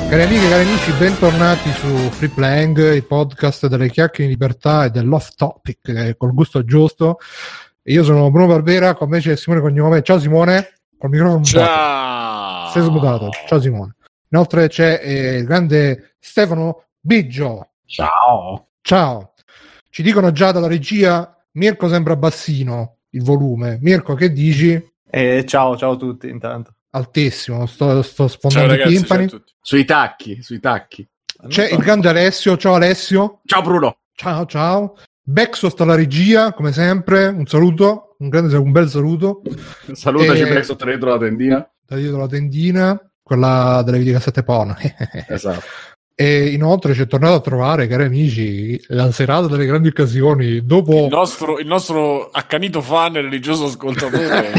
Cari amiche e cari amici, bentornati su Free Playing, il podcast delle chiacchiere di libertà e dell'off topic col gusto giusto. Io sono Bruno Barbera, con me c'è Simone Cognome. Ciao Simone, col microfono ciao. Sei smutato. Ciao Simone. Inoltre c'è il grande Stefano Biggio. Ciao. Ciao. Ci dicono già dalla regia, Mirko sembra bassino il volume. Mirko, che dici? Ciao a tutti intanto. Altissimo, sto sfondando i timpani. Sui tacchi. C'è il grande Alessio. Ciao Alessio. Ciao Bruno. Ciao. Backsoft alla regia, come sempre. Un saluto, un bel saluto. Salutaci Backsoft dietro la tendina. Dietro la tendina, quella delle videocassette porno. Esatto. E inoltre ci è tornato a trovare, cari amici, la serata delle grandi occasioni. Dopo il nostro accanito fan e religioso ascoltatore.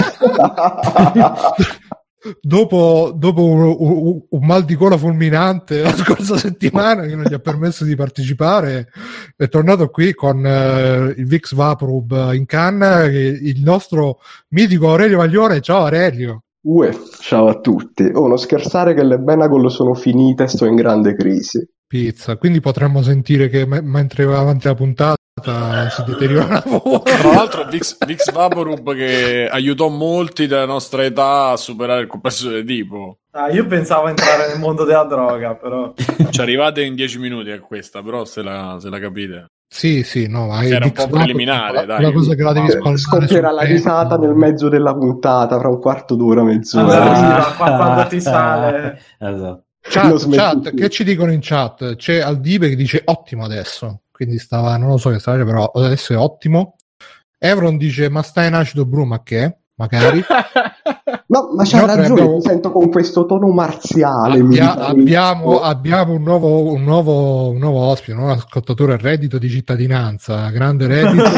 Dopo un mal di gola fulminante la scorsa settimana che non gli ha permesso di partecipare, è tornato qui con il Vicks Vaporub in canna, il nostro mitico Aurelio Maglione. Ciao Aurelio. Ciao a tutti. Non scherzare che le Benagol sono finite e sto in grande crisi. Pizza, quindi potremmo sentire che mentre va avanti la puntata si deteriora. Tra l'altro Vicks Vaporub che aiutò molti della nostra età a superare il complesso di Edipo. Io pensavo entrare nel mondo della droga, però ci arrivate in 10 minuti a questa, però se la capite. Sì, no, ma era un po' preliminare, dai. La cosa che la devi spalmare. Scoppierà la risata nel mezzo della puntata, fra un quarto d'ora, mezz'ora. Quando ti sale. Esatto. Chat, che ci dicono in chat? C'è Aldibe che dice ottimo adesso, quindi non lo so che stava, però adesso è ottimo. Evron dice ma stai in acido blu, ma che? Magari. No, ma c'ha ragione, mi sento con questo tono marziale. Abbiamo un nuovo ospite, un nuovo ascoltatore, reddito di cittadinanza, grande reddito.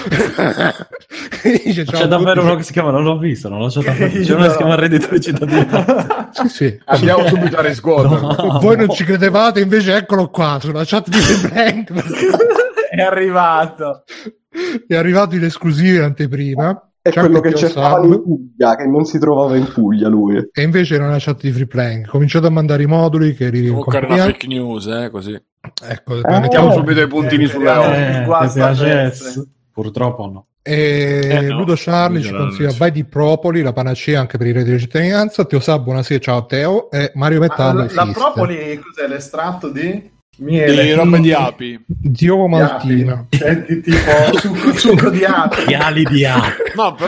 Dice, c'è davvero uno che si chiama, non l'ho visto, non lo so, c'è uno che si chiama reddito di cittadinanza. Sì. Andiamo subito a riscuotere. No. Voi non ci credevate, invece eccolo qua sulla chat di Frank. È arrivato in esclusiva in anteprima. È quello che cercava in Puglia, che non si trovava in Puglia lui. E invece era una chat di Free Playing. Cominciate a mandare i moduli che arrivi in compagnia. Una fake news, così. Ecco, mettiamo subito i puntini sulle purtroppo no. Ludo Charlie ci consiglia Vai di Propoli, la panacea anche per i redditi di cittadinanza. Teo Sab, buonasera, ciao Teo. E Mario Metallo. La propoli cos'è? L'estratto di miele, di roba di api, di ovo maltino, tipo succo di api, gli ali di api. No, però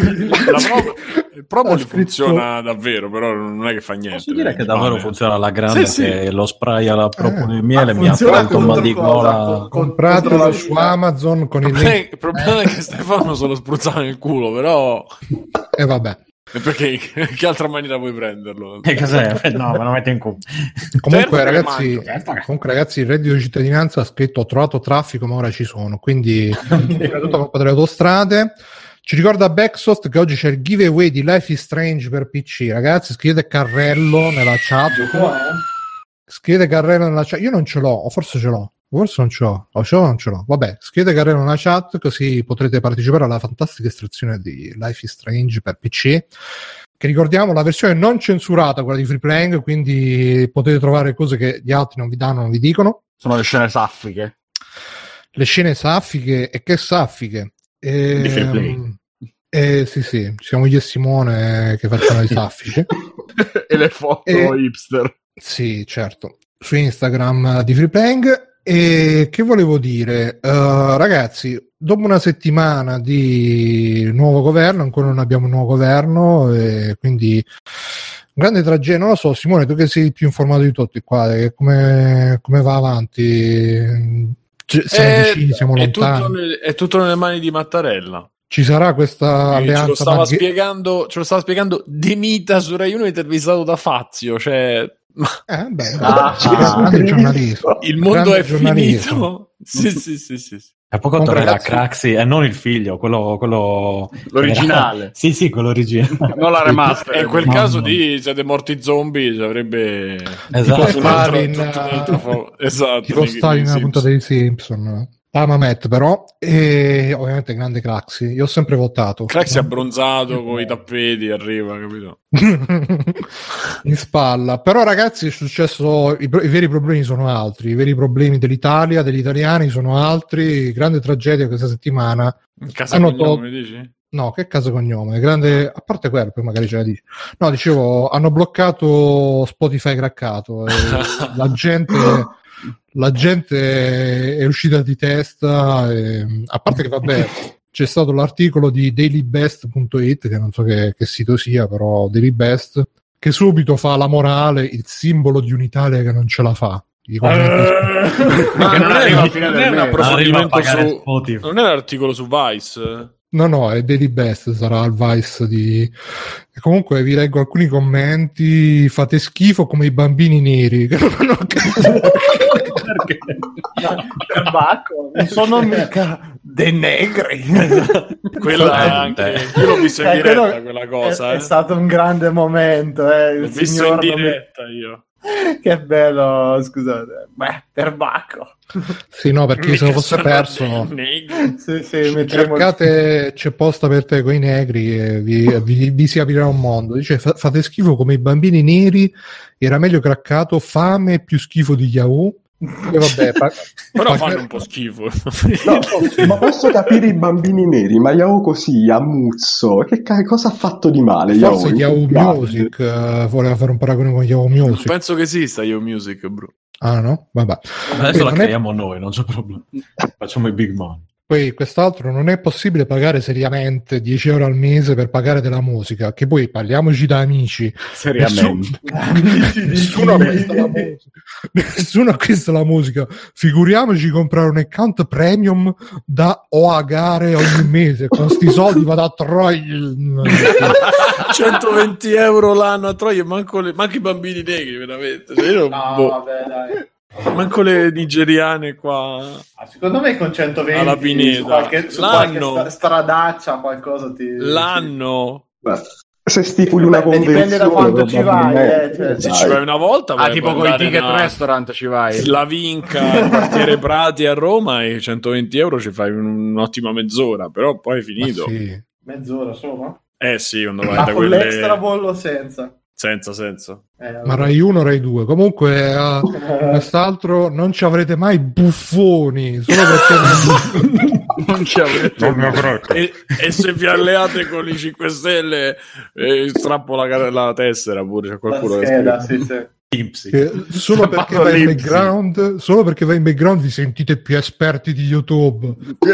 il propoli funziona davvero, però non è che fa niente. Posso dire che davvero funziona alla grande, sì. Che lo spray alla propoli di miele mi ha fatto un mal di gola. Compratelo su Amazon con il problema è che Stefano se lo spruzzava nel culo, però vabbè. Perché che altra maniera puoi prenderlo? E cos'è? No, me lo metto in culo. Comunque ragazzi, il reddito di cittadinanza ha scritto ho trovato traffico, ma ora ci sono, quindi è tutta colpa delle autostrade. Ci ricorda Backsoft che oggi c'è il giveaway di Life is Strange per PC. Ragazzi, scrivete Carrello nella chat. Scrivete Carrello nella chat. Io non ce l'ho, o forse ce l'ho. Forse non ce l'ho, o ce l'ho, non ce l'ho. Vabbè, scrivete Carrello nella chat, così potrete partecipare alla fantastica estrazione di Life is Strange per PC, che ricordiamo la versione non censurata, quella di Free Playing, quindi potete trovare cose che gli altri non vi danno, non vi dicono. Sono le scene saffiche. Le scene saffiche, e che saffiche? Di Free Play. Sì, siamo io e Simone che facciamo i saffici. E le foto hipster. Sì, certo. Su Instagram di Free Playing. E che volevo dire, ragazzi, dopo una settimana di nuovo governo, ancora non abbiamo un nuovo governo, e quindi grande tragedia. Non lo so, Simone, tu che sei più informato di tutti qua, come va avanti? Siamo vicini, siamo lontani. È tutto nelle mani di Mattarella. Ci sarà questa alleanza? Ce lo stava spiegando De Mita su Rai 1, intervistato da Fazio, cioè grande giornalismo. Il mondo è finito. Sì. A poco tornerà Craxi e non il figlio, quello l'originale. Sì, quello originale. Non la remaster. E in quel caso di siete morti zombie, ci avrebbe esatto. Tipo Stalin nella puntata dei Simpson. Mamet però, e ovviamente grande Craxi, io ho sempre votato. Craxi abbronzato con i tappeti, arriva, capito? In spalla. Però ragazzi è successo, i veri problemi sono altri, i veri problemi dell'Italia, degli italiani sono altri, grande tragedia questa settimana. Casa Cognome, dici? No, che casa cognome, grande, a parte quello, poi magari ce la dici. No, dicevo, hanno bloccato Spotify craccato, e la gente è uscita di testa, a parte che vabbè, c'è stato l'articolo di dailybest.it, che non so che sito sia, però Daily Best, che subito fa la morale, il simbolo di un'Italia che non ce la fa. Ma non arriva a fine del mese. Non è l'articolo su Vice? No, è Daily Best, sarà il Vice di... E comunque vi leggo alcuni commenti. Fate schifo come i bambini neri che non hanno perché non sono mica dei negri. Quella anche io l'ho vista in diretta, quella cosa è stato un grande momento, l'ho visto in diretta io. Che bello, scusate. Per Bacco. Sì, no, perché se lo fosse perso cercate, c'è posta per te con i negri e vi si aprirà un mondo. Dice fate schifo come i bambini neri, era meglio craccato, fame più schifo di Yahoo. E vabbè, però fanno un po' schifo. No, ma posso capire i bambini neri, ma Yahoo così a muzzo, cosa ha fatto di male? Forse Yahoo Music voleva fare un paragone con Yahoo Music. Non penso che esista Yahoo Music, bro. Ah no? Vabbè. Adesso la creiamo noi, non c'è problema. Facciamo i big money. Poi quest'altro, non è possibile pagare seriamente 10 euro al mese per pagare della musica, che poi parliamoci da amici. Seriamente. Nessuno acquista la musica. Figuriamoci comprare un account premium da OAGare ogni mese. Con sti soldi vado a Troia. 120 euro l'anno a Troia, manco i bambini negri, veramente. Vabbè, dai. Manco le nigeriane qua. Secondo me con 120 alla Pineta su qualche stradaccia qualcosa l'anno. Beh, se stipuli una convenzione dipende da quanto ci vai, se ci vai una volta tipo con i ticket restaurant ci vai. La Vinca, quartiere Prati a Roma, e 120 euro ci fai un'ottima mezz'ora, però poi è finito. Sì. Mezz'ora solo? Sì, quando vai ma da con quelle... l'extra bollo senza? Senza. Ma Rai 1, Rai 2. Comunque quest'altro non ci avrete mai buffoni, solo perché non ci avrete. E se vi alleate con i 5 Stelle strappo la tessera pure, c'è qualcuno solo perché vai in background vi sentite più esperti di YouTube.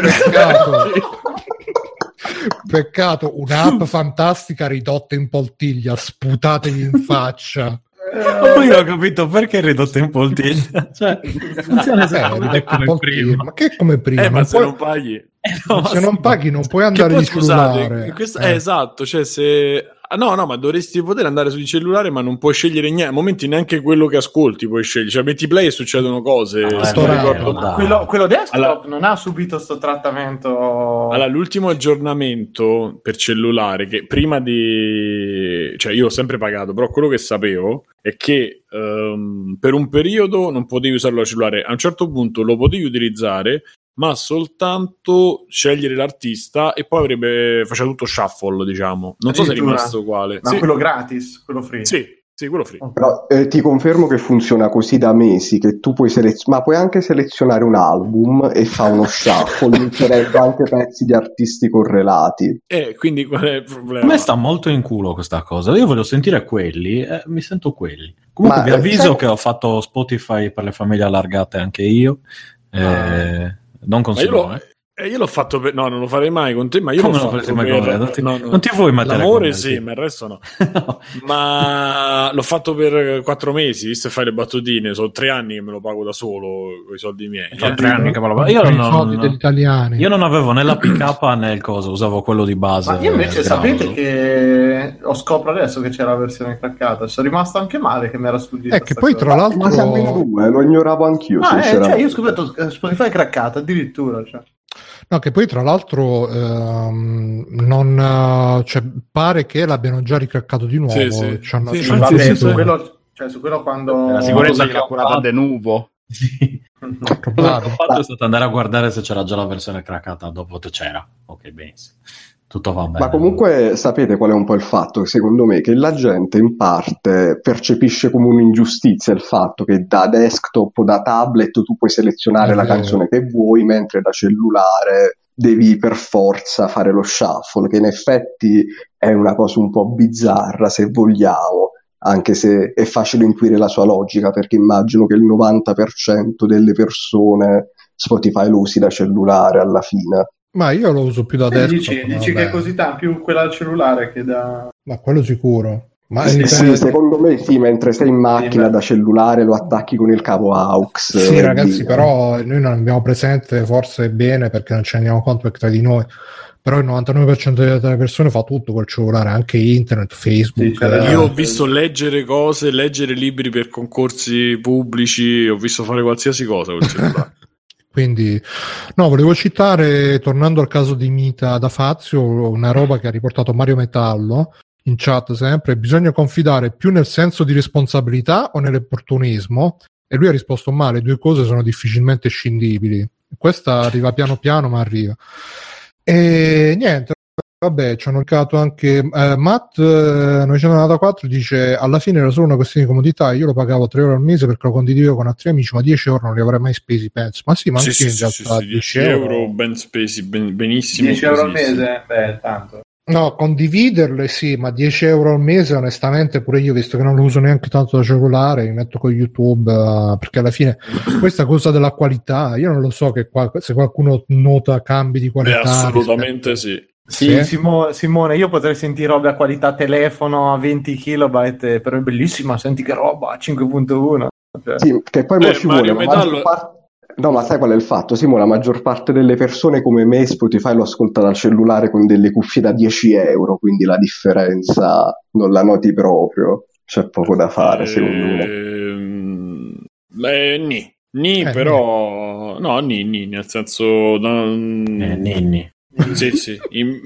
Peccato, un'app fantastica ridotta in poltiglia, sputatevi in faccia. Ma poi non ho capito perché ridotta in poltiglia. Cioè, funziona come prima. Ma che come prima? Ma se non paghi, se non paghi non puoi andare di cellulare. Esatto, cioè se no, ma dovresti poter andare sul cellulare, ma non puoi scegliere niente. A momenti neanche quello che ascolti puoi scegliere. Cioè metti play e succedono cose. Quello desktop non ha subito sto trattamento. Allora, l'ultimo aggiornamento per cellulare, che prima di... Cioè io ho sempre pagato, però quello che sapevo è che per un periodo non potevi usarlo da cellulare. A un certo punto lo potevi utilizzare, ma soltanto scegliere l'artista, e poi faceva tutto shuffle, diciamo. Non so se è rimasto uguale. Ma quello gratis, quello free? Sì, quello free. Però ti confermo che funziona così da mesi, che tu puoi ma puoi anche selezionare un album e fa uno shuffle inserendo anche pezzi di artisti correlati. Quindi qual è il problema? A me sta molto in culo questa cosa. Io voglio sentire quelli, mi sento quelli. Comunque vi avviso che ho fatto Spotify per le famiglie allargate anche io. Non consiglio, io l'ho fatto no, non lo farei mai con te, ma io come l'ho fatto per... non ti vuoi mettere l'amore sì, ma il resto no. No. Ma l'ho fatto per 4 mesi, visto che fai le battutine, sono 3 anni che me lo pago da solo con i soldi miei. 3 anni che me lo pago. Io non avevo né la pick-up né il coso, usavo quello di base. Ma io invece sapete che ho scopro adesso che c'era la versione craccata, sono rimasto anche male che mi era sfuggito. Che poi tra l'altro ma siamo in due, lo ignoravo anch'io. Cioè, io ho scoperto Spotify craccata addirittura, cioè. No, che poi tra l'altro pare che l'abbiano già ricraccato di nuovo. Su quello quando la sicurezza che l'ha curata de nuovo. Sì. Cosa che ho fatto è stato andare a guardare se c'era già la versione craccata, dopo c'era. Ok, benissimo. Tutto va bene. Ma comunque sapete qual è un po' il fatto? Secondo me che la gente in parte percepisce come un'ingiustizia il fatto che da desktop o da tablet tu puoi selezionare la canzone che vuoi, mentre da cellulare devi per forza fare lo shuffle, che in effetti è una cosa un po' bizzarra se vogliamo, anche se è facile intuire la sua logica, perché immagino che il 90% delle persone Spotify lo usi da cellulare alla fine. Ma io lo uso più da desktop. Dici che è così più quella al cellulare che da... Ma quello sicuro. Ma sì, secondo me sì, mentre sei in macchina da cellulare lo attacchi con il cavo AUX. Sì, ragazzi, però noi non abbiamo presente, forse bene, perché non ci rendiamo conto che tra di noi, però il 99% delle persone fa tutto col cellulare, anche internet, Facebook. Sì, io ho visto leggere cose, leggere libri per concorsi pubblici, ho visto fare qualsiasi cosa col cellulare. Quindi, no, volevo citare, tornando al caso di Mita da Fazio, una roba che ha riportato Mario Metallo in chat sempre: bisogna confidare più nel senso di responsabilità o nell'opportunismo? E lui ha risposto: ma le due cose sono difficilmente scindibili. Questa arriva piano piano, ma arriva. E niente, vabbè, ci hanno indicato anche Matt 994 dice: alla fine era solo una questione di comodità, io lo pagavo 3 euro al mese perché lo condividevo con altri amici, ma 10 euro non li avrei mai spesi, penso. Ma sì, ma anche in realtà 10 euro ben spesi, benissimo. 10 euro al mese? Beh, tanto. No, condividerle sì, ma 10 euro al mese onestamente pure io, visto che non lo uso neanche tanto da cellulare, mi metto con YouTube, perché alla fine questa cosa della qualità, io non lo so che se qualcuno nota cambi di qualità. Assolutamente sì. Sì, Simone, io potrei sentire roba a qualità telefono a 20 kilobyte, però è bellissima, senti che roba, 5.1. Cioè. Sì, che poi ci vuole, no, ma sai qual è il fatto? Simone, la maggior parte delle persone come me Spotify lo ascolta dal cellulare con delle cuffie da 10 euro, quindi la differenza non la noti proprio, c'è poco da fare secondo me. Però no, nel senso sì.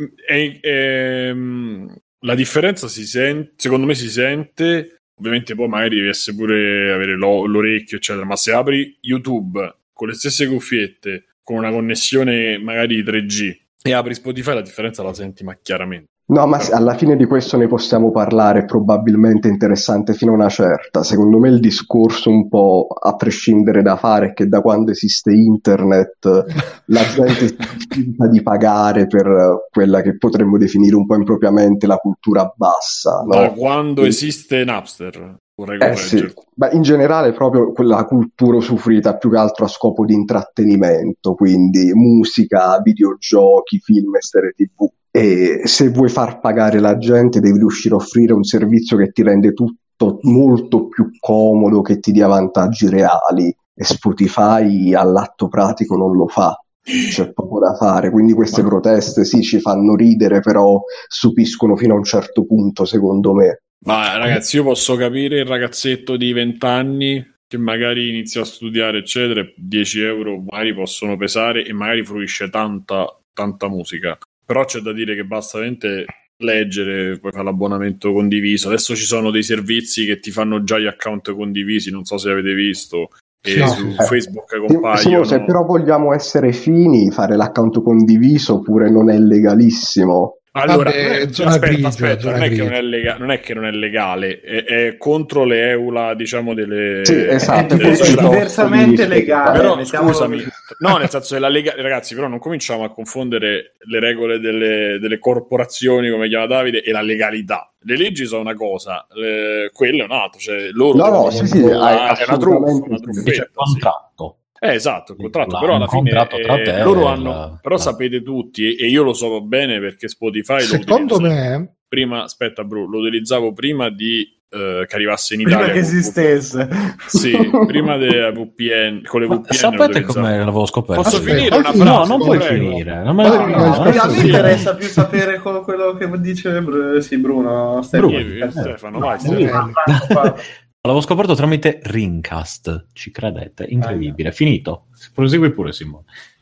La differenza si sente, secondo me si sente, ovviamente poi magari devi essere pure avere l'orecchio eccetera, ma se apri YouTube con le stesse cuffiette, con una connessione magari 3G e apri Spotify, la differenza la senti ma chiaramente. No, ma alla fine di questo ne possiamo parlare, probabilmente interessante fino a una certa. Secondo me il discorso un po' a prescindere da fare è che da quando esiste internet la gente si rifiuta di pagare per quella che potremmo definire un po' impropriamente la cultura bassa. No? Da quando esiste Napster. Sì. Beh, in generale proprio quella cultura usufruita più che altro a scopo di intrattenimento, quindi musica, videogiochi, film e serie TV. E se vuoi far pagare la gente devi riuscire a offrire un servizio che ti rende tutto molto più comodo, che ti dia vantaggi reali, e Spotify all'atto pratico non lo fa. C'è poco da fare, quindi queste proteste sì ci fanno ridere, però stupiscono fino a un certo punto secondo me. Ma ragazzi, io posso capire il ragazzetto di 20 anni che magari inizia a studiare eccetera, 10 euro magari possono pesare e magari fruisce tanta musica, però c'è da dire che basta veramente leggere, poi fare l'abbonamento condiviso. Adesso ci sono dei servizi che ti fanno già gli account condivisi, non so se avete visto, e su Facebook compaiono. Se però vogliamo essere fini, fare l'account condiviso oppure non è legalissimo. Allora, aspetta, non è che non è legale, è contro le EULA, diciamo, delle... Sì, esatto. È diversamente legale. Però, scusami, no, nel senso che ragazzi, però non cominciamo a confondere le regole delle corporazioni, come chiama Davide, e la legalità. Le leggi sono una cosa, quello è un altro, cioè loro... è una truffetta. C'è contratto. Esatto, il contratto, però alla fine loro hanno, però sapete tutti, e io lo so bene perché Spotify secondo me prima, aspetta bro, lo utilizzavo prima di che arrivasse in Italia, prima che esistesse, sì, prima delle VPN, con le VPN. Sapete come l'avevo scoperto? Posso finire una frase? No, non puoi finire. A me interessa più sapere quello che dice Bruno. Stefano, vai Stefano. L'avevo scoperto tramite Rincast, ci credete? Incredibile. Finito. Prosegui pure, Simone.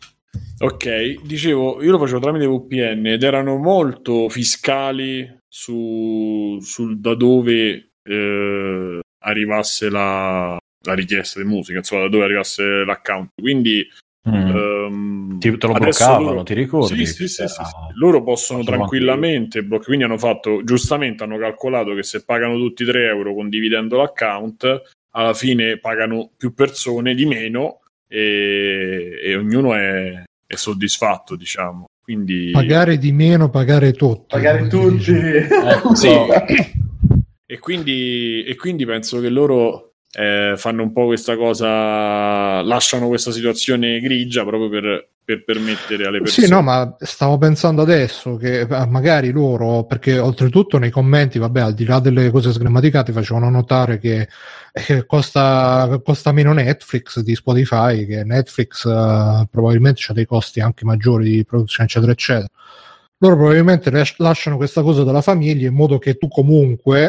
Ok, dicevo, io lo facevo tramite VPN ed erano molto fiscali sul da dove arrivasse la la richiesta di musica, insomma, da dove arrivasse l'account. Quindi te lo bloccavano, loro, ti ricordi? Sì. Loro possono tranquillamente quindi hanno fatto, giustamente hanno calcolato che se pagano tutti 3 euro condividendo l'account, alla fine pagano più persone di meno e ognuno è soddisfatto, diciamo. Quindi pagare di meno, pagare tutti. Pagare tutti. Sì. E quindi penso che loro fanno un po' questa cosa, lasciano questa situazione grigia proprio per permettere alle persone. Sì, no, ma stavo pensando adesso che magari loro, perché oltretutto nei commenti, vabbè, al di là delle cose sgrammaticate, facevano notare che costa meno Netflix di Spotify, che Netflix probabilmente c'ha dei costi anche maggiori di produzione, eccetera, eccetera. Loro probabilmente lasciano questa cosa dalla famiglia in modo che tu comunque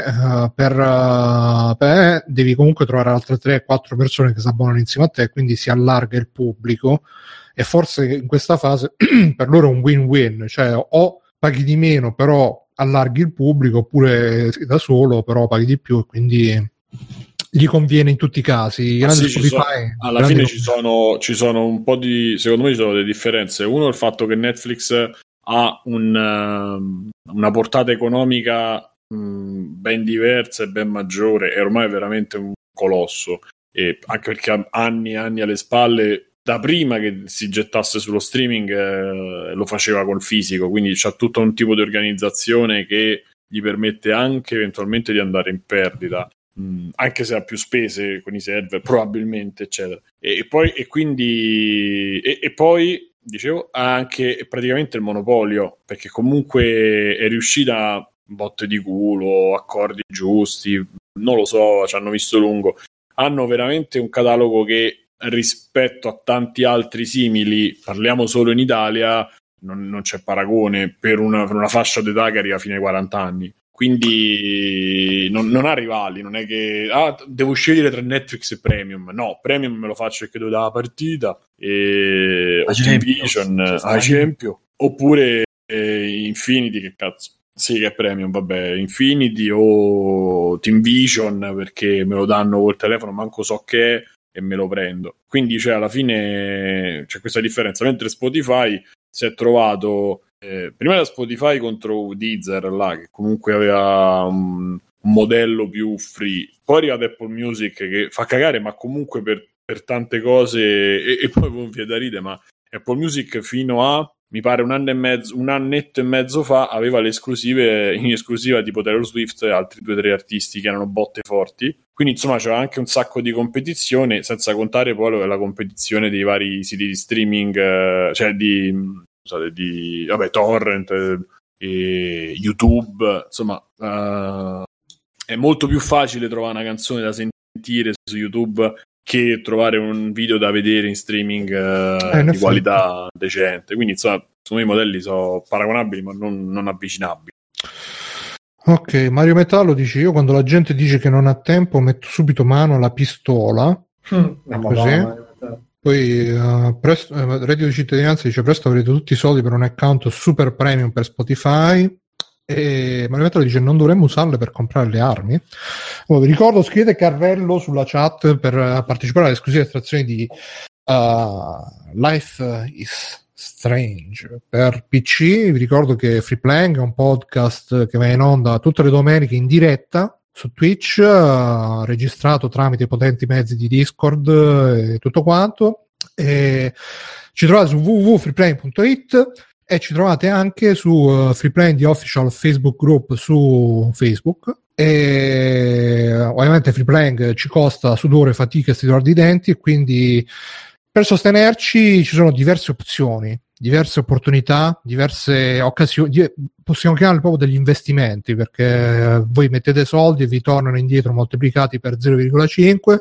devi comunque trovare altre 3-4 persone che si abbonano insieme a te, quindi si allarga il pubblico, e forse in questa fase per loro è un win-win, cioè o paghi di meno però allarghi il pubblico, oppure sei da solo però paghi di più e quindi gli conviene in tutti i casi. Alla fine ci sono un po' di, secondo me ci sono delle differenze. Uno è il fatto che Netflix ha una portata economica ben diversa e ben maggiore, è ormai veramente un colosso, e anche perché ha anni e anni alle spalle, da prima che si gettasse sullo streaming lo faceva col fisico, quindi c'ha tutto un tipo di organizzazione che gli permette anche eventualmente di andare in perdita, anche se ha più spese con i server probabilmente, eccetera, e poi dicevo, ha anche praticamente il monopolio, perché comunque è riuscita botte di culo, accordi giusti, non lo so, ci hanno visto lungo, hanno veramente un catalogo che rispetto a tanti altri simili, parliamo solo in Italia, non c'è paragone per una fascia d'età che arriva fino ai 40 anni. Quindi non ha rivali, non è che devo scegliere tra Netflix e Premium. No, Premium me lo faccio perché devo dare la partita, e Vision, ad esempio, oppure Infinity, che cazzo, sì, che è Premium, vabbè, Infinity o Team Vision, perché me lo danno col telefono, manco so che è, e me lo prendo. Quindi alla fine c'è questa differenza, mentre Spotify si è trovato prima da Spotify contro Deezer, là, che comunque aveva un modello più free, poi arriva Apple Music che fa cagare, ma comunque per tante cose, e poi vi è da ridere, ma Apple Music fino a, mi pare, un annetto e mezzo fa aveva le esclusive, in esclusiva tipo Taylor Swift e altri 2-3 artisti che erano botte forti, quindi insomma c'era anche un sacco di competizione, senza contare poi la competizione dei vari siti di streaming, cioè di torrent, YouTube, insomma è molto più facile trovare una canzone da sentire su YouTube che trovare un video da vedere in streaming di qualità decente. Quindi insomma, secondo me i modelli sono paragonabili ma non avvicinabili. Ok, Mario Metallo dice: io quando la gente dice che non ha tempo metto subito mano alla pistola, così. Poi Reddito di Cittadinanza dice: presto avrete tutti i soldi per un account super premium per Spotify. E Mario Metallo dice: non dovremmo usarle per comprare le armi. Vi ricordo, scrivete Carrello sulla chat per partecipare alle esclusive estrazioni di Life is Strange per PC. Vi ricordo che Free Playing è un podcast che va in onda tutte le domeniche in diretta su Twitch, registrato tramite potenti mezzi di Discord e tutto quanto. E ci trovate su www.freeplaying.it e ci trovate anche su Freeplaying, the official Facebook group su Facebook. E ovviamente Freeplaying ci costa sudore, fatica e stridore di denti, e quindi per sostenerci ci sono diverse opzioni, diverse opportunità, diverse occasioni, possiamo chiamarle proprio degli investimenti, perché voi mettete soldi e vi tornano indietro moltiplicati per 0,5.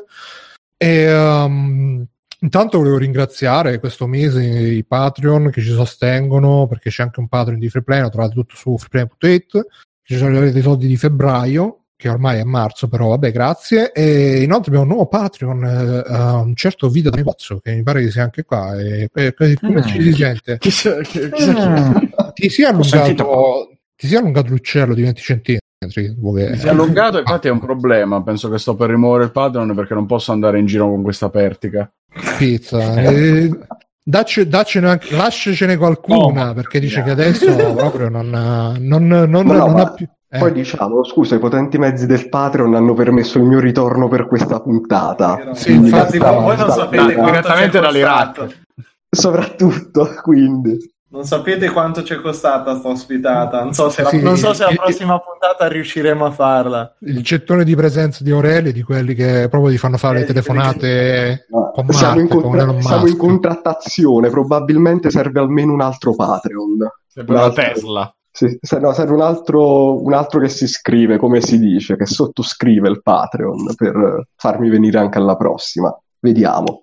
E intanto volevo ringraziare questo mese i Patreon che ci sostengono, perché c'è anche un Patreon di Freeplay, lo trovate tutto su freeplay.it. Ci sono i soldi di febbraio, che ormai è marzo, però vabbè, grazie. E inoltre abbiamo un nuovo Patreon, un certo Vita da Negozio, che mi pare che sia anche qua. Come ci si sente? Ti sia allungato l'uccello di 20 centimetri. Si è allungato, infatti è un problema. Penso che sto per rimuovere il Patreon perché non posso andare in giro con questa pertica. Pizza. Daccene anche, lasciacene qualcuna, perché dice che adesso proprio non ha più. Poi diciamo, scusa, i potenti mezzi del Patreon hanno permesso il mio ritorno per questa puntata. Sì, infatti, voi non sapete direttamente dall'Iraq. Soprattutto, quindi. Non sapete quanto ci è costata sta ospitata. Non so se la prossima puntata riusciremo a farla. Il gettone di presenza di Aurelio, di quelli che proprio ti fanno fare le telefonate con siamo in Musk. Contrattazione, probabilmente serve almeno un altro Patreon. Serve una Tesla. Sì, serve un altro che si iscrive, come si dice, che sottoscrive il Patreon per farmi venire anche alla prossima. Vediamo.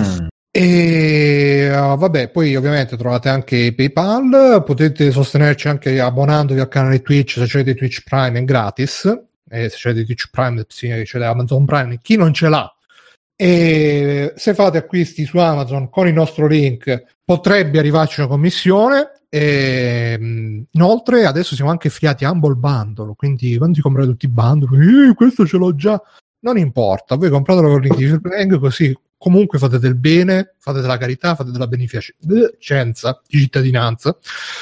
E vabbè, poi ovviamente trovate anche PayPal, potete sostenerci anche abbonandovi al canale Twitch, se avete Twitch Prime è gratis, e se avete Twitch Prime c'è Amazon Prime, chi non ce l'ha, e se fate acquisti su Amazon con il nostro link potrebbe arrivarci una commissione. E inoltre adesso siamo anche affiliati a Humble Bundle, quindi quando ti comprate tutti i bundle, questo ce l'ho già, non importa, voi compratelo con il link di Filmplank, così comunque fate del bene, fate della carità, fate della beneficenza di cittadinanza.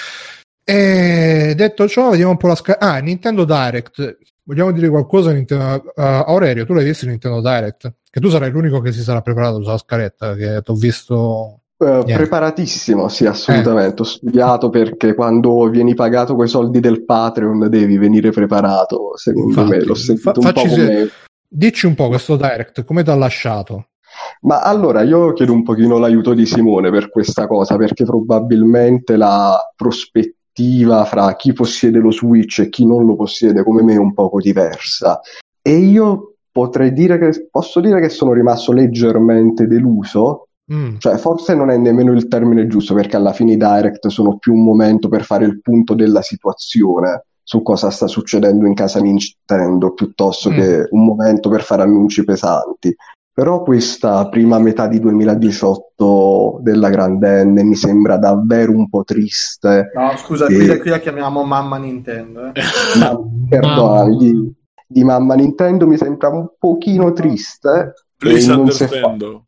E detto ciò, vediamo un po' la Nintendo Direct. Vogliamo dire qualcosa? Aurelio, tu l'hai visto il Nintendo Direct? Che tu sarai l'unico che si sarà preparato sulla scaletta, che ti ho visto... preparatissimo, sì, assolutamente. Ho studiato, perché quando vieni pagato coi soldi del Patreon devi venire preparato, secondo me. L'ho sentito un po' come... Dici un po' questo Direct, come ti ha lasciato? Ma allora io chiedo un pochino l'aiuto di Simone per questa cosa, perché probabilmente la prospettiva fra chi possiede lo Switch e chi non lo possiede come me è un poco diversa, e io posso dire che sono rimasto leggermente deluso. Cioè, forse non è nemmeno il termine giusto, perché alla fine i Direct sono più un momento per fare il punto della situazione su cosa sta succedendo in casa Nintendo, piuttosto che un momento per fare annunci pesanti. Però questa prima metà di 2018 della grande N mi sembra davvero un po' triste. No, scusa, qui la chiamiamo Mamma Nintendo. Perdona, di Mamma Nintendo mi sembra un pochino triste. Please understand.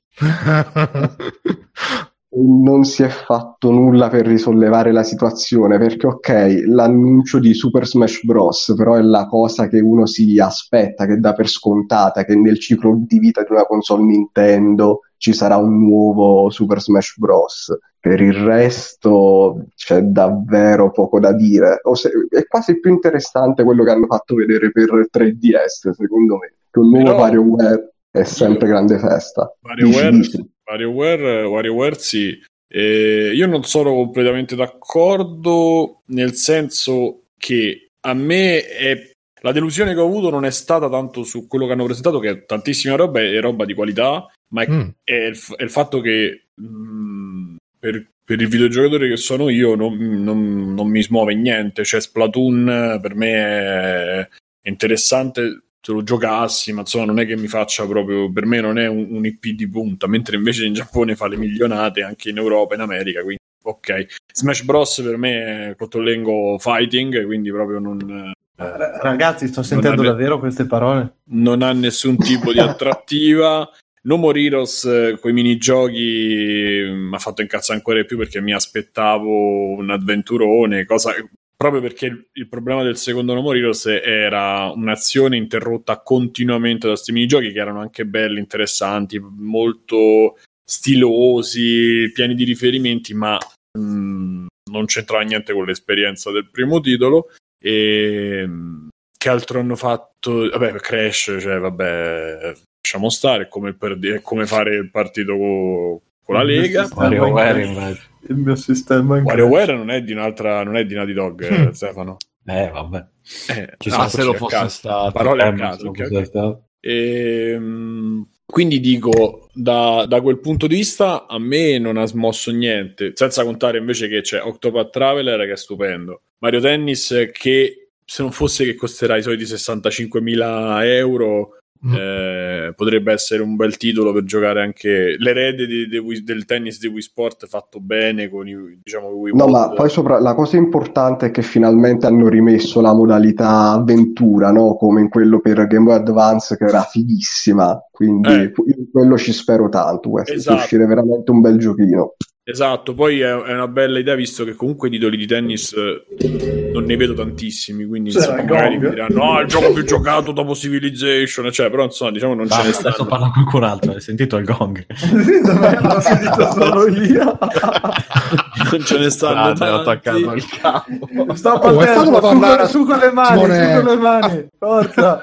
Non si è fatto nulla per risollevare la situazione, perché ok, l'annuncio di Super Smash Bros. Però è la cosa che uno si aspetta, che dà per scontata, che nel ciclo di vita di una console Nintendo ci sarà un nuovo Super Smash Bros. Per il resto c'è davvero poco da dire. È quasi più interessante quello che hanno fatto vedere per 3DS, secondo me, che un nuovo WarioWare è sempre grande festa. WarioWare sì. Io non sono completamente d'accordo, nel senso che a me la delusione che ho avuto non è stata tanto su quello che hanno presentato, che è tantissima roba e roba di qualità, ma è il fatto che per il videogiocatore che sono io non mi smuove niente. Cioè, Splatoon per me è interessante se lo giocassi, ma insomma non è che mi faccia proprio, per me non è un IP di punta, mentre invece in Giappone fa le milionate, anche in Europa, in America, quindi ok. Smash Bros per me è Cottolengo Fighting, quindi proprio non... Ragazzi, sto sentendo davvero queste parole. Non ha nessun tipo di attrattiva. No More Heroes con i minigiochi mi ha fatto incazzare ancora di più, perché mi aspettavo un avventurone, cosa... Proprio perché il problema del secondo No More Heroes era un'azione interrotta continuamente da questi minigiochi, che erano anche belli, interessanti, molto stilosi, pieni di riferimenti, ma non c'entrava niente con l'esperienza del primo titolo. E che altro hanno fatto? Vabbè, Crash, cioè vabbè, lasciamo stare, è come fare il partito con la Lega. Il mio sistema WarioWare non è di Naughty Dog, Stefano. Vabbè. Se lo fosse stato. Parole a caso. Quindi dico, da quel punto di vista a me non ha smosso niente, senza contare invece che c'è Octopath Traveler, che è stupendo, Mario Tennis, che se non fosse che costerà i soliti 65.000 euro, potrebbe essere un bel titolo per giocare anche l'erede del tennis di Wii Sport fatto bene con i Wii No, Mod. ma poi la cosa importante è che finalmente hanno rimesso la modalità avventura, no? Come in quello per Game Boy Advance, che era fighissima, quindi io quello ci spero tanto, può uscire veramente un bel giochino. Esatto, poi è una bella idea, visto che comunque i titoli di tennis non ne vedo tantissimi, quindi magari mi diranno il gioco più giocato dopo Civilization, però insomma diciamo non ce ne sta. Sto parlando con qualcun altro, hai sentito il gong? L'ho sentito solo io. Non ce ne stanno tanti. Ho attaccato il capo. Sto parlando, su con le mani, Simone... su con le mani, forza.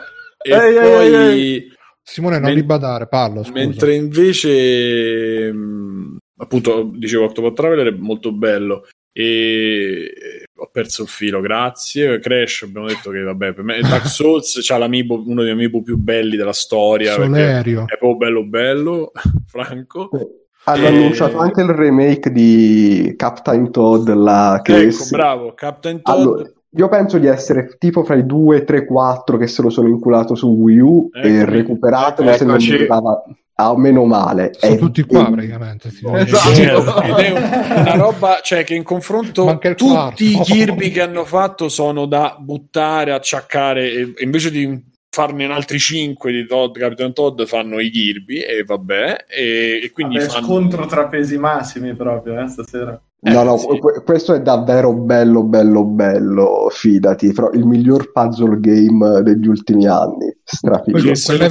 Poi Simone, non ribadare, parlo, scusa. Mentre invece appunto dicevo Octopath Traveler è molto bello e ho perso il filo, grazie. Crash abbiamo detto che vabbè, per me Dark Souls c'ha l'amiibo, uno degli amiibo più belli della storia, Solerio, è proprio bello franco. Hanno annunciato anche il remake di Captain Toad bravo, Captain Toad. Allora, io penso di essere tipo fra i 2, 3, 4 che se lo sono inculato su Wii U e recuperatelo se non mi andava meno male. Sono tutti qua praticamente. Esatto. Ed è una roba, cioè, che in confronto tutti i Kirby che hanno fatto sono da buttare, acciaccare, e invece di farne in altri 5 di Todd, Captain Todd fanno i Kirby e vabbè, e quindi scontro tra pesi massimi proprio stasera. No, questo è davvero bello, fidati, il miglior puzzle game degli ultimi anni, strafigo. Se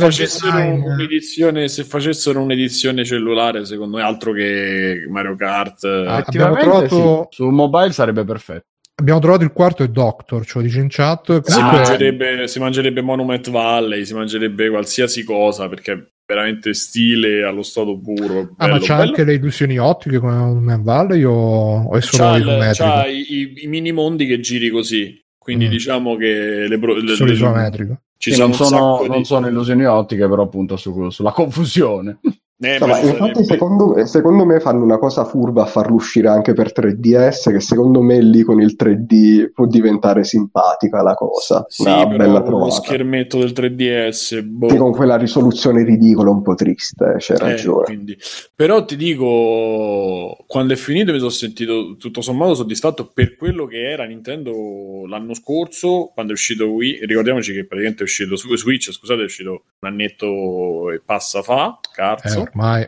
facessero un'edizione cellulare, secondo me, altro che Mario Kart, abbiamo trovato... sì. Sul mobile sarebbe perfetto. Abbiamo trovato il quarto, è Doctor, ce lo dice in chat. Si mangerebbe Monument Valley, si mangerebbe qualsiasi cosa, perché è veramente stile allo stato puro. Ma c'ha anche le illusioni ottiche come Monument Valley o è solo c'ha i mini mondi che giri così, quindi diciamo che sono isometrico. Non sono illusioni ottiche, però appunto sulla confusione. Infatti secondo me fanno una cosa furba a farlo uscire anche per 3DS, che secondo me lì con il 3D può diventare simpatica la cosa. Una bella trovata. Lo schermetto del 3DS con quella risoluzione ridicola un po' triste, c'è ragione. Quindi. Però ti dico, quando è finito mi sono sentito tutto sommato soddisfatto per quello che era Nintendo l'anno scorso, quando è uscito Wii. Ricordiamoci che praticamente è uscito su Switch, scusate, è uscito un annetto e passa fa, cazzo. Ormai.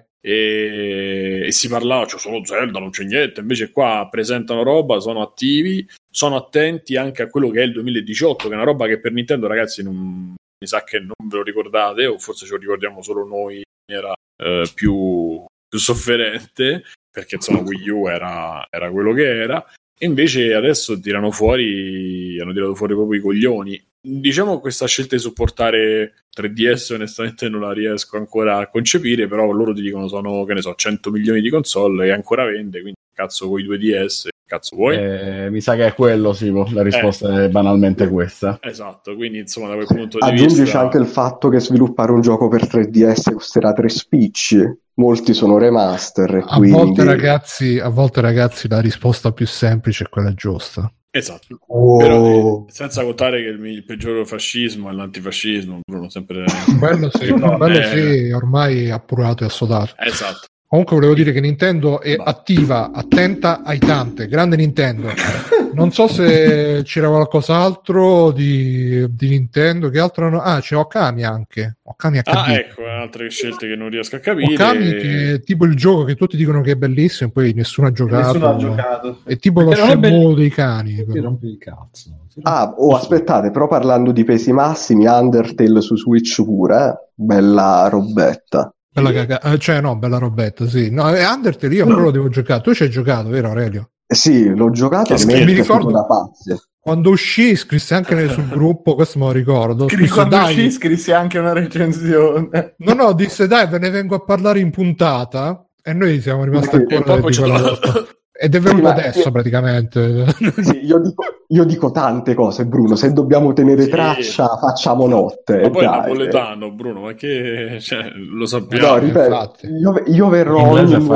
E si parlava, c'è solo Zelda, non c'è niente. Invece qua presentano roba, sono attivi, sono attenti anche a quello che è il 2018, che è una roba che per Nintendo, ragazzi, mi sa che non ve lo ricordate, o forse ce lo ricordiamo solo noi in maniera più sofferente, perché insomma Wii U era quello che era. E invece adesso hanno tirato fuori proprio i coglioni. Diciamo questa scelta di supportare 3DS onestamente non la riesco ancora a concepire, però loro ti dicono sono, che ne so, 100 milioni di console e ancora vende, quindi cazzo coi 2DS, cazzo vuoi? Mi sa che è quello, Simo, la risposta è banalmente questa. Esatto, quindi insomma da quel punto di aggiungici vista... anche il fatto che sviluppare un gioco per 3DS costerà 3 spicci, molti sono remaster, a volte ragazzi la risposta più semplice è quella giusta. Esatto, però senza contare che il peggiore fascismo è l'antifascismo, Bruno, sempre quello sì, ormai appurato e assodato. Esatto. Comunque volevo dire che Nintendo è attiva, attenta ai tante, grande Nintendo. Non so se c'era qualcos'altro di Nintendo, che altro hanno... c'è Okami anche. Okami HD. Ecco, altre scelte che non riesco a capire. Okami che è tipo il gioco che tutti dicono che è bellissimo e poi nessuno ha giocato. È tipo lo scemuolo dei cani. Ti rompi il cazzo. Aspettate, però parlando di pesi massimi, Undertale su Switch pure, bella robetta. Bella robetta, sì. No, Undertale io ancora lo devo giocare. Tu ci hai giocato, vero Aurelio? Sì, l'ho giocato, mi ricordo da pazzi. Quando uscì scrisse anche sul gruppo, questo me lo ricordo. Uscì scrisse anche una recensione. No, disse dai, ve ne vengo a parlare in puntata e noi siamo rimasti ancora ed è venuto adesso praticamente. Sì, io dico tante cose, Bruno, se dobbiamo tenere traccia facciamo notte. Ma poi è napoletano, Bruno, ma che lo sappiamo. No, ripeto, io verrò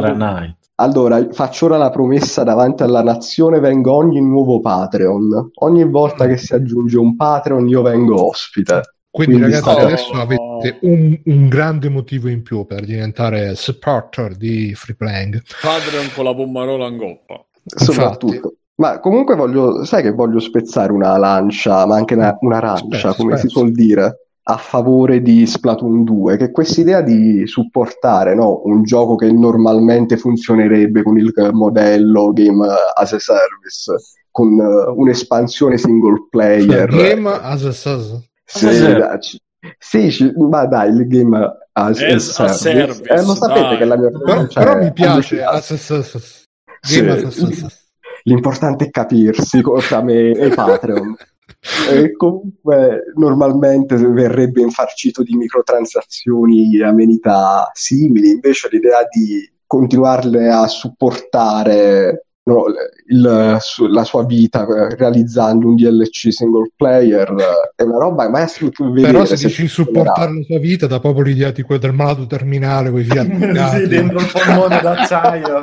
allora, faccio ora la promessa davanti alla nazione, vengo ogni nuovo Patreon. Ogni volta che si aggiunge un Patreon io vengo ospite. Quindi ragazzi, adesso avete un grande motivo in più per diventare supporter di Freeplaying. Patreon con la pommarola in goppa. Soprattutto. Infatti. Ma comunque voglio spezzare una lancia, ma anche una rancia, come si suol dire, a favore di Splatoon 2, che quest'idea di supportare, no, un gioco che normalmente funzionerebbe con il modello Game as a Service, con un'espansione single player. Game as a Service? Sì, ma dai, il Game as a Service. Lo sapete dai. Che la mia però mi piace as a Service. Game as a Service. L'importante è capirsi tra me e Patreon. E comunque normalmente verrebbe infarcito di microtransazioni e amenità simili, invece l'idea di continuarle a supportare, no, la sua vita realizzando un DLC single player è una roba mai a vedere. Però se dici supportare la sua vita da proprio l'idea di quel del malato terminale con i fiati sì, dentro il polmone d'acciaio.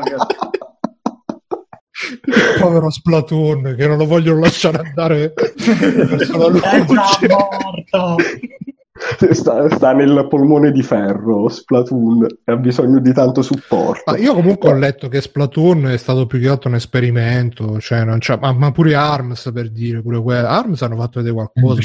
Il povero Splatoon che non lo vogliono lasciare andare verso la luce. È già morto. Sta nel polmone di ferro Splatoon e ha bisogno di tanto supporto. Ma io comunque ho letto che Splatoon è stato più che altro un esperimento, cioè non c'è, ma pure ARMS, per dire, pure ARMS hanno fatto vedere qualcosa.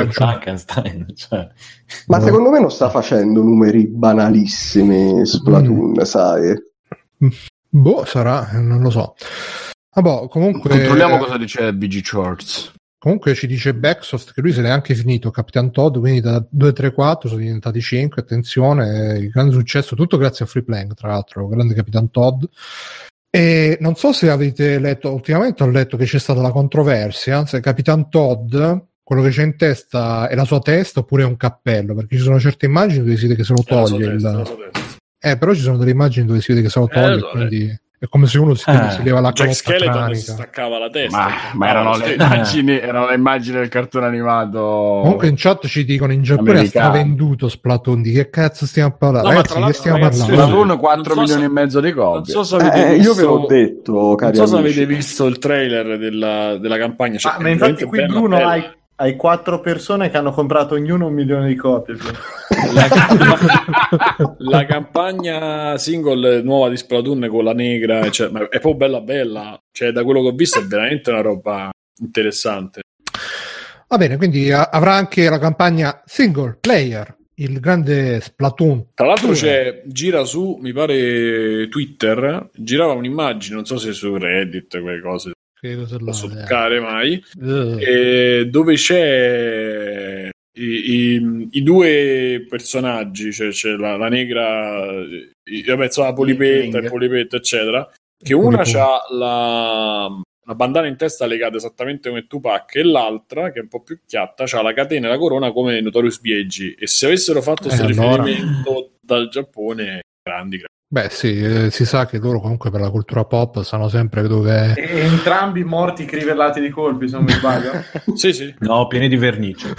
Ma secondo me non sta facendo numeri banalissimi Splatoon, sai? Boh, sarà, non lo so. Vabbè, comunque controlliamo cosa dice BG Shorts. Comunque ci dice Backsoft che lui se l'è anche finito Capitan Todd, quindi da 2, 3, 4 sono diventati 5, attenzione, grande successo, tutto grazie a Freeplaying, tra l'altro, grande Capitan Todd. E non so se avete letto, ultimamente ho letto che c'è stata la controversia se Capitan Todd, quello che c'è in testa è la sua testa oppure è un cappello, perché ci sono certe immagini dove si vede che se lo toglie però ci sono delle immagini dove si vede che se lo toglie, quindi è come se uno si leva la Jack Skeleton si staccava la testa. Ma erano le immagini del cartone animato. Comunque in chat ci dicono in Giappone sta venduto Splatoon, di che cazzo stiamo a parlare? No, ragazzi, che stiamo parlando? Splatoon 4 milioni e mezzo di copie. Non so se avete visto, io ve l'ho detto, cari non so se amici. avete visto il trailer della campagna. Cioè, ma infatti qui Bruno hai 4 persone che hanno comprato ognuno 1 milione di copie. La campagna single nuova di Splatoon con la negra, cioè, ma è proprio bella, cioè da quello che ho visto è veramente una roba interessante. Va bene, quindi avrà anche la campagna single player, il grande Splatoon. Tra l'altro gira su, mi pare, Twitter, girava un'immagine, non so se su Reddit, quelle cose posso toccare mai, dove c'è i due personaggi, cioè c'è la negra, la polipetta eccetera, che una c'ha la bandana in testa legata esattamente come Tupac e l'altra, che è un po' più chiatta, c'ha la catena e la corona come Notorious B.I.G. e se avessero fatto questo riferimento dal Giappone, grandi. Beh sì, si sa che loro comunque per la cultura pop sanno sempre dove... E entrambi morti crivellati di colpi, se non mi sbaglio. Sì. No, pieni di vernice.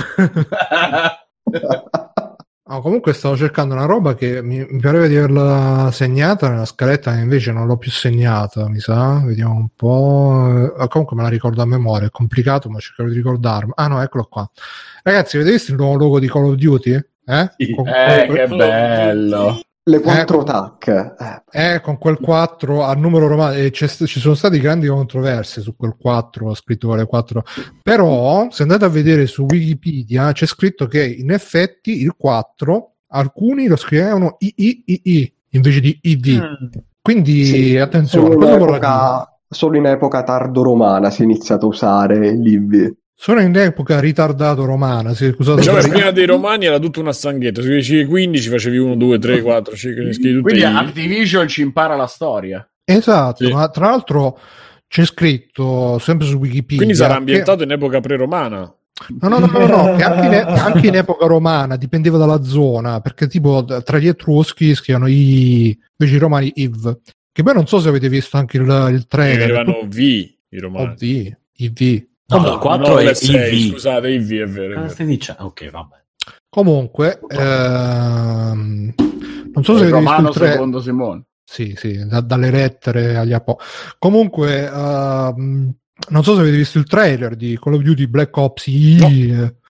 Comunque stavo cercando una roba che mi pareva di averla segnata nella scaletta, che invece non l'ho più segnata, mi sa. Vediamo un po'. Comunque me la ricordo a memoria, è complicato, ma cercherò di ricordarmi. Ah no, eccolo qua. Ragazzi, avete visto il nuovo logo di Call of Duty? Sì. Che bello! Le 4 tacche con quel 4 a numero romano, ci sono stati grandi controversie su quel 4 scritto con le 4, però se andate a vedere su Wikipedia c'è scritto che in effetti il 4 alcuni lo scrivevano III invece di ID, quindi sì, attenzione, solo in epoca tardo romana si è iniziato a usare l'IV. Sono in epoca ritardato romana, prima dei romani era tutta una stanghetta, se dicevi 15 facevi 1, 2, 3, 4, 5, quindi Activision ci impara la storia. Esatto, sì. Ma tra l'altro c'è scritto sempre su Wikipedia, quindi sarà ambientato in epoca pre-romana. No, che anche in epoca romana dipendeva dalla zona, perché tipo tra gli Etruschi scrivono invece i romani IV, che poi non so se avete visto anche il trailer. Avevano V i romani. IV. No, il 4 è IV. Scusate, IV è vero. Cosa stai dicendo? Ok, vabbè. Comunque, non so se avete visto il trailer. Secondo Simone. Sì, dalle lettere agli apo. Comunque, non so se avete visto il trailer di Call of Duty Black Ops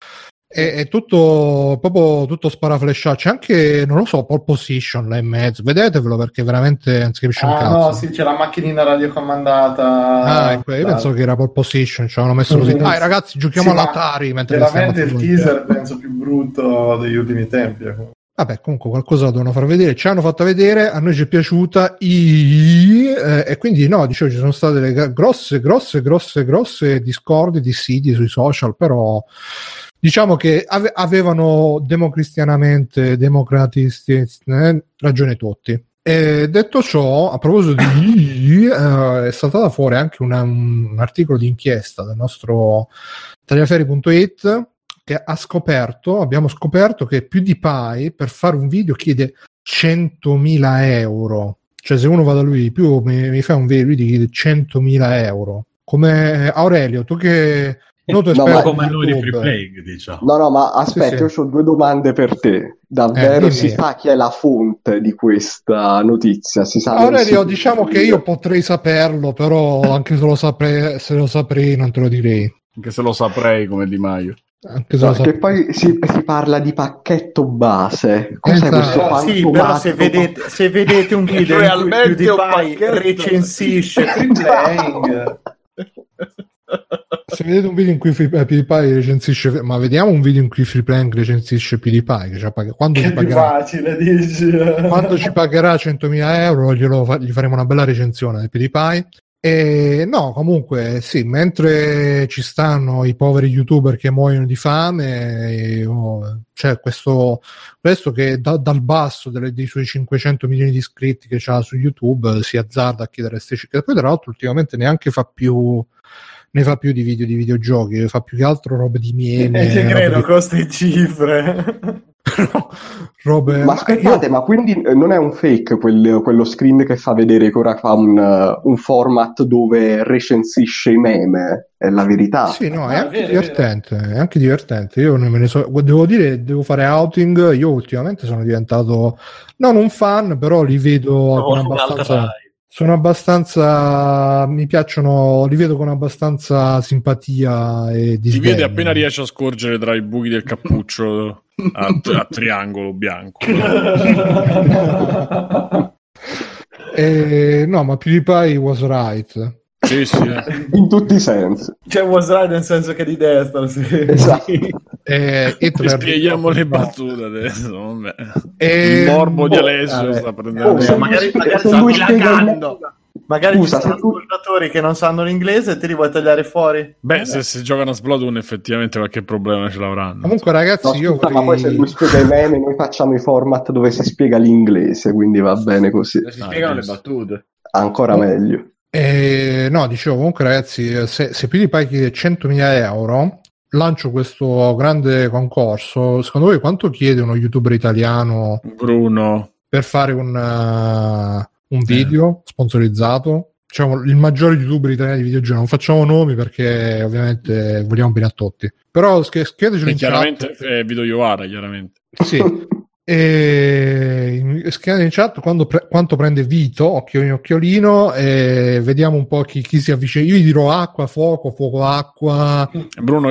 è tutto proprio tutto sparaflesciato. C'è anche, non lo so, pole position là in mezzo, vedetevelo perché veramente non si capisce un cazzo. No, sì, c'è la macchinina radiocomandata. Ecco, io pensavo che era pole position, ci avevano messo così. Dai ragazzi, giochiamo all'Atari, mentre veramente il teaser penso più brutto degli ultimi tempi. Vabbè, comunque qualcosa lo devono far vedere, ci hanno fatto vedere, a noi ci è piaciuta e quindi no, dicevo, ci sono state delle grosse discordi, dissidi sui social, però diciamo che avevano democratisti ragione tutti. E detto ciò, a proposito di è saltata fuori anche un articolo di inchiesta del nostro tagliaferri.it che abbiamo scoperto che PewDiePie per fare un video chiede 100.000 euro. Cioè se uno va da lui, più mi fa un video, lui ti chiede 100.000 euro. Come Aurelio, tu che noto esperto come noi di Free Playing, diciamo. No, ma aspetta, io ho due domande per te. Davvero si sa chi è la fonte di questa notizia? Si sa Aurelio, diciamo che io potrei saperlo, però anche se lo saprei non te lo direi. Anche se lo saprei come Di Maio. Che poi si parla di pacchetto base. Cos'è questo? Sì, però se vedete un video in cui PewDiePie recensisce Free Playing, se vedete un video in cui PewDiePie recensisce, ma vediamo un video in cui Free Playing recensisce PewDiePie, quando ci pagherà, facile, dici. Quando ci pagherà 100.000 euro gli faremo una bella recensione di PewDiePie. E no, comunque sì, mentre ci stanno i poveri youtuber che muoiono di fame, c'è questo che dal basso dei suoi 500 milioni di iscritti che ha su YouTube si azzarda a chiedere queste cifre. Poi tra l'altro ultimamente ne fa più di videogiochi, fa più che altro robe di meme. Che credo costi cifre. Ma aspettate, ma quindi non è un fake quello screen che fa vedere che ora fa un format dove recensisce i meme? È la verità. Sì, no, è anche divertente. Io non me ne so, devo fare outing. Io ultimamente sono diventato non un fan, però li vedo con abbastanza. Sono abbastanza, mi piacciono, li vedo con abbastanza simpatia e disdegno. Ti vede appena riesce a scorgere tra i buchi del cappuccio a triangolo bianco. No, ma PewDiePie was right. Sì. In tutti i sensi. Cioè was right nel senso che di destra, sì. Esatto. Spieghiamo le battute adesso. Vabbè. Il morbo di Alessio sta prendendo. Magari sta dilagando. Magari ci sono ascoltatori che non sanno l'inglese e te li vuoi tagliare fuori? Beh, se giocano a Splatoon effettivamente qualche problema ce l'avranno. Comunque ragazzi, ma poi se lui spiega i meme noi facciamo i format dove si spiega l'inglese, quindi va bene così. Si spiegano le battute. Ancora meglio. No, dicevo comunque ragazzi, se PewDiePie chiede 100.000 euro, lancio questo grande concorso. Secondo voi quanto chiede uno youtuber italiano, Bruno, per fare un video sponsorizzato? Diciamo il maggiore youtuber italiano di videogiochi, non facciamo nomi perché ovviamente vogliamo bene a tutti, però scrivetecelo in chiaramente chat. Vito Iovara, chiaramente Sì. E scrivete in chat quanto prende Vito, occhiolino, e vediamo un po' chi si avvicina. Io gli dirò acqua, fuoco, acqua. Bruno,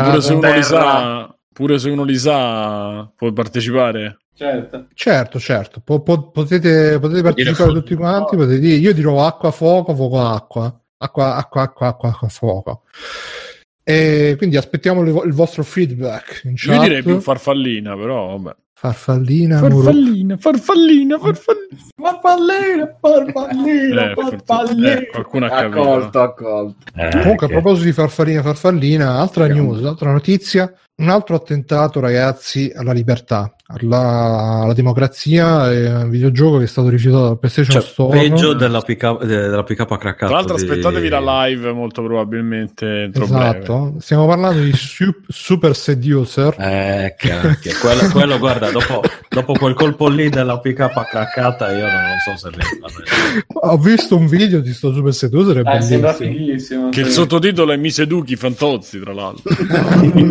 pure se uno li sa può partecipare. Certo. Potete partecipare tutti quanti. Potete dire, io dirò acqua, fuoco, acqua, fuoco. E quindi aspettiamo il vostro feedback in chat. Io direi più farfallina, però vabbè. Farfallina. Qualcuno ha capito. Accolto. Comunque a proposito di farfallina, altra news, altra notizia, un altro attentato ragazzi alla libertà, alla democrazia, è un videogioco che è stato rifiutato dal PlayStation Store. Peggio della pick up craccata. Tra l'altro aspettatevi la live molto probabilmente entro breve. Stiamo parlando di Super Seducer. Quello guarda, dopo quel colpo lì della pick up craccata io non so se ho visto un video di sto Super Seducer, è bellissimo. Sembra fighissimo. Che il sottotitolo è Mi seduchi Fantozzi, tra l'altro.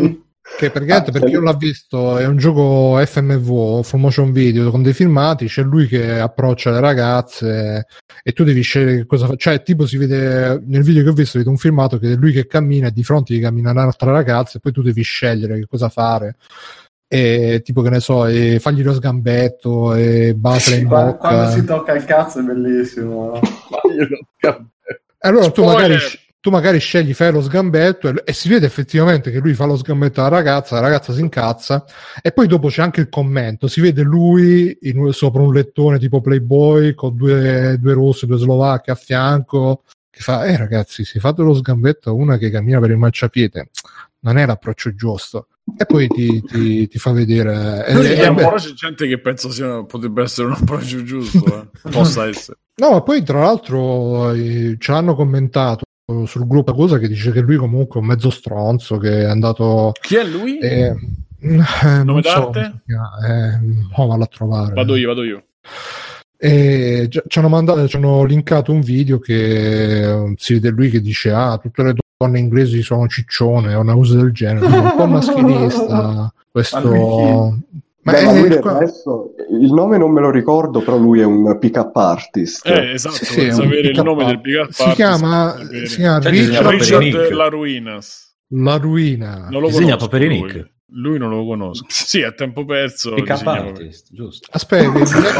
Che praticamente perché io l'ho visto, è un gioco FMV, full motion video, con dei filmati, c'è lui che approccia le ragazze e tu devi scegliere che cosa fa. Cioè tipo si vede nel video che ho visto, vede un filmato che è lui che cammina e di fronte gli cammina un'altra ragazza e poi tu devi scegliere che cosa fare. E tipo che ne so, e fagli lo sgambetto e battere in bocca. Quando si tocca il cazzo è bellissimo. Allora tu magari scegli, fai lo sgambetto e si vede effettivamente che lui fa lo sgambetto alla ragazza, la ragazza si incazza e poi dopo c'è anche il commento, si vede lui sopra un lettone tipo Playboy con due russe, due slovacche a fianco che fa ragazzi, se fate lo sgambetto a una che cammina per il marciapiede non è l'approccio giusto. E poi ti fa vedere però c'è gente che pensa potrebbe essere un approccio giusto possa essere. No, ma poi tra l'altro ce l'hanno commentato sul gruppo cosa che dice che lui comunque è un mezzo stronzo che è andato. Chi è lui? Nome d'arte? Vado a trovare. Vado io. E ci hanno linkato un video che si vede lui che dice tutte le donne inglesi sono ciccione o una cosa del genere, un po' maschilista questo. Adesso il nome non me lo ricordo, però lui è un pick-up artist. Esatto, sì, sapere il nome del pick-up artist. Si chiama Richard Laruinas. La ruina. Non lo disegna conosco. Paperinik. Lui non lo conosco. Sì, a tempo perso. Pick-up artist, giusto. Aspetta,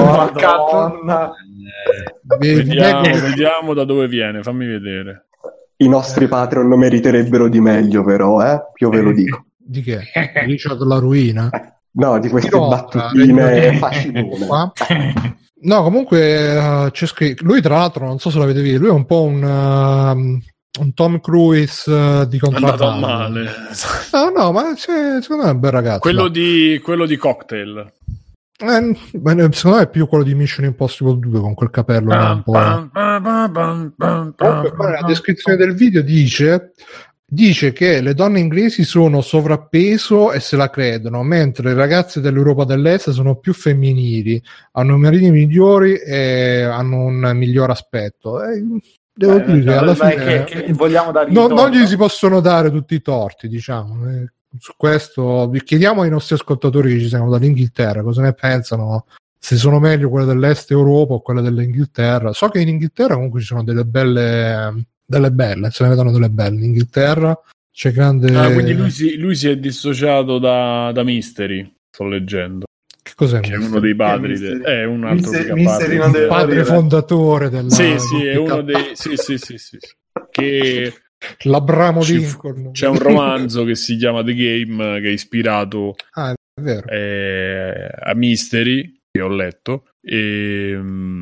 vediamo da dove viene, fammi vedere. I nostri Patreon non meriterebbero di meglio, però, io ve lo dico. Di che? Richard La Ruina? No, di queste battutine facilone. No, comunque c'è scritto. Lui, tra l'altro, non so se l'avete visto, lui è un po' un Tom Cruise di contrabbando. È andato male. No, ma secondo me è un bel ragazzo. Quello di Cocktail. Secondo me è più quello di Mission Impossible 2 con quel capello un po'. La descrizione del video dice che le donne inglesi sono sovrappeso e se la credono, mentre le ragazze dell'Europa dell'Est sono più femminili, hanno marini migliori e hanno un miglior aspetto. Devo dire che alla fine che vogliamo dargli non gli si possono dare tutti i torti, diciamo. Su questo chiediamo ai nostri ascoltatori che ci siano dall'Inghilterra cosa ne pensano, se sono meglio quelle dell'Est Europa o quelle dell'Inghilterra. So che in Inghilterra comunque ci sono delle belle, se ne vedono delle belle in Inghilterra. C'è grande. Quindi lui si è dissociato da Mystery, sto leggendo. Che cos'è? Che è uno dei padri è un altro il padre fondatore della. Sì, è uno dei sì. Che l'Abramo Lincoln. C'è un romanzo che si chiama The Game che è ispirato è vero. A Mystery, che ho letto, di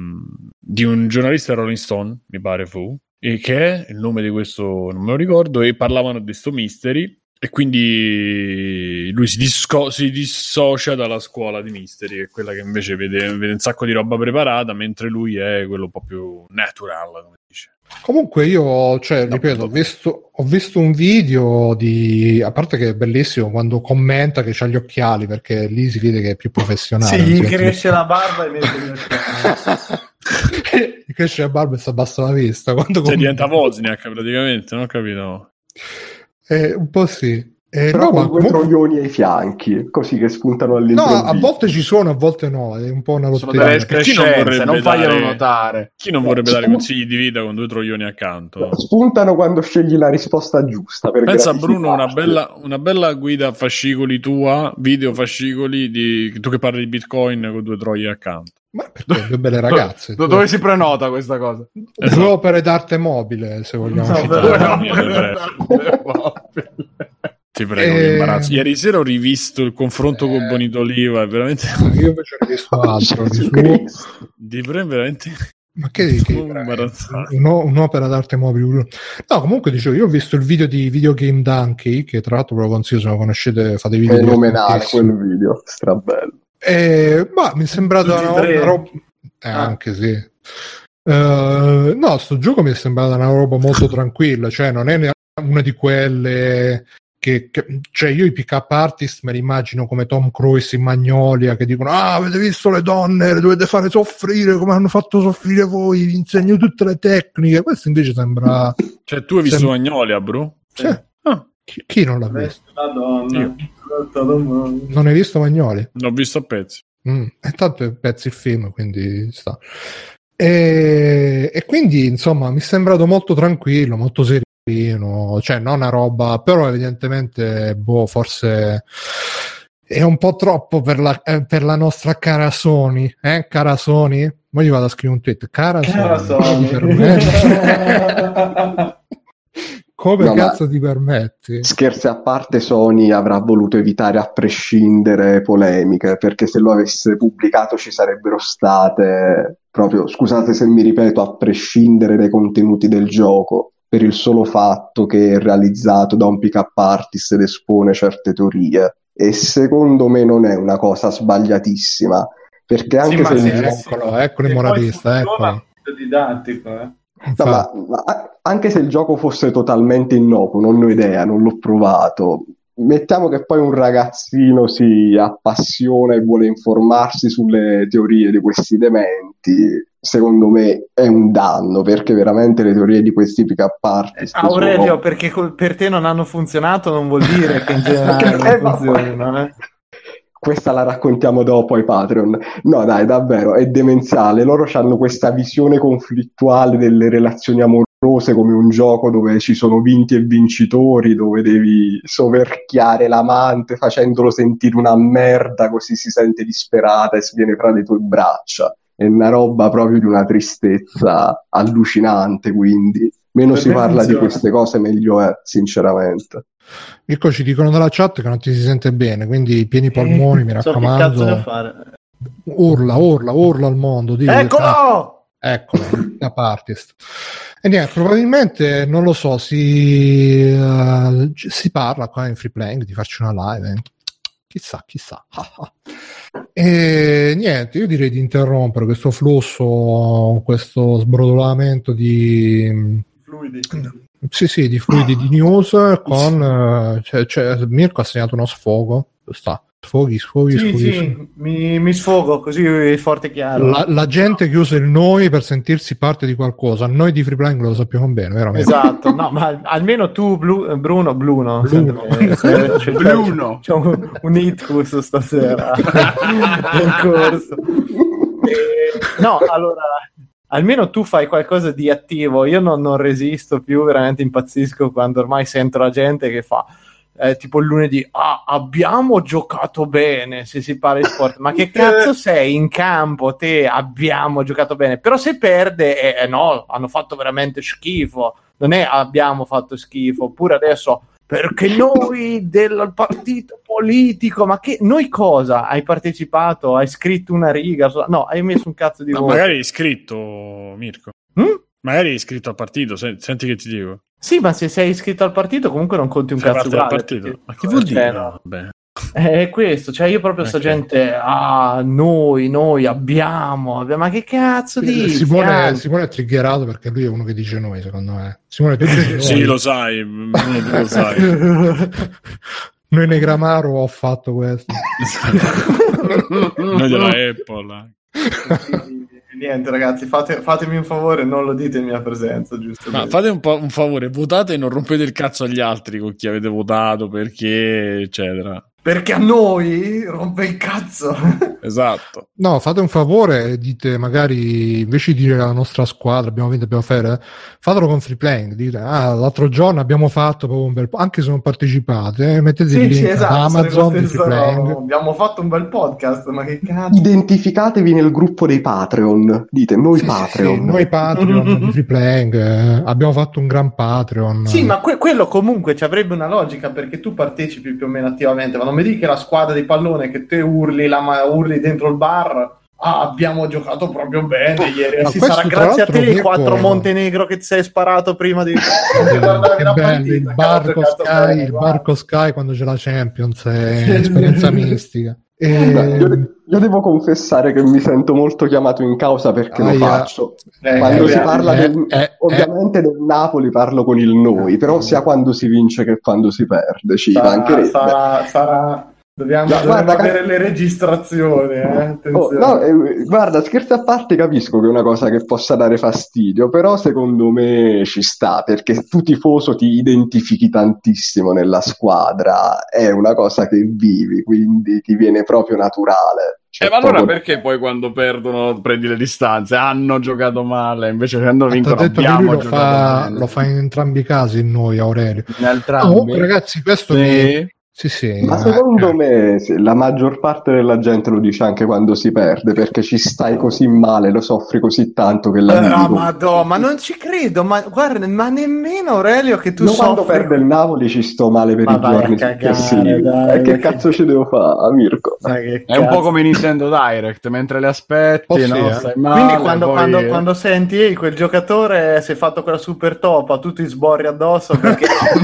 un giornalista Rolling Stone, mi pare fu, e che è il nome di questo non me lo ricordo, e parlavano di sto Mystery e quindi lui si dissocia dalla scuola di Mystery, che è quella che invece vede un sacco di roba preparata, mentre lui è quello un po' più natural, come dice. Comunque io, ripeto, ho visto un video a parte che è bellissimo quando commenta che c'ha gli occhiali, perché lì si vede che è più professionale. Sì, gli cresce la barba e mette gli occhiali. Gli cresce la barba e si abbassa la vista. Diventa Wozniak praticamente, non ho capito. Un po' sì. Però con due troioni ai fianchi, così che spuntano all'improvviso. No, a volte ci sono, a volte no, è un po' una lottera. Sono delle escrescenze, non faglielo notare. Chi non vorrebbe dare consigli di vita con due troioni accanto? Spuntano quando scegli la risposta giusta. Pensa, Bruno, una bella guida a fascicoli tua, video fascicoli tu che parli di Bitcoin con due troie accanto. Ma perché due belle ragazze? Dove si prenota questa cosa? Due opere d'arte mobile, se vogliamo citare. Ti prego, che imbarazzo. Ieri sera ho rivisto il confronto con Bonito Oliva, veramente. Io invece ho rivisto altro di veramente. Ma che un'opera d'arte mobile. No, comunque dicevo, io ho visto il video di Video Game Donkey, che tra l'altro ve lo consiglio se lo conoscete, fate video. Fenomenale quel video, strabello. Ma mi è sembrata una roba. Anche sì. No, sto gioco mi è sembrata una roba molto tranquilla, cioè non è una di quelle cioè io i pick-up artist me li immagino come Tom Cruise in Magnolia che dicono avete visto le donne, le dovete fare soffrire come hanno fatto soffrire voi, vi insegno tutte le tecniche. Questo invece sembra, cioè tu hai visto Magnolia, bro? Sì. Chi non l'ha visto? La donna. Io. Non hai visto Magnoli? L'ho visto a pezzi. E tanto è pezzi il film, quindi sta. E quindi insomma mi è sembrato molto tranquillo, molto sereno, cioè non una roba, però evidentemente forse è un po' troppo per la nostra cara Sony, cara Sony? Ma io vado a scrivere un tweet, cara Sony. Per me. Come no, cazzo ti permetti? Scherzi a parte, Sony avrà voluto evitare a prescindere polemiche, perché se lo avesse pubblicato ci sarebbero state, proprio, scusate se mi ripeto, a prescindere dai contenuti del gioco, per il solo fatto che è realizzato da un pick-up artist ed espone certe teorie. E secondo me non è una cosa sbagliatissima, perché anche eccolo il moralista, eccolo. Didattico, No, ma anche se il gioco fosse totalmente innocuo, non ho idea, non l'ho provato, mettiamo che poi un ragazzino si appassiona e vuole informarsi sulle teorie di questi dementi, secondo me è un danno, perché veramente le teorie di questi pick-up artist Aurelio, perché per te non hanno funzionato non vuol dire che in generale non funzionano, Questa la raccontiamo dopo ai Patreon. No dai, davvero, è demenziale. Loro hanno questa visione conflittuale delle relazioni amorose come un gioco dove ci sono vinti e vincitori, dove devi soverchiare l'amante facendolo sentire una merda così si sente disperata e sviene fra le tue braccia. È una roba proprio di una tristezza allucinante, quindi meno si parla di queste cose meglio è, sinceramente. Mirko, ci dicono dalla chat che non ti si sente bene, quindi pieni polmoni, mi raccomando. Che cazzo devo fare? Urla al mondo. Eccolo! Eccolo, da partist. E niente, probabilmente, non lo so, si parla qua in Free Playing di farci una live. Chissà. E niente, io direi di interrompere questo flusso, questo sbrodolamento di fluidi. Sì, di fluidi di news con Mirko ha segnato uno sfogo. Sfoghi. Sì, mi sfogo così forte e chiaro. La gente che usa il noi per sentirsi parte di qualcosa, noi di Free Playing lo sappiamo bene, veramente. Esatto, no, ma almeno tu Bruno. C'è un ictus stasera in corso. No, allora almeno tu fai qualcosa di attivo. Io non resisto più, veramente impazzisco quando ormai sento la gente che fa tipo il lunedì, abbiamo giocato bene, se si parla di sport, ma che cazzo sei in campo te? Abbiamo giocato bene, però se perde no, hanno fatto veramente schifo, non è abbiamo fatto schifo, oppure adesso perché noi del partito politico, ma che noi cosa? Hai partecipato? Hai scritto una riga? No, hai messo un cazzo di voto. Magari hai scritto, Mirko. Magari hai iscritto al partito, senti che ti dico. Sì, ma se sei iscritto al partito comunque non conti un cazzo uguale. Partito. Perché, ma che vuol dire? No, è questo, cioè io proprio sta gente, noi abbiamo, ma che cazzo dici? Simone è triggerato perché lui è uno che dice noi, secondo me. Simone, tu dici noi. Sì, lo sai, Bruno, tu lo sai. Noi Negramaro ho fatto questo. Noi della Apple. Niente ragazzi, fatemi un favore, non lo dite in mia presenza, giusto? Ma fate un favore, votate e non rompete il cazzo agli altri con chi avete votato, perché eccetera. Perché a noi rompe il cazzo. Esatto. No, fate un favore, dite magari invece di dire la nostra squadra abbiamo vinto, abbiamo fatto, fatelo con Free Playing, dite l'altro giorno abbiamo fatto proprio un bel anche se non partecipate, mettete il link esatto, Amazon di Free Playing. Abbiamo fatto un bel podcast, ma che cazzo. Identificatevi nel gruppo dei Patreon, dite noi Patreon. Sì, noi Patreon di Free Playing, abbiamo fatto un gran Patreon. Sì, ma quello comunque ci avrebbe una logica perché tu partecipi più o meno attivamente, ma non mi dici che la squadra di pallone che te urli dentro il bar, abbiamo giocato proprio bene ieri, si sarà grazie a te i 4 Montenegro che ti sei sparato prima di che bello, il barco Sky quando c'è la Champions è esperienza mistica. Io devo confessare che mi sento molto chiamato in causa perché lo faccio quando si parla ovviamente del Napoli parlo con il noi, però sia quando si vince che quando si perde ci mancherebbe. Dobbiamo avere le registrazioni. Guarda, scherzi a parte, capisco che è una cosa che possa dare fastidio, però secondo me ci sta, perché tu tifoso ti identifichi tantissimo nella squadra, è una cosa che vivi, quindi ti viene proprio naturale. Ma allora perché poi quando perdono prendi le distanze? Hanno giocato male, invece quando vincono abbiamo giocato bene. Lo fa in entrambi i casi noi, Aurelio. Comunque, ragazzi, questo Sì. Ma secondo me la maggior parte della gente lo dice anche quando si perde, perché ci stai così male, lo soffri così tanto che ma non ci credo, ma guarda, ma nemmeno Aurelio che tu soffri. Quando perde il Napoli ci sto male per i giorni successivi. Che cazzo ci devo fare, Mirko? È un po' come Nintendo Direct, mentre le aspetti, stai male. Quindi quando senti quel giocatore si è fatto quella super topa, tu ti sborri addosso perché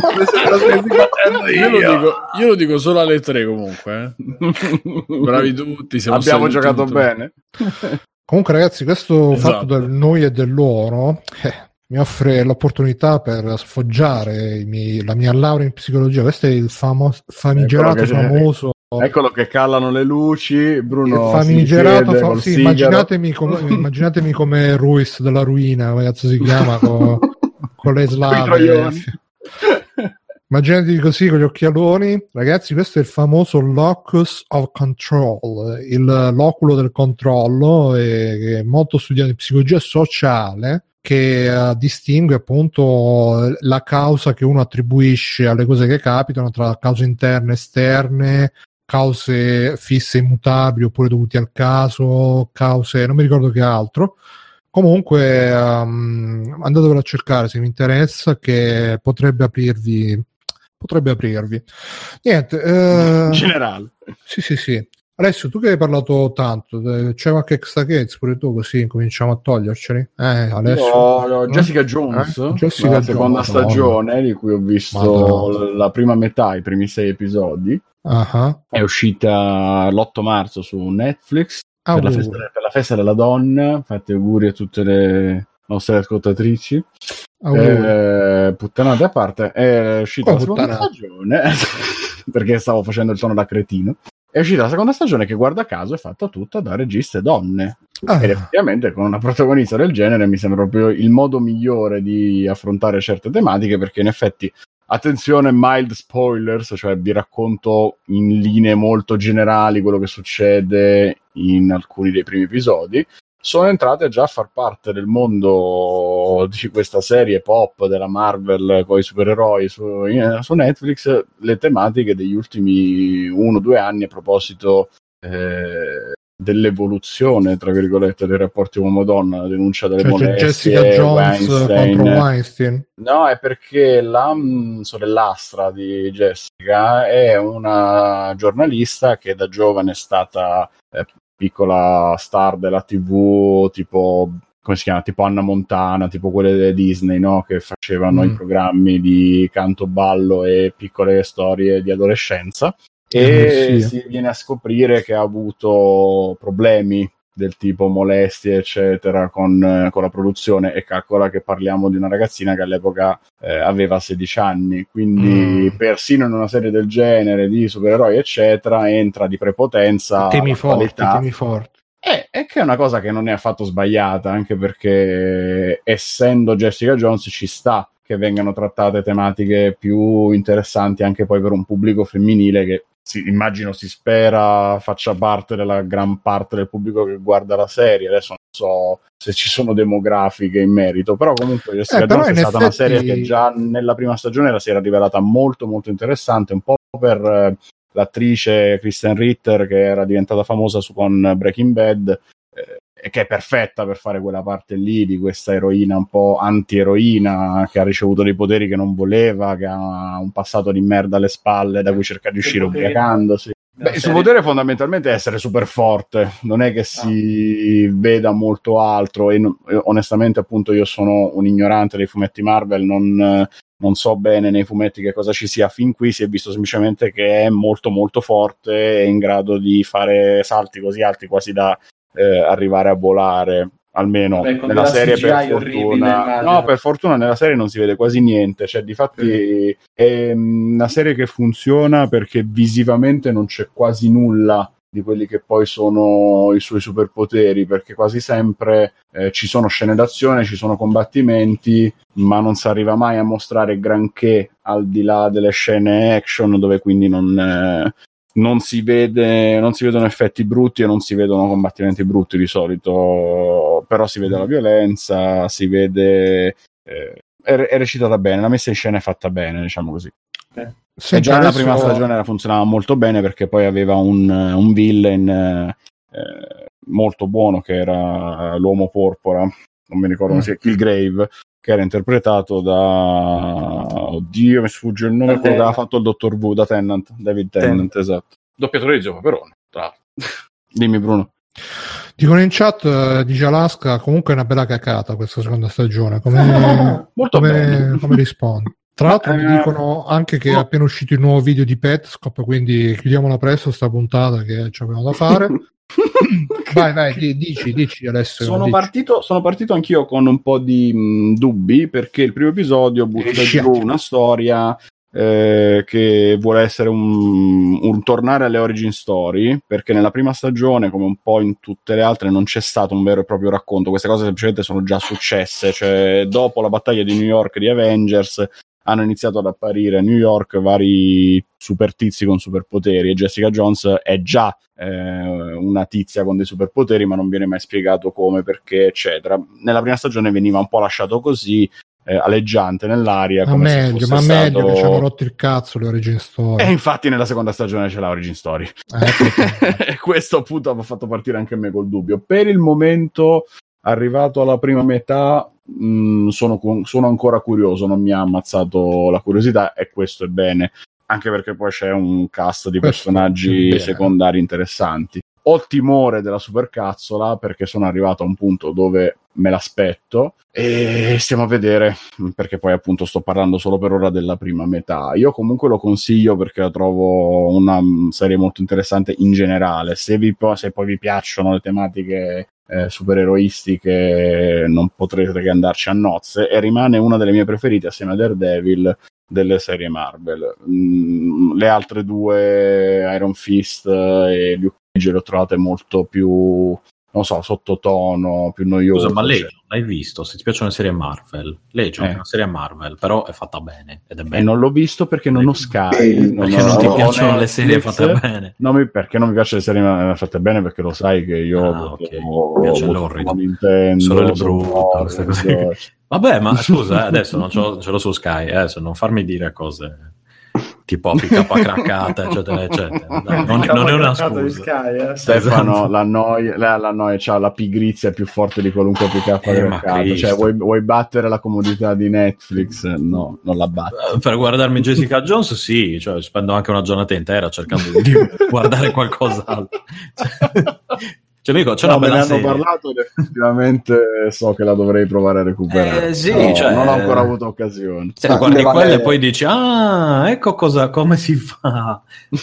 io lo dico solo alle 3 comunque. Bravi tutti, abbiamo giocato bene. Comunque ragazzi, questo fatto del noi e del loro mi offre l'opportunità per sfoggiare la mia laurea in psicologia. Questo è il famigerato famoso. Eccolo che calano le luci, Bruno. Famigerato, immaginatemi come Ruiz della Ruina, come cazzo si chiama, con le slave. Immaginatevi così con gli occhialoni. Ragazzi, questo è il famoso locus of control, il loculo del controllo, che è molto studiato in psicologia sociale, che distingue appunto la causa che uno attribuisce alle cose che capitano tra cause interne e esterne, cause fisse e immutabili oppure dovute al caso, cause non mi ricordo che altro. Comunque andatevelo a cercare se vi interessa, che potrebbe aprirvi niente. Generale. Sì. Alessio, tu che hai parlato tanto, c'è qualche extra case pure tu, così cominciamo a toglierceli? Alessio? No, Jessica Jones, la seconda stagione, di cui ho visto la prima metà, i primi 6 episodi. È uscita l'8 marzo su Netflix per la festa della donna. Fate auguri a tutte le nostre ascoltatrici. Puttanate a parte, è uscita la seconda stagione perché stavo facendo il tono da cretino. È uscita la seconda stagione che, guarda caso, è fatta tutta da registe donne. Ed effettivamente con una protagonista del genere mi sembra proprio il modo migliore di affrontare certe tematiche, perché in effetti, attenzione, mild spoilers, cioè vi racconto in linee molto generali quello che succede in alcuni dei primi episodi. Sono entrate già a far parte del mondo di questa serie pop della Marvel con i supereroi su Netflix, le tematiche degli ultimi 1-2 anni a proposito dell'evoluzione, tra virgolette, dei rapporti uomo-donna, la denuncia delle molestie, Jessica Jones contro Weinstein. No, è perché la sorellastra di Jessica è una giornalista che da giovane è stata piccola star della TV, tipo, come si chiama, tipo Anna Montana, tipo quelle delle Disney, no? Che facevano i programmi di canto, ballo e piccole storie di adolescenza, e si viene a scoprire che ha avuto problemi del tipo molestie eccetera con la produzione, e calcola che parliamo di una ragazzina che all'epoca aveva 16 anni, quindi persino in una serie del genere di supereroi eccetera entra di prepotenza temi forti. È che è una cosa che non è affatto sbagliata, anche perché essendo Jessica Jones ci sta che vengano trattate tematiche più interessanti anche poi per un pubblico femminile che immagino si spera faccia parte della gran parte del pubblico che guarda la serie. Adesso non so se ci sono demografiche in merito, però comunque Jessica Jones è stata una serie che già nella prima stagione si era rivelata molto molto interessante, un po' per l'attrice Kristen Ritter, che era diventata famosa con Breaking Bad, e che è perfetta per fare quella parte lì di questa eroina un po' anti-eroina che ha ricevuto dei poteri che non voleva, che ha un passato di merda alle spalle da cui cerca di uscire ubriacandosi. Il suo potere fondamentalmente è essere super forte, non è che si veda molto altro, e onestamente appunto io sono un ignorante dei fumetti Marvel, non so bene nei fumetti che cosa ci sia. Fin qui si è visto semplicemente che è molto molto forte, è in grado di fare salti così alti quasi da arrivare a volare, almeno nella serie, per fortuna. No, per fortuna nella serie non si vede quasi niente, cioè difatti è una serie che funziona perché visivamente non c'è quasi nulla di quelli che poi sono i suoi superpoteri, perché quasi sempre ci sono scene d'azione, ci sono combattimenti, ma non si arriva mai a mostrare granché al di là delle scene action, dove quindi non si vedono effetti brutti e non si vedono combattimenti brutti di solito, però si vede la violenza, si vede è recitata bene, la messa in scena è fatta bene, diciamo così. Sì, già nella prima stagione funzionava molto bene, perché poi aveva un villain molto buono, che era l'uomo porpora, non mi ricordo come si chiama, Killgrave, che era interpretato da oddio mi sfugge il nome, quello che aveva fatto il Dottor Who, da Tennant, David Tennant, esatto, doppiatore di Gio Paperone, tra l'altro. Dimmi Bruno. Dicono in chat, dice Alaska, comunque è una bella cacata questa seconda stagione, come rispondi? Tra l'altro mi dicono anche che è appena uscito il nuovo video di Petscop, quindi chiudiamola presto sta puntata che ci abbiamo da fare. vai, dici Alessio. Sono partito anch'io con un po' di dubbi, perché il primo episodio butta giù una storia che vuole essere un tornare alle origin story, perché nella prima stagione, come un po' in tutte le altre, non c'è stato un vero e proprio racconto. Queste cose semplicemente sono già successe, cioè dopo la battaglia di New York di Avengers hanno iniziato ad apparire a New York vari super tizi con superpoteri, e Jessica Jones è già una tizia con dei superpoteri, ma non viene mai spiegato come, perché, eccetera. Nella prima stagione veniva un po' lasciato così, aleggiante nell'aria, ma meglio che ci hanno rotto il cazzo le origin story, e infatti nella seconda stagione c'è la origin story. E questo appunto ha fatto partire anche me col dubbio. Per il momento, arrivato alla prima metà, sono ancora curioso, non mi ha ammazzato la curiosità, e questo è bene, anche perché poi c'è un cast di personaggi secondari interessanti. Ho timore della supercazzola, perché sono arrivato a un punto dove me l'aspetto, e stiamo a vedere, perché poi appunto sto parlando solo per ora della prima metà. Io comunque lo consiglio perché la trovo una serie molto interessante in generale. Se poi vi piacciono le tematiche supereroistiche, non potrete che andarci a nozze, e rimane una delle mie preferite assieme a Daredevil delle serie Marvel. Le altre due, Iron Fist e Luke Cage, le ho trovate molto più, non so, sottotono, più noioso. Scusa, ma Legion l'hai visto? Se ti piacciono le serie Marvel, Legion è una serie Marvel, però è fatta bene ed è bene. E non l'ho visto perché non ho Sky. Perché non ti piacciono le serie fatte bene? No, perché non mi piacciono le serie fatte bene? Perché lo sai che io mi piace l'orrido, Nintendo, solo il brutto, queste cose. Vabbè, ma scusa, adesso non ce l'ho su Sky, adesso non farmi dire cose tipo PK craccata, eccetera, eccetera. Dai, non è una scusa. Sky, Stefano, la noia c'ha la pigrizia più forte di qualunque PK craccata. Cioè, vuoi battere la comodità di Netflix? No, non la batti. Per guardarmi Jessica Jones, sì, cioè spendo anche una giornata intera cercando di guardare qualcos'altro. Cioè, amico, c'è una bella serie. Ne hanno parlato ed effettivamente so che la dovrei provare a recuperare. Sì, non ho ancora avuto occasione. Se guardi quelle e poi dici, ecco come si fa.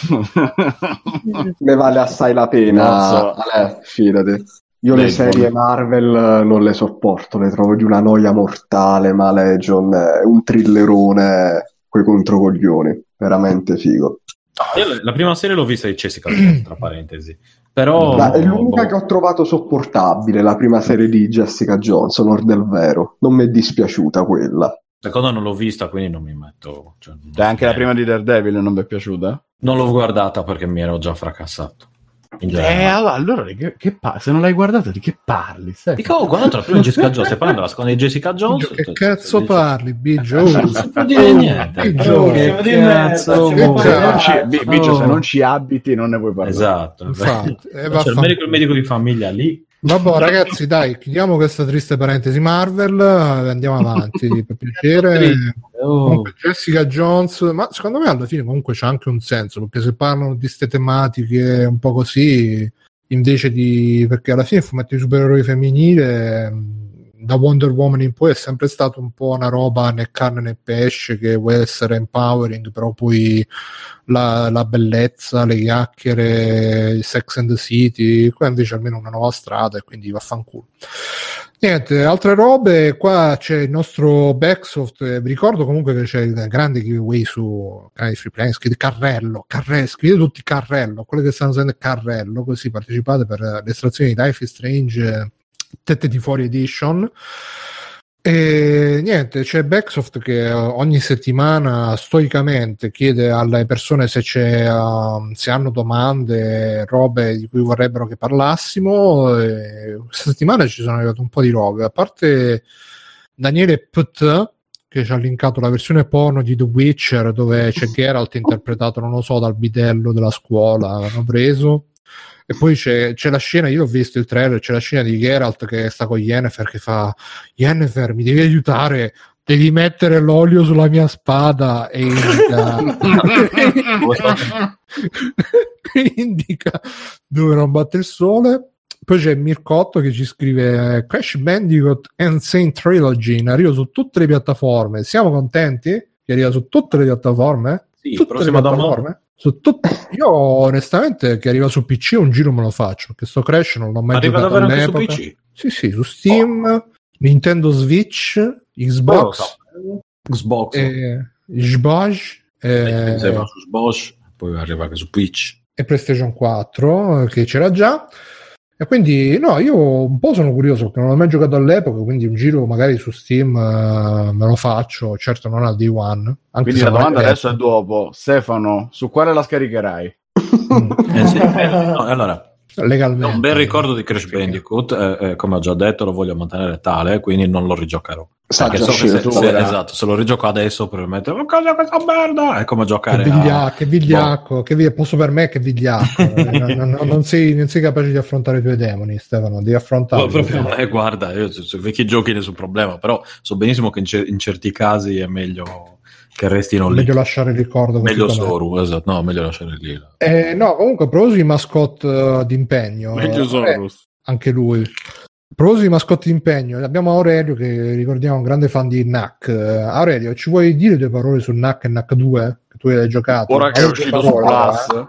Ne vale assai la pena. Fidati. Io le serie Marvel non le sopporto, le trovo di una noia mortale, ma Legion è un thrillerone coi controcoglioni, veramente figo. Io la prima serie l'ho vista di Jessica Jones, tra parentesi. Però è l'unica che ho trovato sopportabile, la prima serie di Jessica Jones, onor del vero. Non mi è dispiaciuta quella. Seconda non l'ho vista, quindi non mi metto. Anche la prima di Daredevil non mi è piaciuta? Non l'ho guardata perché mi ero già fracassato. Allora se non l'hai guardata, di che parli? Dico, ho guardato la prima di Jessica Jones, stai parlando della seconda di Jessica Jones? Che cazzo parli, Biggio? Non può dire niente. Che cazzo? Biggio, se non ci abiti non ne puoi parlare. Esatto. C'è il medico di famiglia lì. Vabbè, ragazzi, dai, chiudiamo questa triste parentesi Marvel, andiamo avanti per piacere. Comunque, Jessica Jones, ma secondo me alla fine comunque c'è anche un senso, perché se parlano di ste tematiche un po' così, invece di, perché alla fine il fumetto di supereroi femminile da Wonder Woman in poi è sempre stato un po' una roba né carne né pesce, che vuole essere empowering, però poi la bellezza, le chiacchiere, Sex and the City, qua invece almeno una nuova strada, e quindi vaffanculo. Niente, altre robe, qua c'è il nostro Backsoft, vi ricordo comunque che c'è il grande giveaway su canale Free Play, scrivete Carrello, scrivete tutti Carrello, quelli che stanno usando Carrello, così partecipate per l'estrazione di Life is Strange Tette di Fuori Edition. E niente, c'è Backsoft che ogni settimana stoicamente chiede alle persone se hanno domande, robe di cui vorrebbero che parlassimo. E questa settimana ci sono arrivate un po' di robe, a parte DanielePt che ci ha linkato la versione porno di The Witcher dove c'è Geralt interpretato, non lo so, dal bidello della scuola, l'hanno preso. E poi c'è la scena, io ho visto il trailer, c'è la scena di Geralt che sta con Yennefer che fa: Yennefer, mi devi aiutare, devi mettere l'olio sulla mia spada, e indica dove non batte il sole. Poi c'è Mircotto che ci scrive: Crash Bandicoot Insane Trilogy in arrivo su tutte le piattaforme, siamo contenti? Che arriva su tutte le piattaforme? Sì, tutte le piattaforme? Io onestamente che arriva su PC un giro me lo faccio, perché sto Crash non l'ho mai giocato davvero all'epoca. anche su PC? Sì, su Steam, Nintendo Switch, Xbox, Xbox, Xbox, su Xbox, poi arriva anche su Twitch e PlayStation 4 che c'era già. E quindi no, io un po' sono curioso perché non l'ho mai giocato all'epoca, quindi un giro magari su Steam me lo faccio, certo non al Day One. Quindi la domanda adesso è dopo, Stefano, su quale la scaricherai? Sì. No, allora, legalmente. Un bel ricordo di Crash Bandicoot, come ho già detto lo voglio mantenere tale, quindi non lo rigiocherò. Perché so che esatto, se lo rigioco adesso probabilmente ma cosa è questa merda? È come giocare che vigliacco, posso per me che vigliacco. non sei capace di affrontare i tuoi demoni, Stefano, devi affrontarli. Guarda, io su vecchi giochi nessun problema, però so benissimo che in certi casi è meglio che restino lì. Meglio lasciare il ricordo. Meglio Soru, esatto, no, meglio lasciare lì. No, comunque a proposito di mascotte d'impegno. Meglio Soros. Anche lui. A proposito di mascotte d'impegno, abbiamo Aurelio che ricordiamo un grande fan di Knack. Aurelio, ci vuoi dire due parole su Knack e Knack 2? Che tu hai giocato? Ora che è uscito su Plus.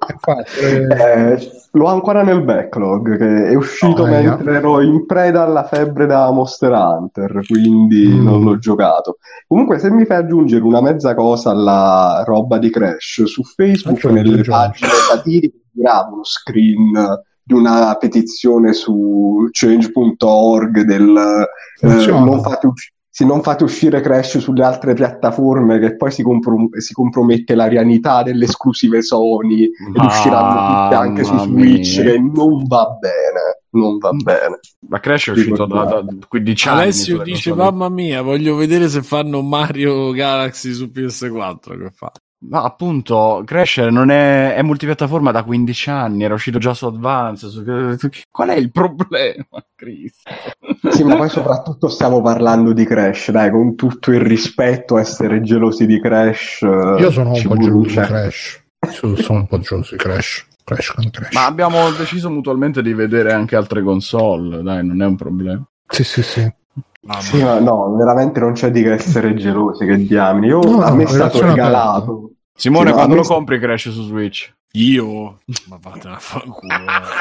L'ho ancora nel backlog, che è uscito mentre ero in preda alla febbre da Monster Hunter, quindi non l'ho giocato. Comunque, se mi fai aggiungere una mezza cosa alla roba di Crash, su Facebook nelle pagine satiriche girava uno screen di una petizione su change.org del non fate uscire Crash sulle altre piattaforme, che poi si compromette l'arianità delle esclusive Sony ed usciranno tutte anche su Switch, che non va bene. Ma Crash è uscito da 15 anni. Alessio dice mamma mia, voglio vedere se fanno Mario Galaxy su PS4. Che fa? No, appunto, Crash non è multipiattaforma da 15 anni, era uscito già su Advance. Qual è il problema, Cristo? Sì, ma poi soprattutto stiamo parlando di Crash, dai, con tutto il rispetto, essere gelosi di Crash. Io sono un po' geloso di Crash. Sono un po' geloso di Crash. Crash. Ma abbiamo deciso mutualmente di vedere anche altre console, dai, non è un problema. Sì. Sì, ma no, veramente non c'è di che essere gelosi, che diamine. A me è stato regalato. Simone, quando lo compri Crash su Switch? Io? Ma vattene a fanculo.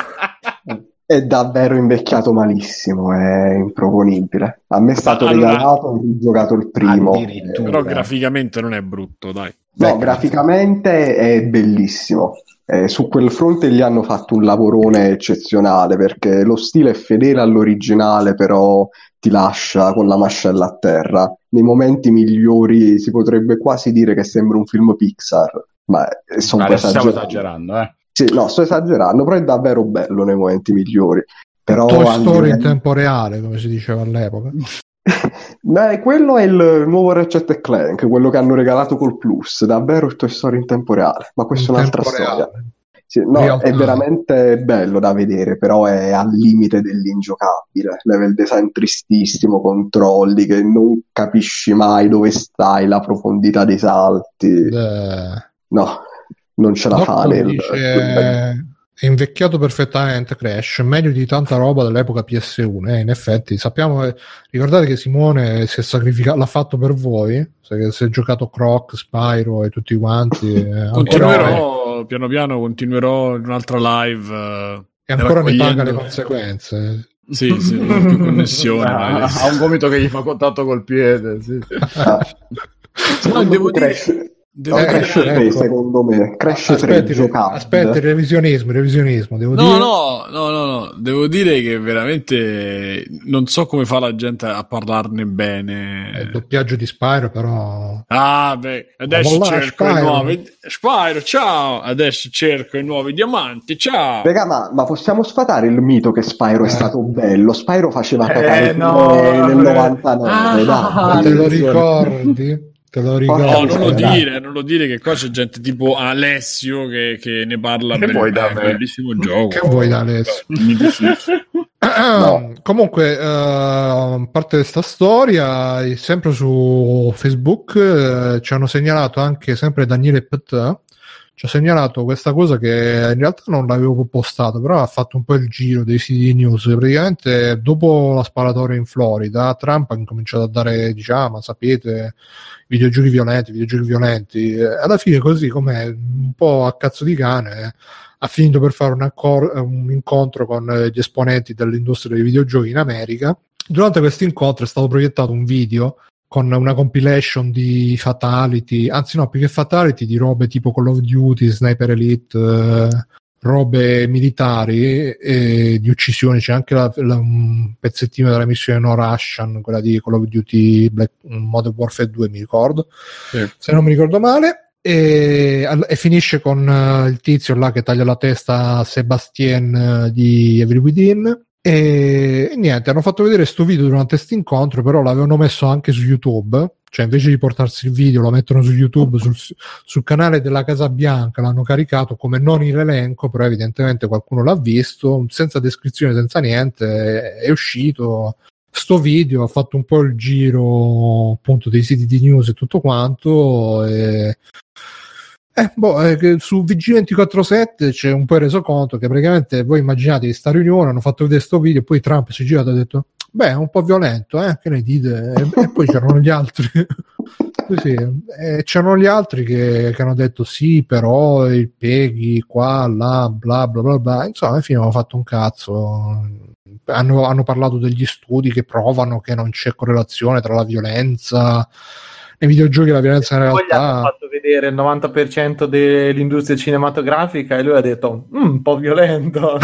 È davvero invecchiato malissimo, è improponibile. A me è stato regalato e ho giocato il primo. Però graficamente non è brutto, dai. No, graficamente è bellissimo. Su quel fronte gli hanno fatto un lavorone eccezionale, perché lo stile è fedele all'originale, però ti lascia con la mascella a terra. Nei momenti migliori si potrebbe quasi dire che sembra un film Pixar, ma stiamo esagerando, Sì, no, sto esagerando, però è davvero bello nei momenti migliori. Però Toy Story in tempo reale, come si diceva all'epoca. Beh, quello è il nuovo Ratchet & Clank, quello che hanno regalato col Plus, davvero il Toy Story in tempo reale, ma questa è un'altra storia. Sì, no, è veramente bello da vedere, però è al limite dell'ingiocabile. Level design tristissimo, controlli che non capisci mai dove stai, la profondità dei salti. No, non ce la fa. È invecchiato perfettamente Crash, meglio di tanta roba dell'epoca PS1. In effetti sappiamo, ricordate che Simone si è sacrificato, l'ha fatto per voi, si è giocato Croc, Spyro e tutti quanti. Piano piano continuerò in un'altra live e ancora ne paga le conseguenze. Sì, non più connessione. Ha un gomito che gli fa contatto col piede. Sì. No, devo dire... Crash 3, secondo me. Crash 3 giocabile. Aspetta, il revisionismo, devo dire. No, devo dire che veramente non so come fa la gente a parlarne bene. Il doppiaggio di Spyro, però... Adesso cerco i nuovi... Spyro, ciao! Adesso cerco i nuovi diamanti, ciao! Raga, ma possiamo sfatare il mito che Spyro è stato bello? Spyro faceva cacare nel 99, dai. Te lo ricordi? No, non lo dire che qua c'è gente tipo Alessio che ne parla bene. È un bellissimo gioco. Che vuoi da Alessio? No. Comunque, a parte questa storia, sempre su Facebook ci hanno segnalato anche sempre Daniele Pet. Ci ha segnalato questa cosa che in realtà non l'avevo postato, però ha fatto un po' il giro dei siti di news. Praticamente dopo la sparatoria in Florida, Trump ha incominciato a dare, diciamo, sapete, videogiochi violenti. Alla fine, così come un po' a cazzo di cane, ha finito per fare un incontro con gli esponenti dell'industria dei videogiochi in America. Durante questo incontro è stato proiettato un video con una compilation di fatality, anzi no, più che fatality, di robe tipo Call of Duty, Sniper Elite, robe militari e di uccisioni. C'è anche un pezzettino della missione No Russian, quella di Call of Duty Modern Warfare 2, mi ricordo, se non mi ricordo male, e finisce con il tizio là che taglia la testa a Sebastien di Evil Within. E niente, hanno fatto vedere sto video durante questo incontro, però l'avevano messo anche su YouTube, cioè invece di portarsi il video lo mettono su YouTube, sul canale della Casa Bianca, l'hanno caricato come non in elenco, però evidentemente qualcuno l'ha visto, senza descrizione, senza niente, è uscito sto video, ha fatto un po' il giro appunto dei siti di news e tutto quanto, su VG247 c'è un po' il resoconto che praticamente voi immaginatevi questa riunione, hanno fatto vedere sto video, poi Trump si è girato e ha detto è un po' violento, che ne dite? E poi c'erano gli altri c'erano gli altri che hanno detto sì, però il Peggy qua, là, bla bla bla bla, insomma alla fine hanno fatto un cazzo. Hanno parlato degli studi che provano che non c'è correlazione tra la violenza nei videogiochi e la violenza in realtà. Poi gli hanno fatto vedere il 90% dell'industria cinematografica e lui ha detto un po' violento.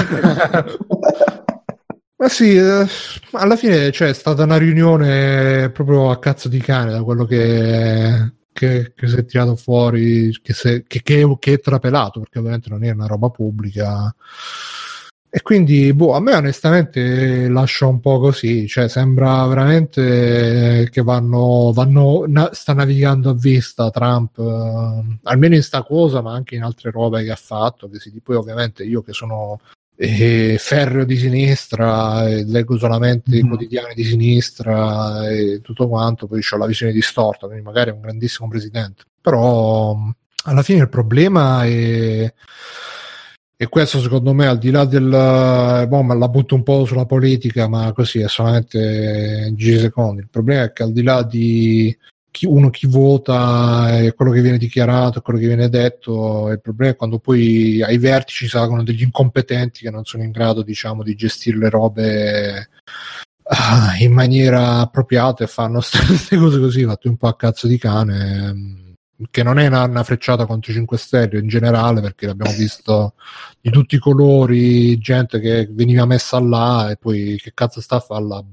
Ma sì, alla fine è stata una riunione proprio a cazzo di cane, da quello che si è tirato fuori, che è trapelato, perché ovviamente non è una roba pubblica. E quindi, a me onestamente lascia un po' così, cioè sembra veramente che sta navigando a vista Trump, almeno in sta cosa, ma anche in altre robe che ha fatto, poi ovviamente io che sono ferreo di sinistra e leggo solamente i quotidiani di sinistra e tutto quanto, poi ho la visione distorta, quindi magari è un grandissimo presidente, però alla fine il problema è... E questo secondo me, al di là la butto un po' sulla politica, ma così è solamente 10 secondi. Il problema è che al di là di chi vota e quello che viene dichiarato e quello che viene detto, il problema è quando poi ai vertici salgono degli incompetenti che non sono in grado, diciamo, di gestire le robe in maniera appropriata e fanno queste cose così fatte un po' a cazzo di cane, che non è una frecciata contro i 5 Stelle in generale, perché l'abbiamo visto di tutti i colori, gente che veniva messa là e poi che cazzo sta a fare là,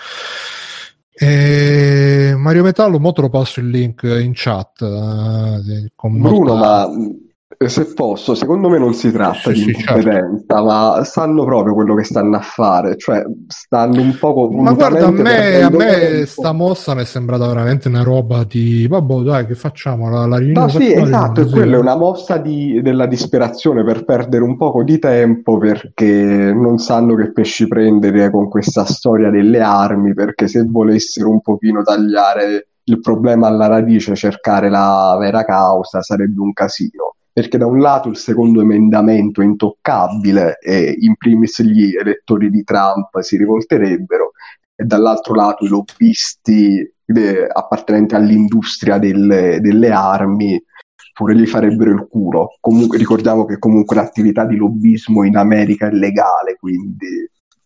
Mario Metallo, mo te lo passo il link in chat con Bruno, ma se posso, secondo me non si tratta di incompetenza, certo, ma sanno proprio quello che stanno a fare, cioè stanno un po'. Ma guarda, a me sta mossa mi è sembrata veramente una roba di vabbè, dai, che facciamo la riunione? No, sì, esatto, e quella è una mossa della disperazione per perdere un poco di tempo, perché non sanno che pesci prendere con questa storia delle armi, perché se volessero un pochino tagliare il problema alla radice, cercare la vera causa, sarebbe un casino. Perché da un lato il secondo emendamento è intoccabile e in primis gli elettori di Trump si rivolterebbero, e dall'altro lato i lobbisti appartenenti all'industria delle armi pure gli farebbero il culo. Comunque ricordiamo che comunque l'attività di lobbismo in America è legale, quindi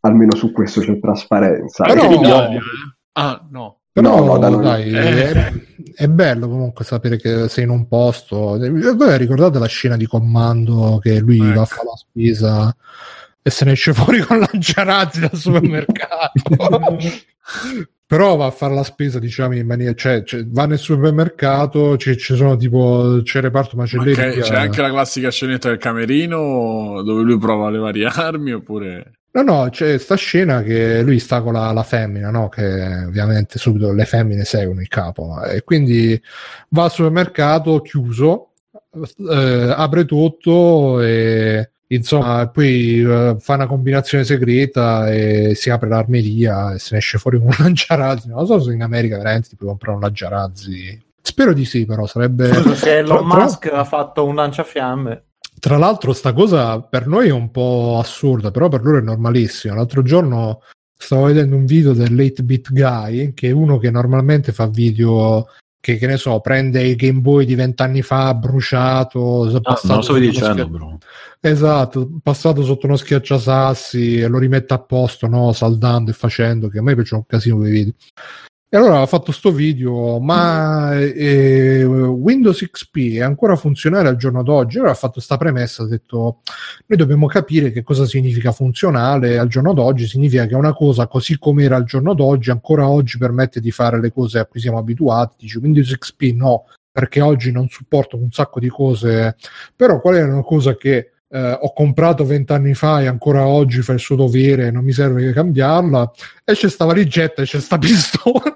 almeno su questo c'è trasparenza. Però, no. Però dai, è bello comunque sapere che sei in un posto. Voi ricordate la scena di Commando che lui va a fare la spesa e se ne esce fuori con lanciarazzi dal supermercato? Però va a fare la spesa, diciamo, in maniera, cioè va nel supermercato, ci sono tipo, c'è il reparto macelleria. C'è anche la classica scenetta del camerino dove lui prova le varie armi, oppure... No, c'è sta scena che lui sta con la femmina, no? Che ovviamente subito le femmine seguono il capo, e quindi va al supermercato chiuso, apre tutto e insomma poi fa una combinazione segreta e si apre l'armeria e se ne esce fuori con un lanciarazzi. Non so se in America veramente ti puoi comprare un lanciarazzi. Spero di sì, però sarebbe... Se Elon Musk ha fatto un lanciafiamme. Tra l'altro sta cosa per noi è un po' assurda, però per loro è normalissima. L'altro giorno stavo vedendo un video dell'8-bit guy, che è uno che normalmente fa video che ne so, prende il Game Boy di 20 anni fa bruciato, non lo stavi dicendo, bro. Esatto, passato sotto uno schiacciasassi e lo rimette a posto, no, saldando e facendo, che a me piace un casino quei video. E allora ha fatto sto video, ma Windows XP è ancora funzionale al giorno d'oggi? Allora ha fatto sta premessa, ha detto noi dobbiamo capire che cosa significa funzionale al giorno d'oggi. Significa che una cosa così come era al giorno d'oggi ancora oggi permette di fare le cose a cui siamo abituati. Dice Windows XP no, perché oggi non supporta un sacco di cose, però qual è una cosa che ho comprato 20 anni fa e ancora oggi fa il suo dovere, non mi serve che cambiarla, e c'è sta valigetta e c'è sta pistola.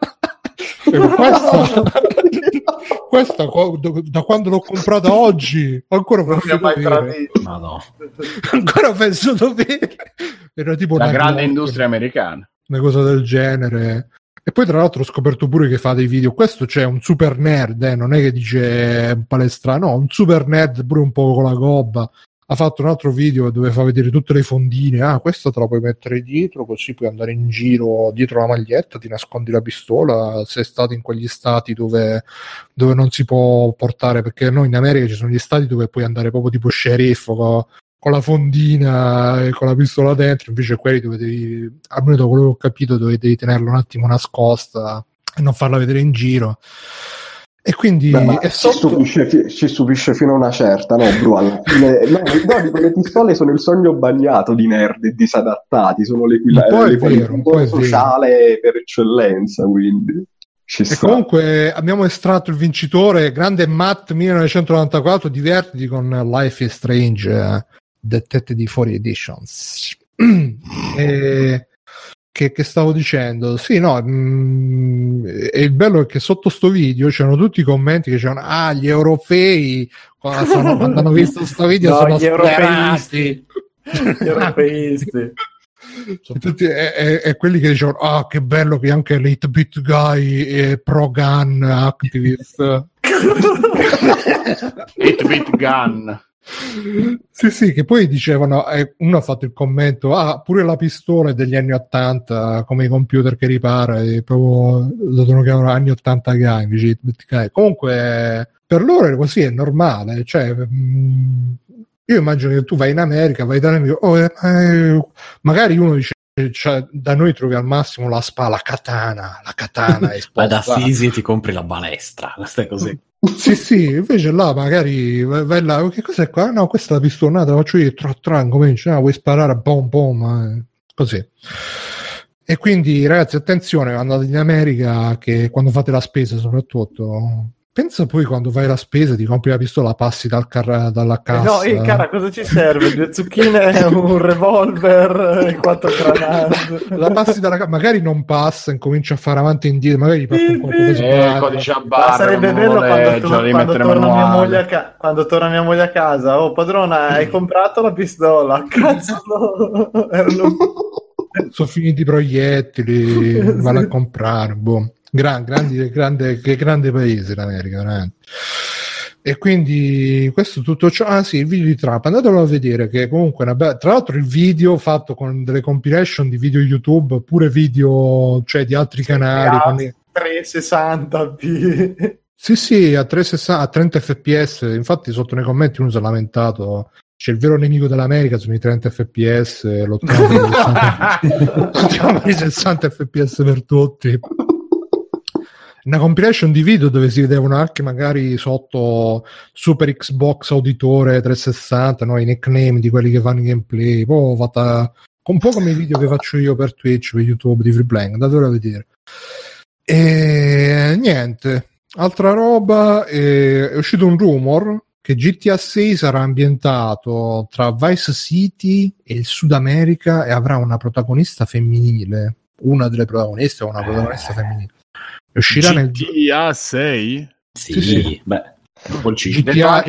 questa da quando l'ho comprata oggi ancora fa il suo dovere. Ma no. Ancora fa il suo dovere. Era tipo la grande industria americana, una cosa del genere. E poi tra l'altro ho scoperto pure che fa dei video, questo c'è un super nerd, non è che dice un palestrano, no, un super nerd pure un po' con la gobba. Ha fatto un altro video dove fa vedere tutte le fondine. Questa te la puoi mettere dietro, così puoi andare in giro dietro la maglietta, ti nascondi la pistola. Sei stato in quegli stati dove non si può portare, perché noi in America ci sono gli stati dove puoi andare proprio tipo sceriffo con la fondina e con la pistola dentro, invece quelli dove devi, almeno da quello che ho capito, dove devi tenerla un attimo nascosta e non farla vedere in giro. E quindi ci stupisce fino a una certa, no, Bru? Alla fine, no, quelle pistole sono il sogno bagnato di nerd e disadattati, sono l'equivalente sociale per eccellenza, quindi ci sta. E comunque abbiamo estratto il vincitore, grande Matt 1994, divertiti con Life is Strange Detective 4 Editions. Che stavo dicendo, sì, no, e il bello è che sotto sto video c'erano tutti i commenti che dicevano gli europei quando hanno visto sto video sono gli europeisti. Gli europeisti. Tutti, e quelli che dicevano che bello che anche l'8-bit guy è pro gun activist. 8-bit gun. Sì, che poi dicevano, uno ha fatto il commento, pure la pistola è degli anni 80 come i computer che ripara, e proprio lo devono chiamare anni 80 guy invece di comunque per loro così è normale, cioè io immagino che tu vai in America, vai da magari uno dice, cioè, da noi trovi al massimo la spada, la katana è esposta. Vai da Fisi e ti compri la balestra, queste così. Sì, invece là magari vai là, che cos'è qua? No, questa è la pistolata, te la faccio io, tran, cominci, vuoi sparare, bom, così. E quindi ragazzi, attenzione, andate in America, che quando fate la spesa soprattutto, pensa poi quando fai la spesa ti compri la pistola, passi dalla cassa. No, cara, cosa ci serve? 2 zucchine, un revolver, 4 granate. La passi magari non passa, incomincia a fare avanti e indietro, magari gli parte un colpo di il codice a barra. Sarebbe bello quando torna mia moglie a casa. Oh, padrona, hai comprato la pistola? Cazzo, no. Sono finiti i proiettili, vanno a comprare, boh. Grande paese l'America, veramente. E quindi questo tutto ciò. Sì, il video di Trump, andatelo a vedere, che comunque tra l'altro il video fatto con delle compilation di video YouTube, pure video, cioè di altri canali 360p. Sì, a 360, a 30 fps. Infatti sotto nei commenti uno si è lamentato c'è il vero nemico dell'America, sono i 30 fps, lottiamo i 60 fps per tutti. Una compilation di video dove si vedevano anche magari sotto Super Xbox Auditore 360, no? I nickname di quelli che fanno i gameplay, fatta un po' come i video che faccio io per Twitch, per YouTube di Freeplank, andatelo a vedere. E niente, altra roba, è uscito un rumor che GTA 6 sarà ambientato tra Vice City e il Sud America e avrà una protagonista femminile, una delle protagoniste o una protagonista femminile. Uscirà GTA 6? Sì. Beh, GTA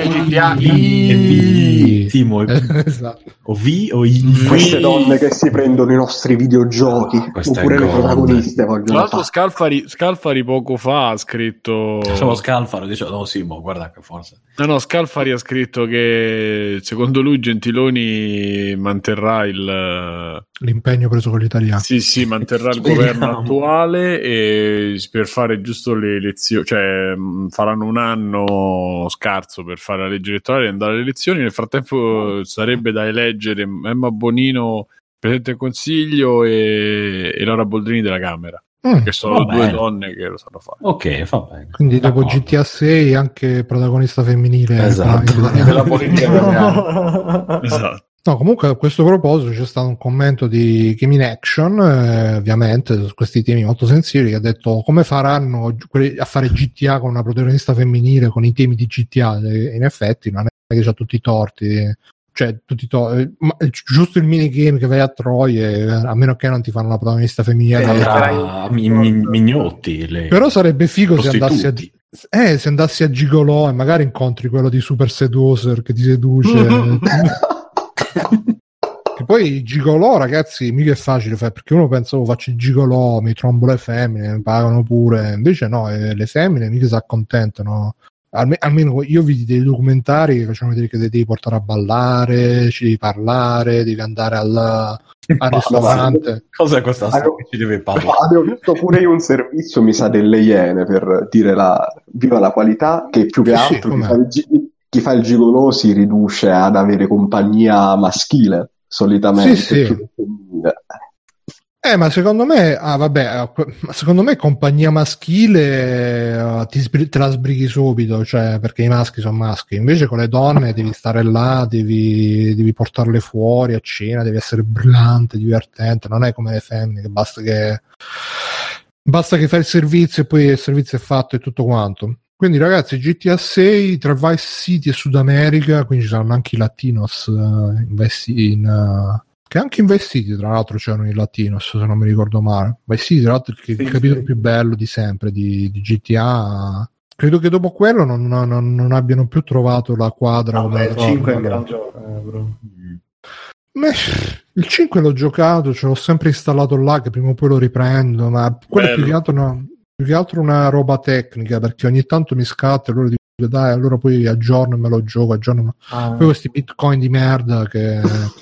Timo, esatto. o V o I. Queste donne che si prendono i nostri videogiochi, oppure le protagoniste vogliono. Tra l'altro Scalfari poco fa ha scritto solo Scalfaro dice no Simo, guarda che forse no Scalfari ha scritto che secondo lui Gentiloni manterrà l'impegno preso con gli italiani. Sì, manterrà il governo attuale e per fare giusto le elezioni, cioè faranno un anno scarso per fare la legge elettorale e andare alle elezioni. Nel frattempo sarebbe da eleggere Emma Bonino Presidente del Consiglio e Laura Boldrini della Camera, che sono due donne che lo sanno fare. Ok, va bene. Quindi dopo GTA 6 anche protagonista femminile. Esatto. Della politica. Esatto. No, comunque a questo proposito c'è stato un commento di Game in Action, ovviamente su questi temi molto sensibili, che ha detto come faranno a fare GTA con una protagonista femminile con i temi di GTA. E in effetti non è che c'ha tutti i torti, cioè ma giusto il minigame che vai a Troie, a meno che non ti fanno una protagonista femminile. Mignotti. Però sarebbe figo se andassi a Gigolò e magari incontri quello di Super Seducer che ti seduce. Che poi Gigolò, ragazzi, mica è facile fare, perché uno pensa faccio il Gigolò, mi trombo le femmine, mi pagano pure, invece no, le femmine mica si accontentano. Almeno io vidi dei documentari che facevano vedere che devi portare a ballare, ci devi parlare, devi andare al ristorante. Cos'è questa storia che ci deve parlare? Ho visto pure io un servizio, mi sa, delle Iene, per dire viva la qualità, che più che altro chi fa il gigolò si riduce ad avere compagnia maschile solitamente. Sì. Ma secondo me compagnia maschile te la sbrighi subito, cioè, perché i maschi sono maschi. Invece con le donne devi stare là, devi portarle fuori a cena, devi essere brillante, divertente. Non è come le femmine che basta che fai il servizio e poi il servizio è fatto e tutto quanto. Quindi ragazzi, GTA 6 tra Vice City e Sud America, quindi ci saranno anche i latinos che anche in Vice City tra l'altro c'erano i latinos, se non mi ricordo male. Vice City tra l'altro è il capitolo più bello di sempre di GTA. Credo che dopo quello non abbiano più trovato la quadra. Il 5 è un gran gioco, bro. Il 5 l'ho giocato, ce l'ho sempre installato là, che prima o poi lo riprendo, ma quello è più che altro una roba tecnica, perché ogni tanto mi scatta e allora dico dai, allora poi aggiorno e me lo gioco, poi questi bitcoin di merda che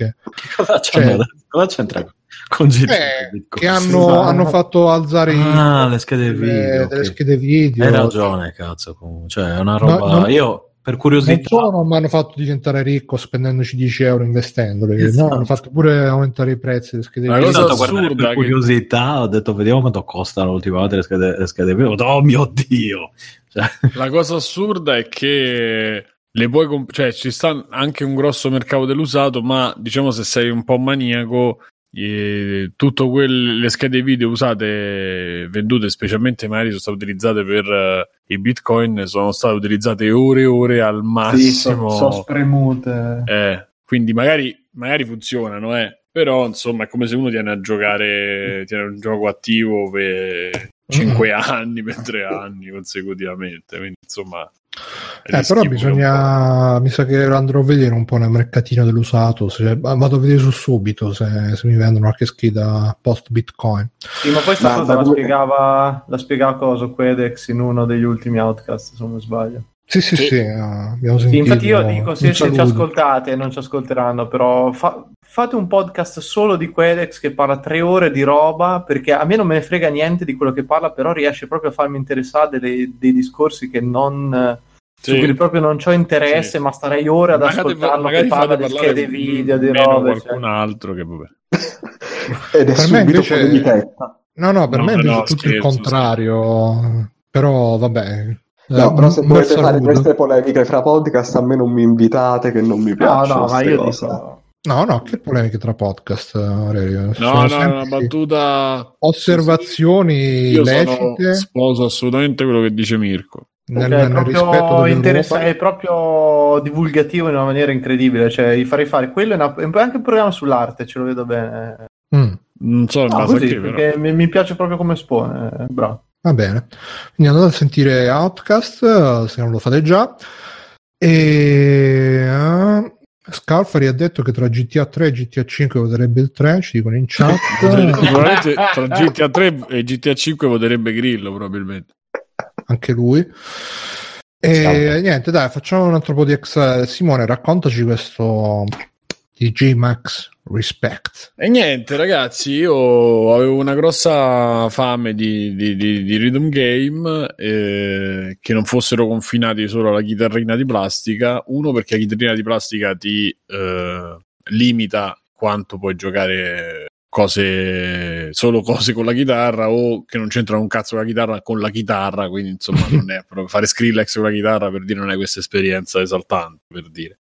cosa c'entra con che hanno fatto alzare le schede video, delle schede video. Hai ragione, cazzo, cioè è una roba io per curiosità non mi hanno fatto diventare ricco spendendoci 10 euro investendole, esatto. No, hanno fatto pure aumentare i prezzi delle schede video. Una cosa assurda, per curiosità ho detto vediamo quanto costano l'ultima volta le schede video. Oh mio Dio, cioè. La cosa assurda è che le puoi cioè ci sta anche un grosso mercato dell'usato, ma diciamo se sei un po' maniaco tutto le schede video usate, vendute specialmente magari sono state utilizzate per i bitcoin, sono state utilizzate ore e ore al massimo, sono spremute, quindi magari funzionano, però insomma è come se uno tiene un gioco attivo per 5 anni, per 3 anni consecutivamente, quindi insomma però bisogna, mi sa che andrò a vedere un po' nel mercatino dell'usato, vado a vedere subito se mi vendono qualche scheda post bitcoin. Sì, ma poi sta cosa la spiegava cosa Quedex in uno degli ultimi Outcast, se non mi sbaglio. Sì, abbiamo sentito. Infatti io dico, se ci ascoltate, non ci ascolteranno, però fate un podcast solo di Quedex che parla 3 ore di roba, perché a me non me ne frega niente di quello che parla, però riesce proprio a farmi interessare dei discorsi che non su cui proprio non c'ho interesse, ma starei ore ad ascoltarlo che parla di schede video, di robe, qualcun altro che vabbè. Ed è per me invece di testa. No, per me invece è tutto il contrario. Però vabbè. No, però se volete fare queste polemiche fra podcast, a me non mi invitate, che non mi piacciono. No, ma io dico... No, che polemiche tra podcast, Aurelio? Una battuta... Osservazioni lecite. Sposo assolutamente quello che dice Mirko. Nel rispetto dell'Europa. È proprio divulgativo in una maniera incredibile, cioè farei fare quello e anche un programma sull'arte, ce lo vedo bene. Non so, così, perché mi piace proprio come espone, bravo. Va bene, quindi andate a sentire Outcast se non lo fate già. E Scalfari ha detto che tra GTA 3 e GTA 5 voterebbe il 3, ci dicono in chat. Probabilmente tra GTA 3 e GTA 5 voterebbe Grillo, probabilmente. Anche lui. E niente, dai, facciamo un altro po' di Simone, raccontaci questo DJ Max Respect. E niente, ragazzi, io avevo una grossa fame di rhythm game che non fossero confinati solo alla chitarrina di plastica. Uno, perché la chitarrina di plastica ti limita quanto puoi giocare solo cose con la chitarra, o che non c'entrano un cazzo con la chitarra, quindi insomma non è proprio fare Skrillex con la chitarra, per dire, non è questa esperienza esaltante, per dire.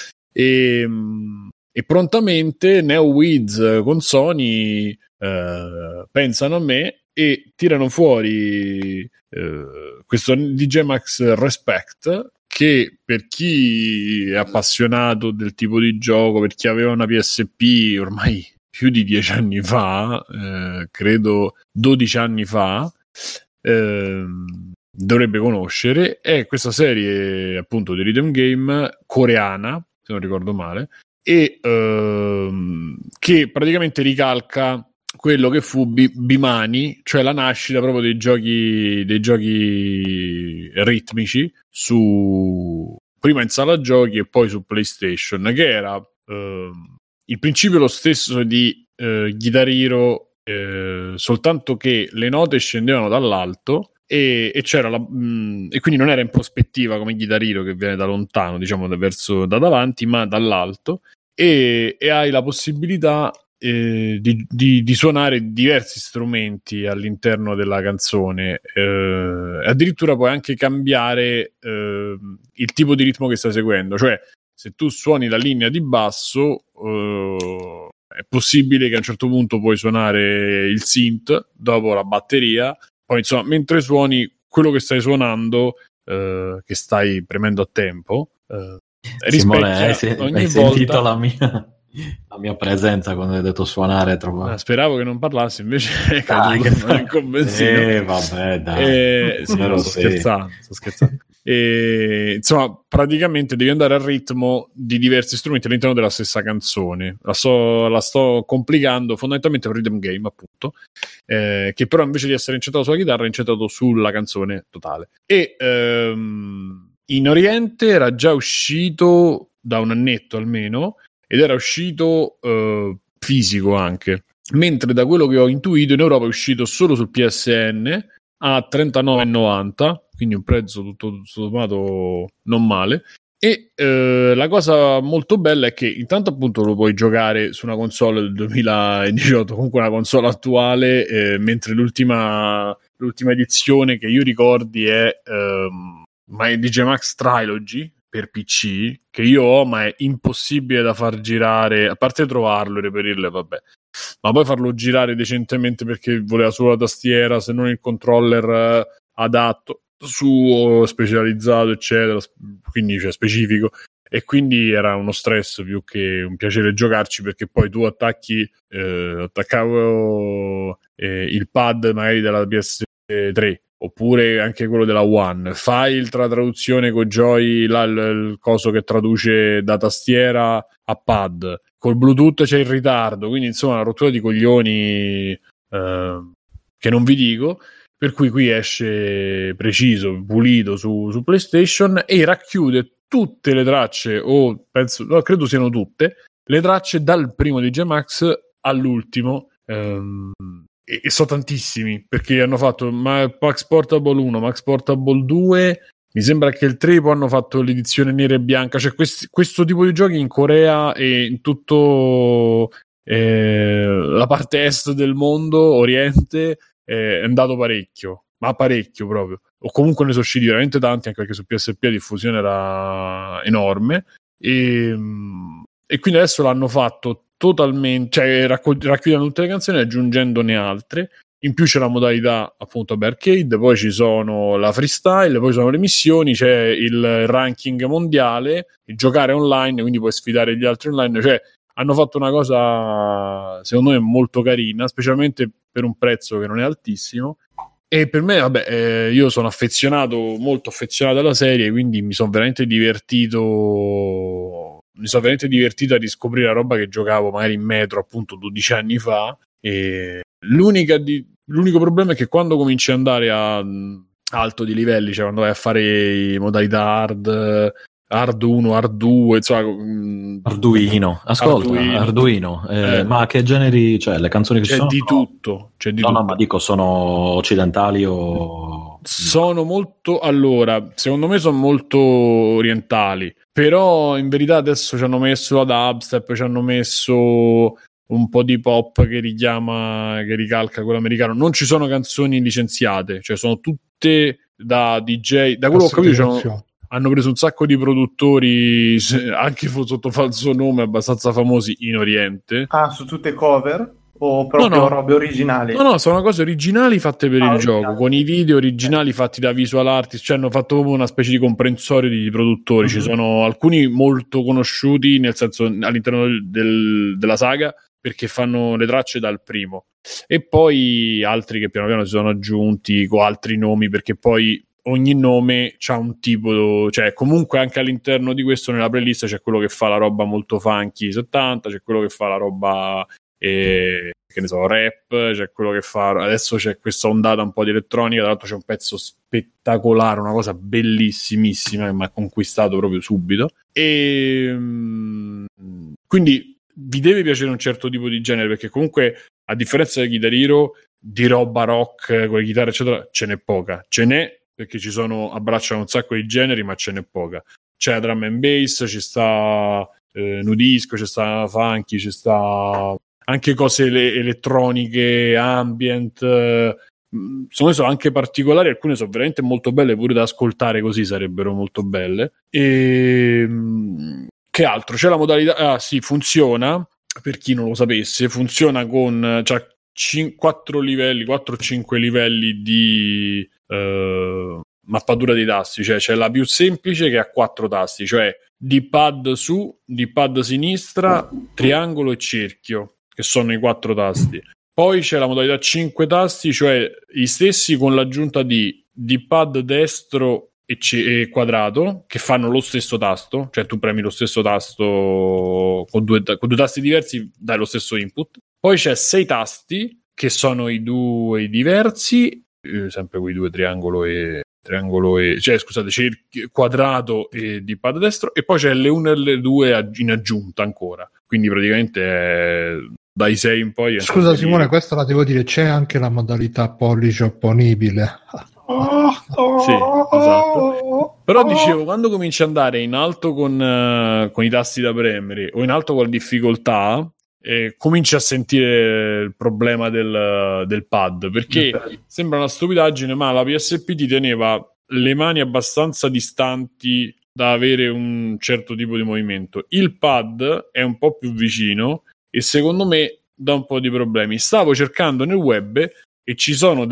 E prontamente NeoWiz con Sony pensano a me e tirano fuori questo DJ Max Respect, che per chi è appassionato del tipo di gioco, per chi aveva una PSP ormai più di 10 anni fa, credo 12 anni fa, dovrebbe conoscere. È questa serie appunto di rhythm game coreana, se non ricordo male, e che praticamente ricalca quello che fu Bimani, cioè la nascita proprio dei giochi ritmici prima in sala giochi e poi su PlayStation, che era il principio lo stesso di Guitar Hero, soltanto che le note scendevano dall'alto e c'era e quindi non era in prospettiva come Guitar Hero, che viene da lontano, diciamo da davanti, ma dall'alto, e hai la possibilità di suonare diversi strumenti all'interno della canzone. Addirittura puoi anche cambiare il tipo di ritmo che stai seguendo, cioè se tu suoni la linea di basso, è possibile che a un certo punto puoi suonare il synth, dopo la batteria, poi insomma mentre suoni quello che stai suonando, che stai premendo a tempo, Simone, hai sentito la mia presenza quando hai detto suonare troppo. Speravo che non parlassi, invece è caduto in convenzione. Vabbè, dai. Sto scherzando. E, insomma, praticamente devi andare al ritmo di diversi strumenti all'interno della stessa canzone. La sto complicando, fondamentalmente è un rhythm game, appunto, che però invece di essere incentrato sulla chitarra è incentrato sulla canzone totale. E in Oriente era già uscito da un annetto almeno, ed era uscito fisico anche, mentre da quello che ho intuito in Europa è uscito solo sul PSN a €39,90, quindi un prezzo tutto sommato non male. E la cosa molto bella è che intanto appunto lo puoi giocare su una console del 2018, comunque una console attuale, mentre l'ultima edizione che io ricordi è My DJ Max Trilogy per PC, che io ho, ma è impossibile da far girare, a parte trovarlo e reperirlo, vabbè, ma poi farlo girare decentemente, perché voleva solo la tastiera, se non il controller adatto suo, specializzato, eccetera, quindi cioè specifico, e quindi era uno stress più che un piacere giocarci, perché poi tu attaccavo il pad magari della PS3 oppure anche quello della One, fai la traduzione con Joy, il coso che traduce da tastiera a pad, col Bluetooth c'è il ritardo, quindi insomma una rottura di coglioni che non vi dico, per cui qui esce preciso, pulito su PlayStation, e racchiude tutte le tracce, credo siano tutte le tracce dal primo DJ Max all'ultimo, e sono tantissimi, perché hanno fatto Max Portable 1, Max Portable 2 Mi sembra che il 3 poi hanno fatto l'edizione nera e bianca, cioè questo tipo di giochi in Corea e in tutto la parte est del mondo, oriente, è andato parecchio, ma parecchio proprio, o comunque ne sono usciti veramente tanti, anche perché su PSP la diffusione era enorme, e quindi adesso l'hanno fatto totalmente, cioè racchiudono tutte le canzoni aggiungendone altre. In più c'è la modalità appunto arcade, poi ci sono la freestyle, poi ci sono le missioni, c'è il ranking mondiale, il giocare online, quindi puoi sfidare gli altri online, cioè hanno fatto una cosa secondo me molto carina, specialmente per un prezzo che non è altissimo. E per me, vabbè, io sono molto affezionato alla serie, quindi mi sono veramente divertito a riscoprire la roba che giocavo magari in metro appunto 12 anni fa. E l'unico problema è che quando cominci ad andare a alto di livelli, cioè quando vai a fare modalità hard 1, hard 2, insomma, Arduino, ascolta, Arduino. Ma che generi, cioè le canzoni che c'è sono? Di tutto, c'è di tutto. No, ma dico, sono occidentali o... Sono molto, allora, secondo me sono molto orientali, però in verità adesso ci hanno messo la dubstep, ci hanno messo un po' di pop che ricalca quello americano. Non ci sono canzoni licenziate, cioè sono tutte da DJ, da quello che ho capito hanno preso un sacco di produttori anche sotto falso nome abbastanza famosi in Oriente. Su tutte cover o proprio robe originali? No, sono cose originali fatte per il gioco, con i video originali fatti da visual artist, cioè hanno fatto proprio una specie di comprensorio di produttori. Ci sono alcuni molto conosciuti, nel senso all'interno della saga, perché fanno le tracce dal primo, e poi altri che piano piano si sono aggiunti con altri nomi, perché poi ogni nome c'ha un tipo, cioè comunque anche all'interno di questo nella playlist c'è quello che fa la roba molto funky 70, c'è quello che fa la roba che ne so, rap, c'è quello che fa, adesso c'è questa ondata un po' di elettronica, tra l'altro c'è un pezzo spettacolare, una cosa bellissimissima che mi ha conquistato proprio subito, e quindi vi deve piacere un certo tipo di genere, perché comunque a differenza di Guitar Hero, di roba rock con le chitarre eccetera ce n'è poca, ce n'è perché abbracciano un sacco di generi, ma ce n'è poca. C'è la drum and bass, ci sta nudisco, ci sta funky, ci sta anche cose elettroniche, ambient, sono anche particolari, alcune sono veramente molto belle, pure da ascoltare così sarebbero molto belle. E che altro? C'è la modalità, funziona, per chi non lo sapesse, funziona con 4 livelli, 4 o 5 livelli di mappatura dei tasti, cioè c'è la più semplice che ha 4 tasti, cioè D-pad su, D-pad sinistra, triangolo e cerchio, che sono i 4 tasti. Poi c'è la modalità 5 tasti, cioè i stessi con l'aggiunta di D-pad destro e quadrato, che fanno lo stesso tasto, cioè tu premi lo stesso tasto con due tasti diversi, dai lo stesso input. Poi c'è 6 tasti, che sono i 2 diversi, sempre quei 2, triangolo e cioè scusate, quadrato e di pad destro, e poi c'è le 1 e le 2 in aggiunta ancora, quindi praticamente dai 6 in poi. Scusa Simone, questa la devo dire, c'è anche la modalità pollice opponibile. Sì, esatto. Però dicevo, quando cominci ad andare in alto con i tasti da premere o in alto con la difficoltà, cominci a sentire il problema del pad, perché sembra una stupidaggine, ma la PSP ti teneva le mani abbastanza distanti da avere un certo tipo di movimento. Il pad è un po' più vicino e secondo me dà un po' di problemi. Stavo cercando nel web e ci sono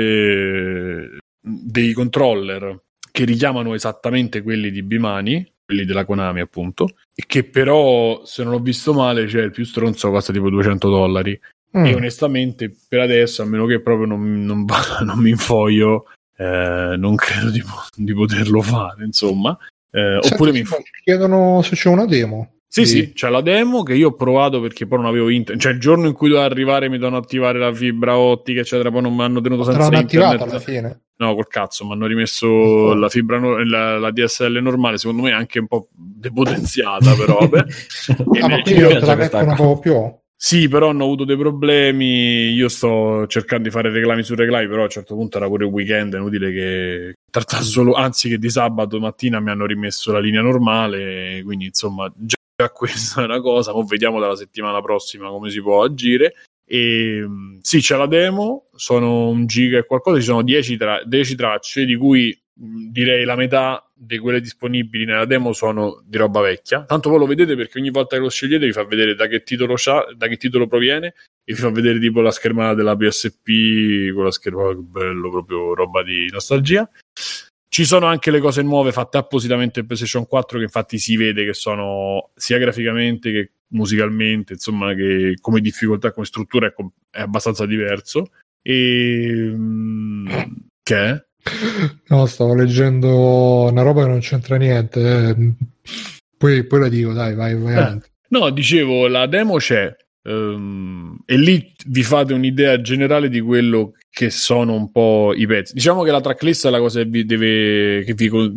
dei controller che richiamano esattamente quelli di Bimani, quelli della Konami appunto, e che però, se non ho visto male, il più stronzo costa tipo $200, e onestamente per adesso, a meno che proprio non mi infoglio, non credo di poterlo fare, insomma. Oppure mi chiedono se c'è una demo. Sì, c'è la demo che io ho provato perché poi non avevo internet, cioè il giorno in cui dovevo arrivare mi dovevano attivare la fibra ottica eccetera, poi non mi hanno tenuto senza internet alla fine. No, col cazzo, mi hanno rimesso la fibra la DSL normale, secondo me anche un po' depotenziata, però vabbè. Ma quindi te la mettono proprio più? Sì, però hanno avuto dei problemi, io sto cercando di fare reclami su reclami, però a un certo punto era pure il weekend, è inutile che trattare solo, anzi che di sabato mattina mi hanno rimesso la linea normale, quindi insomma già questa è una cosa. Ora vediamo dalla settimana prossima come si può agire. E sì, c'è la demo, sono 1 giga e qualcosa, ci sono 10 tracce, di cui direi la metà di quelle disponibili nella demo sono di roba vecchia. Tanto voi lo vedete perché ogni volta che lo scegliete vi fa vedere da che titolo proviene, e vi fa vedere tipo la schermata della PSP con la schermata, che bello, proprio roba di nostalgia. Ci sono anche le cose nuove fatte appositamente per PlayStation 4, che infatti si vede che sono sia graficamente che musicalmente, insomma, che come difficoltà, come struttura è abbastanza diverso. E che è? No, stavo leggendo una roba che non c'entra niente. Poi la dico, dai, vai avanti. No, dicevo, la demo c'è, e lì vi fate un'idea generale di quello che sono un po' i pezzi. Diciamo che la tracklist è la cosa che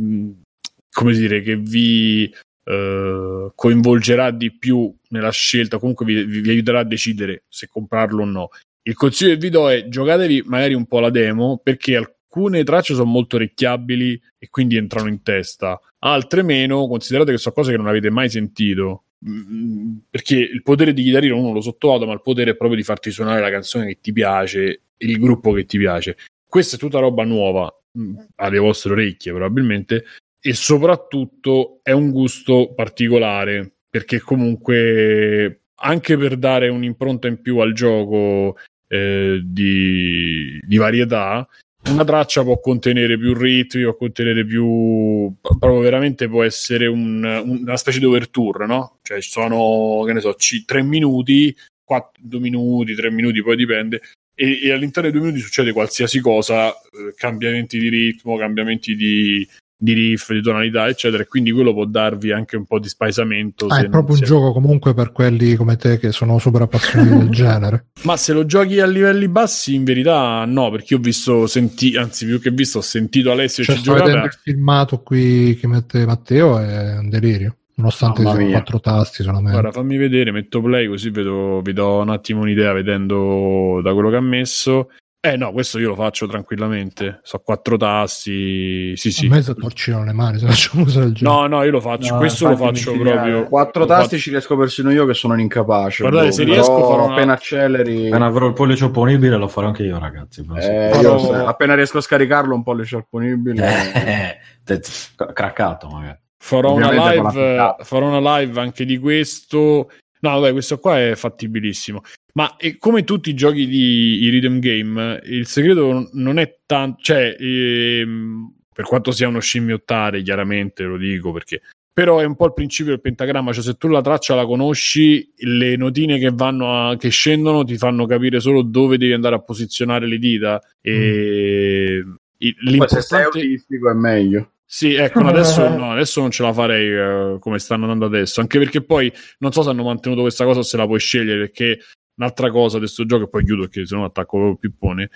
vi coinvolgerà di più nella scelta, comunque vi aiuterà a decidere se comprarlo o no. Il consiglio che vi do è: giocatevi magari un po' la demo, perché alcune tracce sono molto orecchiabili e quindi entrano in testa, altre meno. Considerate che sono cose che non avete mai sentito, perché il potere di chitarrino uno lo sottovaluta, ma il potere è proprio di farti suonare la canzone che ti piace, il gruppo che ti piace. Questa è tutta roba nuova alle vostre orecchie probabilmente, e soprattutto è un gusto particolare, perché comunque anche per dare un'impronta in più al gioco di varietà, una traccia può contenere più ritmi, può contenere più, proprio veramente può essere una specie di overture, no? Cioè ci sono, che ne so, 3 minuti, 2 minuti, 3 minuti, poi dipende, e all'interno dei 2 minuti succede qualsiasi cosa, cambiamenti di ritmo, cambiamenti di riff, di tonalità, eccetera, e quindi quello può darvi anche un po' di spaesamento. È proprio un gioco comunque per quelli come te che sono super appassionati del genere. Ma se lo giochi a livelli bassi, in verità no, perché io ho visto, anzi più che visto, ho sentito Alessio ci giocare. Il filmato qui che mette Matteo è un delirio, nonostante siano 4 tasti solamente. Guarda, fammi vedere, metto play così vi do un attimo un'idea vedendo da quello che ha messo. No, questo io lo faccio tranquillamente. So 4 tasti. Sì. A me si torcivano le mani se facciamo usare il gioco. No, io lo faccio. No, questo lo faccio proprio. 4 tasti ci riesco persino io, che sono un incapace. Guardate, se riesco appena acceleri. Appena avrò il pollice opponibile lo farò anche io, ragazzi. Appena riesco a scaricarlo, un pollice opponibile. Craccato magari. Farò una live anche di questo. No, dai, questo qua è fattibilissimo. Ma come tutti i giochi di rhythm game, il segreto non è tanto, cioè, per quanto sia uno scimmiottare, chiaramente lo dico, perché però è un po' il principio del pentagramma, cioè se tu la traccia la conosci, le notine che scendono ti fanno capire solo dove devi andare a posizionare le dita, e l'importante... se sei autistico è meglio. Sì, ecco, adesso non ce la farei come stanno andando adesso, anche perché poi non so se hanno mantenuto questa cosa o se la puoi scegliere, perché un'altra cosa di questo gioco, e poi chiudo perché sennò attacco proprio pippone,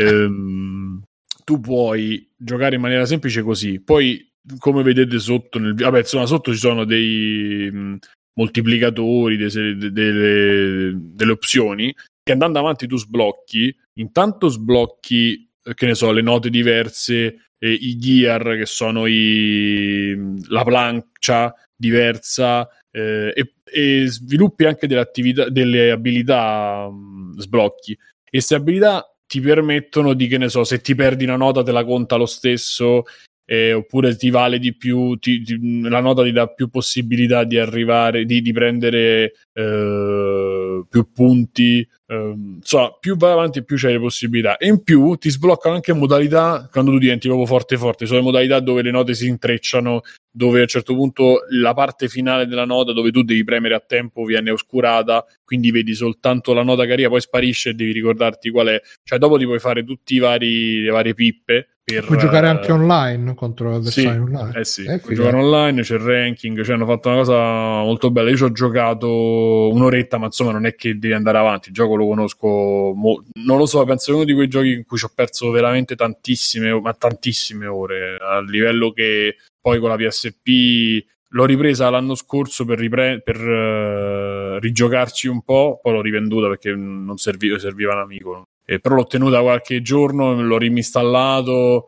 tu puoi giocare in maniera semplice così, poi come vedete sotto sotto ci sono dei moltiplicatori, delle opzioni, che andando avanti tu sblocchi, che ne so, le note diverse, i gear, che sono la plancia diversa, e sviluppi anche delle abilità, sblocchi, e queste abilità ti permettono di, che ne so, se ti perdi una nota te la conta lo stesso, oppure ti vale di più, la nota ti dà più possibilità di arrivare, di prendere più punti, più vai avanti più c'hai le possibilità, e in più ti sbloccano anche modalità quando tu diventi proprio forte, sono le modalità dove le note si intrecciano, dove a un certo punto la parte finale della nota dove tu devi premere a tempo viene oscurata, quindi vedi soltanto la nota che arriva, poi sparisce e devi ricordarti qual è, cioè dopo ti puoi fare tutti le varie pippe. Puoi giocare anche online contro avversari online. Sì, puoi giocare online, c'è il ranking, cioè hanno fatto una cosa molto bella. Io ci ho giocato un'oretta, ma insomma non è che devi andare avanti, il gioco lo conosco, non lo so, penso che è uno di quei giochi in cui ci ho perso veramente tantissime ore, a livello che poi con la PSP l'ho ripresa l'anno scorso per rigiocarci un po', poi l'ho rivenduta perché non serviva un amico, però l'ho tenuta qualche giorno, l'ho riminstallato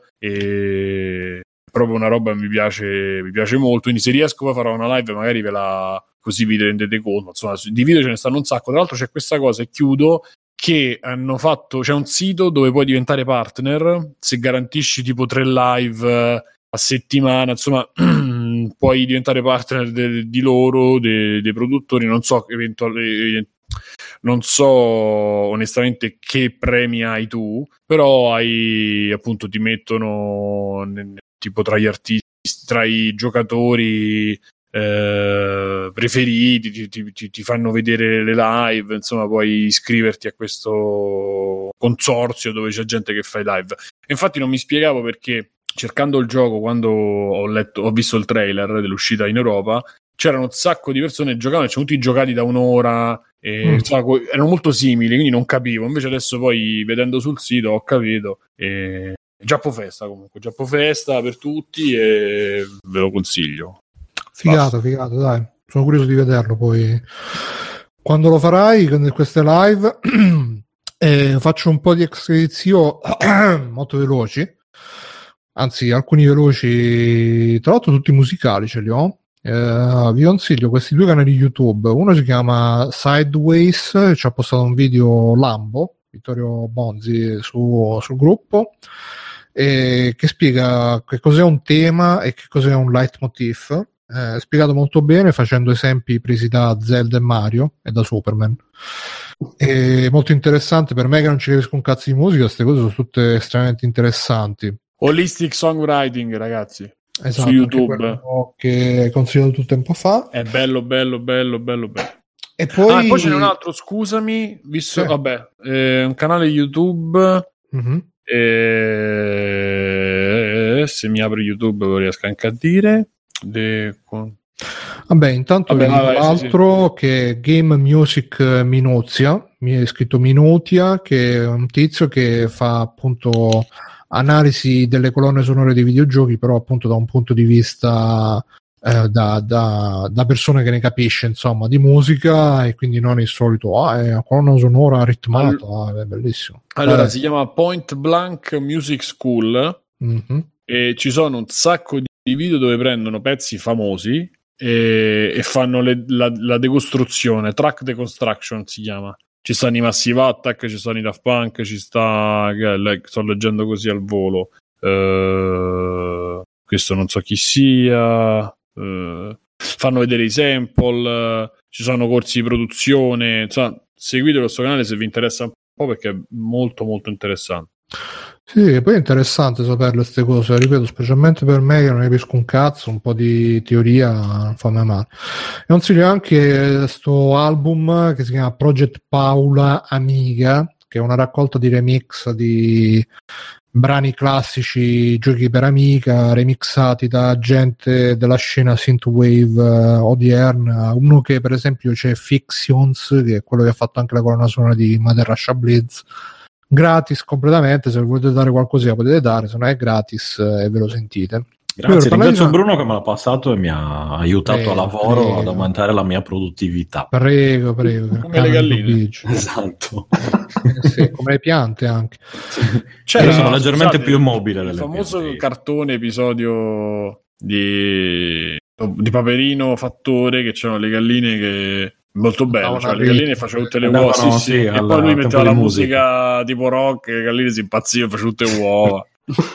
e proprio una roba che mi piace molto, quindi se riesco poi farò una live, magari così vi rendete conto, insomma di video ce ne stanno un sacco. Tra l'altro c'è questa cosa, e chiudo, che hanno fatto, c'è un sito dove puoi diventare partner se garantisci tipo 3 live a settimana, insomma puoi diventare partner di loro, dei produttori. Non so non so onestamente che premi hai tu, però hai, appunto, ti mettono tipo tra gli artisti, tra i giocatori preferiti, ti fanno vedere le live, insomma puoi iscriverti a questo consorzio dove c'è gente che fa i live. E infatti non mi spiegavo perché, cercando il gioco, quando ho visto il trailer dell'uscita in Europa, c'erano un sacco di persone che giocavano, c'erano tutti giocati da un'ora, insomma, erano molto simili, quindi non capivo. Invece adesso poi, vedendo sul sito, ho capito. Giappo Festa, comunque, Giappo Festa per tutti, e ve lo consiglio. Figato, dai, sono curioso di vederlo poi quando lo farai con queste live. Faccio un po' di ex-credizio molto veloci, anzi alcuni veloci, tra l'altro tutti musicali ce li ho. Vi consiglio questi 2 canali YouTube. Uno si chiama Sideways, ci ha postato un video Lambo, Vittorio Bonzi, sul gruppo, che spiega che cos'è un tema e che cos'è un leitmotiv. Spiegato molto bene, facendo esempi presi da Zelda e Mario e da Superman. È molto interessante. Per me che non ci capisco un cazzo di musica, queste cose sono tutte estremamente interessanti. Holistic Songwriting, ragazzi, esatto, su YouTube, che hai consigliato tutto tempo fa. è bello. E poi ce n'è un altro, scusami, visto, vabbè, un canale YouTube. Se mi apro YouTube lo riesco anche a dire. Vabbè, intanto l'altro sì. Che è Game Music Minuzia, mi è scritto Minutia, che è un tizio che fa appunto analisi delle colonne sonore dei videogiochi, però appunto da un punto di vista da persone che ne capisce, insomma, di musica, e quindi non il solito è una colonna sonora ritmata, è bellissimo. Allora si chiama Point Blank Music School, e ci sono un sacco di video dove prendono pezzi famosi e fanno la decostruzione, track deconstruction si chiama. Ci stanno i Massive Attack, ci stanno i Daft Punk, ci sta, sto leggendo così al volo, questo non so chi sia, fanno vedere i sample, ci sono corsi di produzione, insomma, seguite questo canale se vi interessa un po', perché è molto molto interessante. Sì, poi è interessante saperle queste cose, ripeto, specialmente per me che non ne capisco un cazzo, un po' di teoria non fa mai male. E consiglio anche sto album che si chiama Project Paula Amiga, che è una raccolta di remix di brani classici, giochi per Amiga, remixati da gente della scena synthwave odierna. Uno che per esempio c'è Fictions, che è quello che ha fatto anche la colonna sonora di Mother Russia Blitz, gratis completamente. Se volete dare qualcosa potete dare, se non è gratis e ve lo sentite. Grazie, ringrazio Bruno che me l'ha passato e mi ha aiutato a lavoro ad aumentare la mia produttività. Prego. Come le galline. Esatto. Sì, come le piante anche. Io sono leggermente più immobile delle famoso piante. Cartone episodio di Paperino Fattore, che c'erano le galline che... molto bello, cioè le galline facevano tutte le uova, sì, e poi lui metteva la musica tipo rock, le galline si impazzivano, facevano tutte uova.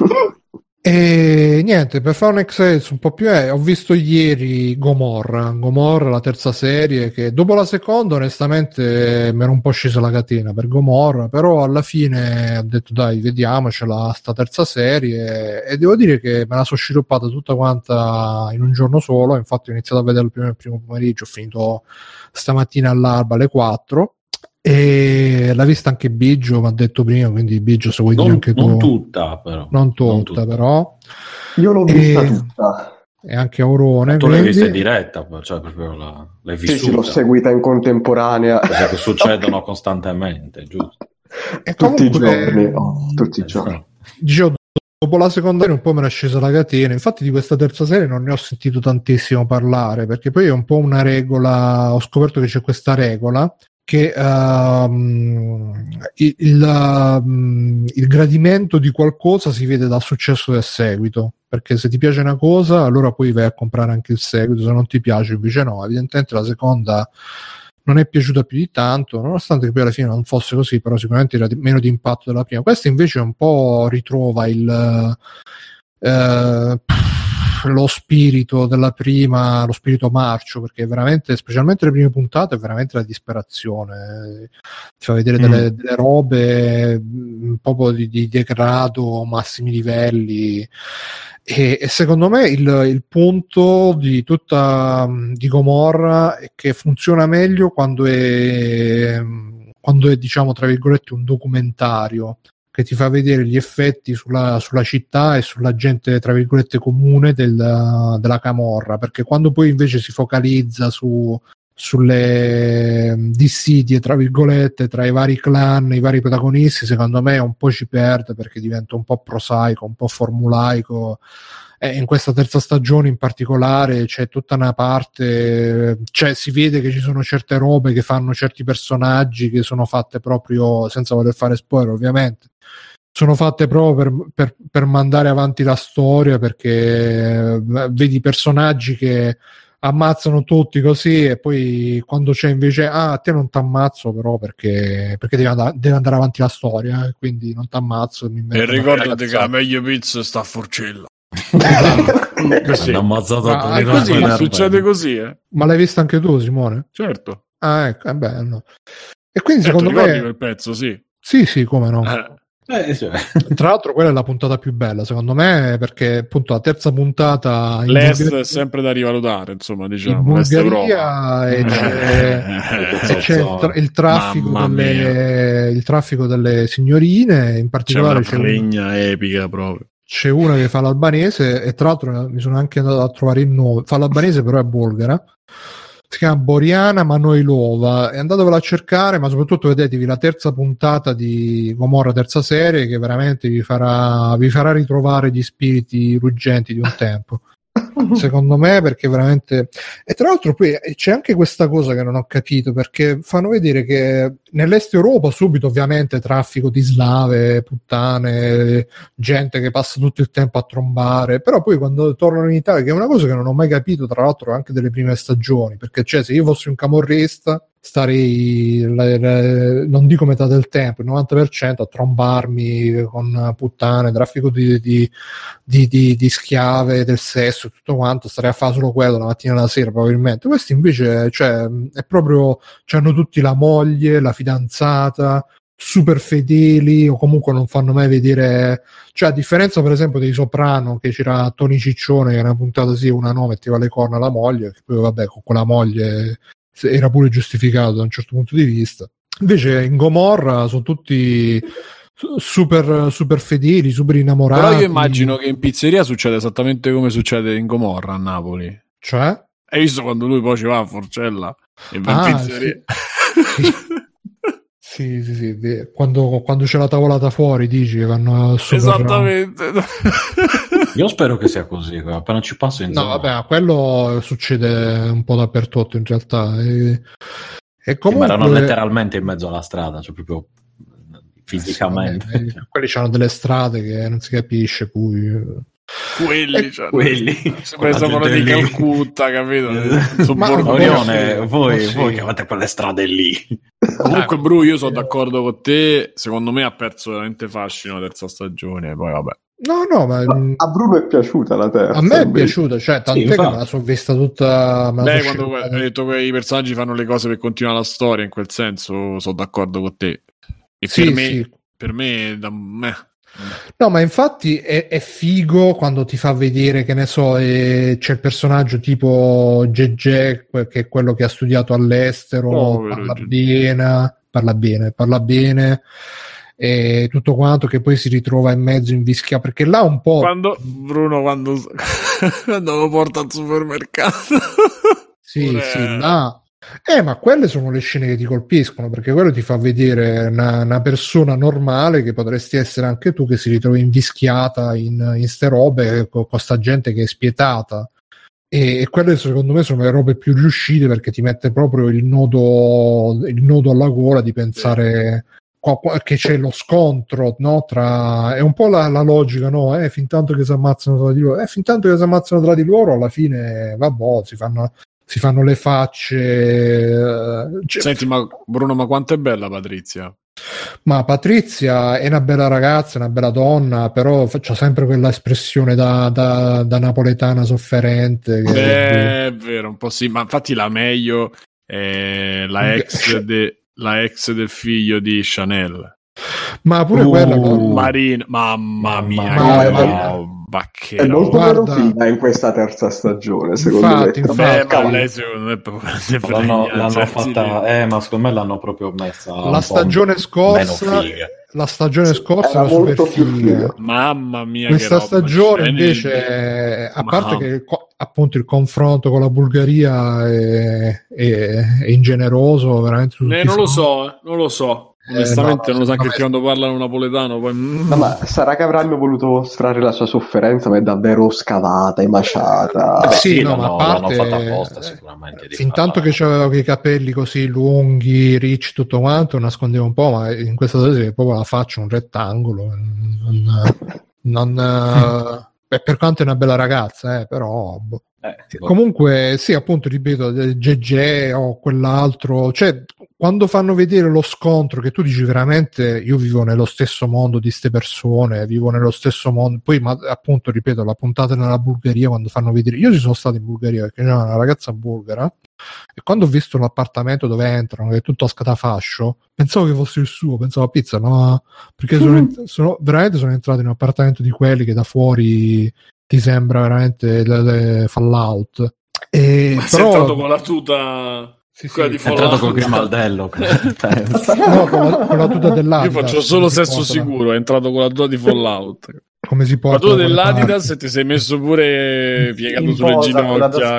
E niente, per fare un Excel un po' più ho visto ieri Gomorra, la terza serie, che dopo la seconda onestamente mi era un po' scesa la catena per Gomorra, però alla fine ho detto dai, vediamocela sta terza serie, e devo dire che me la sono sciroppata tutta quanta in un giorno solo. Infatti ho iniziato a vedere il primo pomeriggio, ho finito stamattina all'alba alle 4, e l'ha vista anche Biggio, mi ha detto prima, quindi Biggio se vuoi dire anche tu. Non tutta però io l'ho vista tutta, e anche Aurone. Tu l'hai vista in diretta, cioè proprio l'hai vissuta. Sì, l'ho seguita in contemporanea, cose che succedono costantemente, giusto? E tutti i giorni, tutti i giorni. Dicevo, dopo la seconda un po' me era scesa la catena. Infatti di questa terza serie non ne ho sentito tantissimo parlare, perché poi è un po' una regola, ho scoperto che c'è questa regola che il gradimento di qualcosa si vede dal successo del seguito, perché se ti piace una cosa allora poi vai a comprare anche il seguito, se non ti piace invece no. Evidentemente la seconda non è piaciuta più di tanto, nonostante che poi alla fine non fosse così, però sicuramente era meno di impatto della prima. Questa invece un po' ritrova lo spirito della prima, lo spirito marcio, perché veramente, specialmente le prime puntate, è veramente la disperazione. Ti fa vedere delle robe, un po' di degrado, massimi livelli. E secondo me il punto di Gomorra è che funziona meglio quando è diciamo tra virgolette un documentario che ti fa vedere gli effetti sulla città e sulla gente tra virgolette comune della Camorra, perché quando poi invece si focalizza sulle dissidie tra virgolette tra i vari clan, i vari protagonisti, secondo me un po' ci perde, perché diventa un po' prosaico, un po' formulaico. In questa terza stagione in particolare c'è tutta una parte, cioè si vede che ci sono certe robe che fanno certi personaggi che sono fatte proprio, senza voler fare spoiler ovviamente, sono fatte proprio per mandare avanti la storia, perché vedi personaggi che ammazzano tutti così e poi quando c'è invece a te non t'ammazzo però perché deve andare avanti la storia, quindi non t'ammazzo. E ricordati che la meglio pizza sta a Forcella. Così. Così succede così, Ma l'hai vista anche tu, Simone? Certo. Ecco, è bello. E quindi secondo me quel pezzo, sì, come no. Tra l'altro quella è la puntata più bella secondo me, perché appunto la terza puntata l'Est è sempre da rivalutare, insomma, diciamo in Bulgaria e c'è il traffico delle signorine, in particolare c'è una regna epica proprio. C'è una che fa l'albanese e tra l'altro mi sono anche andato a trovare il nome, fa l'albanese però è bulgara, si chiama Boriana Manoilova, e andatevela a cercare, ma soprattutto vedetevi la terza puntata di Gomorra terza serie, che veramente vi farà ritrovare gli spiriti ruggenti di un tempo, secondo me, perché veramente. E tra l'altro poi c'è anche questa cosa che non ho capito, perché fanno vedere che nell'est Europa subito ovviamente traffico di slave, puttane, gente che passa tutto il tempo a trombare, però poi quando tornano in Italia, che è una cosa che non ho mai capito tra l'altro anche delle prime stagioni, perché cioè se io fossi un camorrista starei non dico metà del tempo, il 90% a trombarmi con puttane, traffico di schiave, del sesso, tutto quanto, starei a fare solo quello la mattina e la sera probabilmente. Questi invece cioè è proprio, hanno tutti la moglie, la fidanzata, super fedeli, o comunque non fanno mai vedere, cioè a differenza per esempio dei Soprano, che c'era Tony Ciccione che era una puntata sì una no, metteva le corna alla moglie, che poi vabbè con quella moglie era pure giustificato da un certo punto di vista. Invece in Gomorra sono tutti super fedeli, super innamorati. Però io immagino che in pizzeria succede esattamente come succede in Gomorra a Napoli. Cioè? Hai visto quando lui poi ci va a Forcella e va in pizzeria? Sì. Quando c'è la tavolata fuori dici che vanno super. Esattamente. Io spero che sia così, appena ci passo in zona. No, vabbè, quello succede un po' dappertutto in realtà. E comunque. Ma erano letteralmente in mezzo alla strada, cioè proprio fisicamente. Sì, vabbè, quelli c'hanno delle strade che non si capisce poi. Quelli pensavano di Calcutta, capito? Voi che avete quelle strade lì. Comunque Bru, io sono d'accordo con te, secondo me ha perso veramente fascino la terza stagione, poi vabbè. No, ma a Bruno è piaciuta la terza. A me è piaciuta, cioè tant'è che me la sono vista tutta. Quando hai detto che i personaggi fanno le cose per continuare la storia, in quel senso sono d'accordo con te. E per me no, ma infatti è figo quando ti fa vedere, che ne so, c'è il personaggio tipo Gegè, che è quello che ha studiato all'estero, parla bene e tutto quanto, che poi si ritrova in mezzo in Vischia, perché là un po' quando lo porta al supermercato sì, là. Ma quelle sono le scene che ti colpiscono, perché quello ti fa vedere una persona normale, che potresti essere anche tu, che si ritrova invischiata in ste robe con sta gente che è spietata. e quelle secondo me sono le robe più riuscite, perché ti mette proprio il nodo alla gola di pensare che c'è lo scontro, no? È un po' la logica, no? Fin tanto che si ammazzano tra di loro, fin tanto che si ammazzano tra di loro, alla fine vabbè, si fanno le facce. Senti, ma Bruno, ma quanto è bella Patrizia? Ma Patrizia è una bella ragazza, una bella donna, però c'ha sempre quella espressione da napoletana sofferente. È vero, un po' sì, ma infatti la meglio è la ex del figlio di Chanel. Ma pure quella Marina, mamma mia, che è molto verofina in questa terza stagione, secondo me. Ma lei secondo me l'hanno fatta, ma secondo me l'hanno proprio messa la stagione scorsa. La stagione scorsa era super figa. Mamma mia, questa stagione invece, a parte che appunto il confronto con la Bulgaria è ingeneroso, veramente. Non lo so. Onestamente non lo so, anche quando parlano napoletano poi... No, ma sarà che avranno voluto mostrare la sua sofferenza, ma è davvero scavata, emaciata. Sì, no, ma a parte, l'hanno fatta apposta sicuramente. Fin tanto che c'avevo i capelli così lunghi, ricci, tutto quanto, nascondevo un po', ma in questa serie proprio la faccio un rettangolo. Per quanto è una bella ragazza, però... Comunque sì, appunto, ripeto, GG o quell'altro, cioè quando fanno vedere lo scontro, che tu dici veramente io vivo nello stesso mondo di ste persone, vivo nello stesso mondo, poi appunto ripeto, la puntata nella Bulgaria, quando fanno vedere, io ci sono stato in Bulgaria perché c'era una ragazza bulgara e quando ho visto l'appartamento dove entrano, che è tutto a scatafascio, pensavo che fosse il suo, pensavo a pizza, no, perché sono entrato in un appartamento di quelli che da fuori ti sembra veramente Fallout. Ma però... sei entrato con la tuta... Sì, è entrato col grimaldello. No, con la tuta dell'Adidas. Io faccio solo sesso sicuro, è entrato con la tuta di Fallout. Come si porta? La tuta dell'Adidas e ti sei messo pure piegato sulle ginocchia.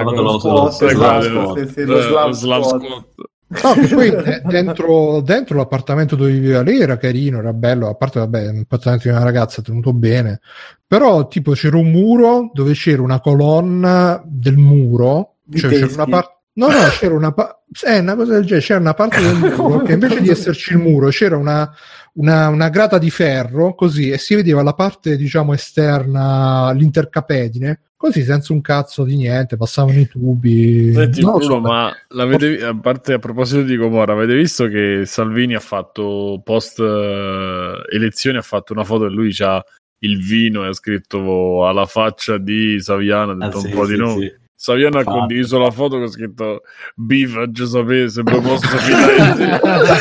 Lo slap squat. No, che poi dentro l'appartamento dove viveva lei era carino, era bello, a parte vabbè, un appartamento di una ragazza tenuto bene, però tipo c'era un muro dove c'era una colonna del muro, cioè c'era una parte, c'era una cosa del genere, c'era una parte del muro che invece di esserci il muro c'era una grata di ferro così, e si vedeva la parte diciamo esterna, l'intercapedine, così senza un cazzo di niente, passavano i tubi. Senti, Bruno, ma a parte, a proposito di Gomorra, avete visto che Salvini ha fatto post elezioni, ha fatto una foto e lui c'ha il vino e ha scritto alla faccia di Saviano, ha detto un po' di nomi. Sì. Saviano ha condiviso la foto che ha scritto Biva Giuseppe, sempre posto finale.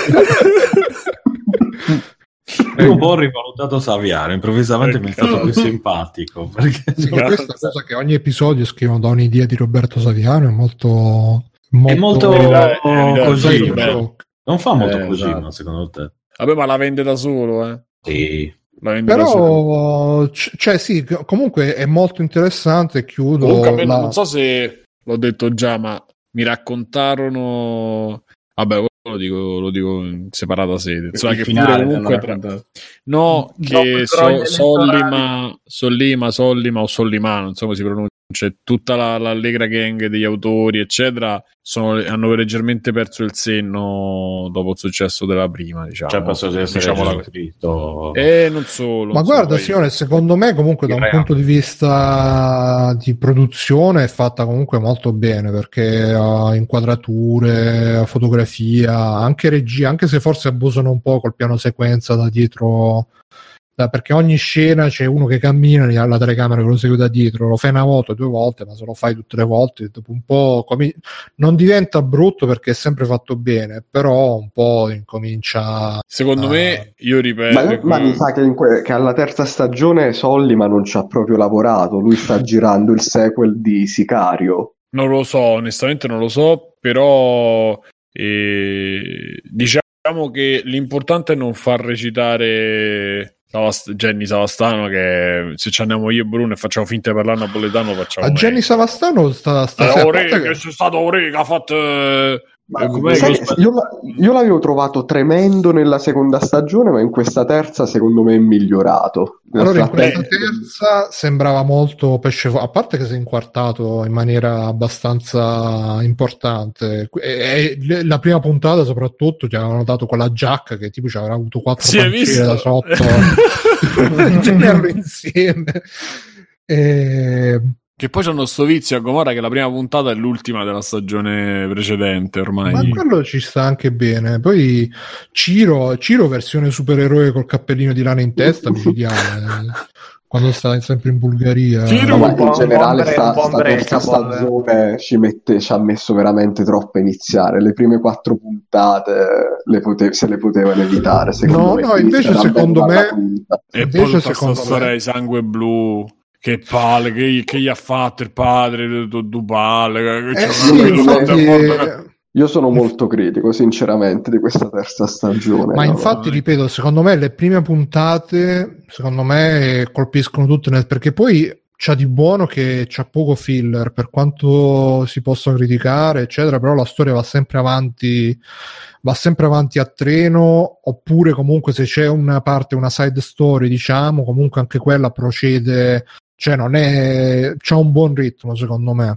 Io un po' ho rivalutato Saviano, improvvisamente mi è stato più simpatico, perché sì, questa cosa che ogni episodio scrivono da un'idea di Roberto Saviano è molto così, non fa molto così, esatto. Ma secondo te? Vabbè, ma la vende da solo, Sì. Però cioè sì, comunque è molto interessante. Chiudo comunque, non so se l'ho detto già, ma mi raccontarono, vabbè, lo dico in separata sede, insomma, che pure comunque che Sollima o Sollimano, insomma si pronuncia, tutta l'allegra gang degli autori eccetera hanno leggermente perso il senno dopo il successo della prima, diciamo. Cioè penso di essere scritto non solo, ma guarda Simone, secondo me comunque da un punto di vista di produzione è fatta comunque molto bene, perché ha inquadrature, fotografia, anche regia, anche se forse abusano un po' col piano sequenza da dietro, perché ogni scena c'è uno che cammina e la telecamera che lo segue da dietro, lo fai una volta, 2 volte, ma se lo fai tutte le volte dopo un po' non diventa brutto perché è sempre fatto bene, però un po' incomincia secondo me, io ripeto, ma mi sa che alla terza stagione Sollima non ci ha proprio lavorato, lui sta girando il sequel di Sicario. Non lo so, onestamente non lo so, però diciamo che l'importante è non far recitare Jenny Savastano, che se ci andiamo io e Bruno e facciamo finta di parlare napoletano facciamo Jenny Savastano sta che c'è stato Ore che ha fatto Io l'avevo trovato tremendo nella seconda stagione, ma in questa terza secondo me è migliorato. Allora in questa terza sembrava molto pesce a parte che si è inquartato in maniera abbastanza importante, e la prima puntata soprattutto ti avevano dato quella giacca che tipo ci avrà avuto 4 pancine da sotto tenerlo insieme. Che poi c'hanno sto vizio a Gomorra che la prima puntata è l'ultima della stagione precedente ormai. Ma quello ci sta anche bene. Poi Ciro versione supereroe col cappellino di lana in testa, micidiale, quando sta sempre in Bulgaria. In generale sta terza stagione ci ha messo veramente troppo a iniziare. Le prime 4 puntate se le potevano evitare. No, invece secondo me e poi tutta sta storia di sangue blu. Che palle, che gli ha fatto il padre Dubale. Io sono molto critico, sinceramente, di questa terza stagione. Ma infatti, ripeto, secondo me le prime puntate, secondo me, colpiscono tutte, perché poi c'ha di buono che c'ha poco filler, per quanto si possa criticare, eccetera, però la storia va sempre avanti a treno, oppure comunque se c'è una side story, diciamo, comunque anche quella procede, cioè c'ha un buon ritmo secondo me.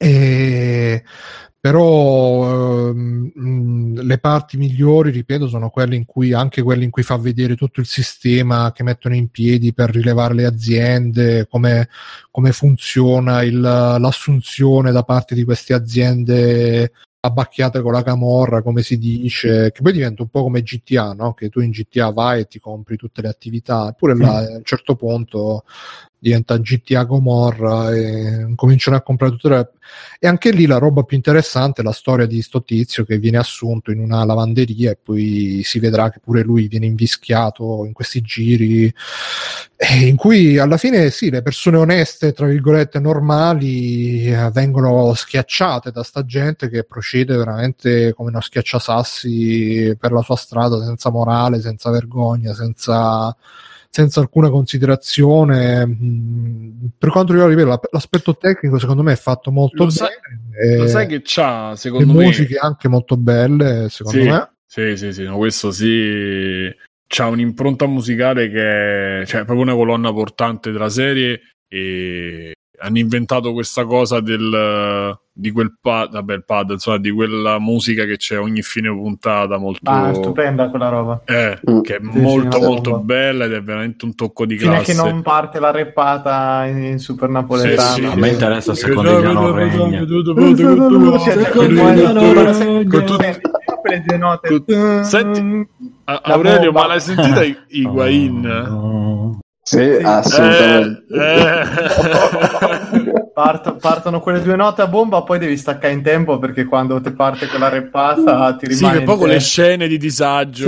Però le parti migliori, ripeto, sono quelle in cui fa vedere tutto il sistema che mettono in piedi per rilevare le aziende, come funziona l'assunzione da parte di queste aziende abbacchiate con la camorra, come si dice, che poi diventa un po' come GTA, no? Che tu in GTA vai e ti compri tutte le attività, eppure là a un certo punto diventa GTA Gomorra e cominciano a comprare tutte e anche lì la roba più interessante è la storia di sto tizio che viene assunto in una lavanderia e poi si vedrà che pure lui viene invischiato in questi giri in cui alla fine sì, le persone oneste, tra virgolette normali, vengono schiacciate da sta gente che procede veramente come uno schiacciasassi per la sua strada, senza morale, senza vergogna, senza alcuna considerazione. Per quanto riguarda l'aspetto tecnico, secondo me è fatto molto bene. Lo sai che c'ha, secondo me, le musiche anche molto belle, secondo me. Sì, no, questo sì. C'ha un'impronta musicale che è proprio una colonna portante della serie, e hanno inventato questa cosa di quel pad, insomma, di quella musica che c'è ogni fine puntata, molto stupenda quella roba, che è molto bella ed è veramente un tocco di classe. Fino a che non parte la rappata in super napoletano. Sì. A me interessa se Condigliano regna. Senti, Aurelio, ma l'hai sentita Higuain? Sì, assolutamente. Partono quelle 2 note a bomba, poi devi staccare in tempo, perché quando ti parte quella rappata ti rimane un po' con le scene di disagio.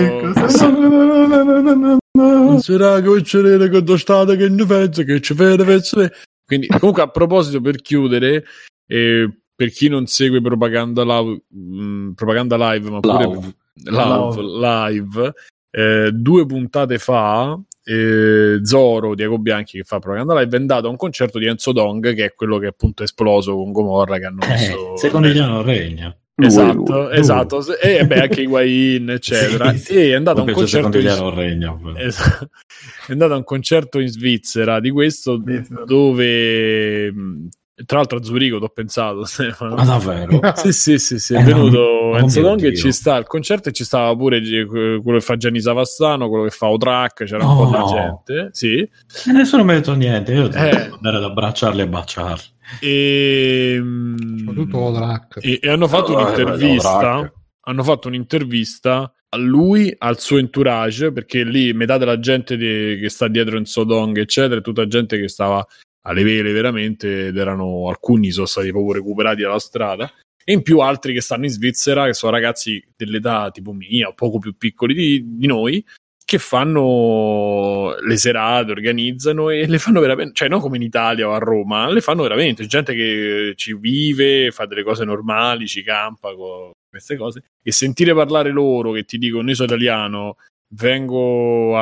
Sarà che c'è che state che ne pensa che ci fede. Quindi comunque, a proposito, per chiudere, per chi non segue propaganda live, ma pure live, 2 puntate fa Zoro, Diego Bianchi, che fa propaganda live, è andato a un concerto di Enzo Dong, che è quello che appunto è esploso con Gomorra, che hanno messo secondo Condigliano regna. Esatto. E anche Higuain, eccetera. Sì. E è andato a un concerto regna, è andato a un concerto in Svizzera di questo, dove tra l'altro a Zurigo t'ho pensato, Stefano. Ma davvero? Sì, è venuto Enzo Dong e ci sta al concerto, e ci stava pure quello che fa Gianni Savastano, quello che fa Otrak, c'era un po' di gente, sì. E nessuno mi ha detto niente, io devo andare ad abbracciarli e baciarli. Soprattutto Otrak. E hanno fatto un'intervista. Hanno fatto un'intervista a lui, al suo entourage, perché lì metà della gente che sta dietro Enzo Dong, eccetera, è tutta gente che stava alle vele veramente, ed alcuni sono stati proprio recuperati dalla strada, e in più altri che stanno in Svizzera, che sono ragazzi dell'età tipo mia o poco più piccoli di noi, che fanno le serate, organizzano e le fanno veramente, cioè non come in Italia o a Roma, le fanno veramente, gente che ci vive, fa delle cose normali, ci campa con queste cose, e sentire parlare loro che ti dicono: io sono italiano, vengo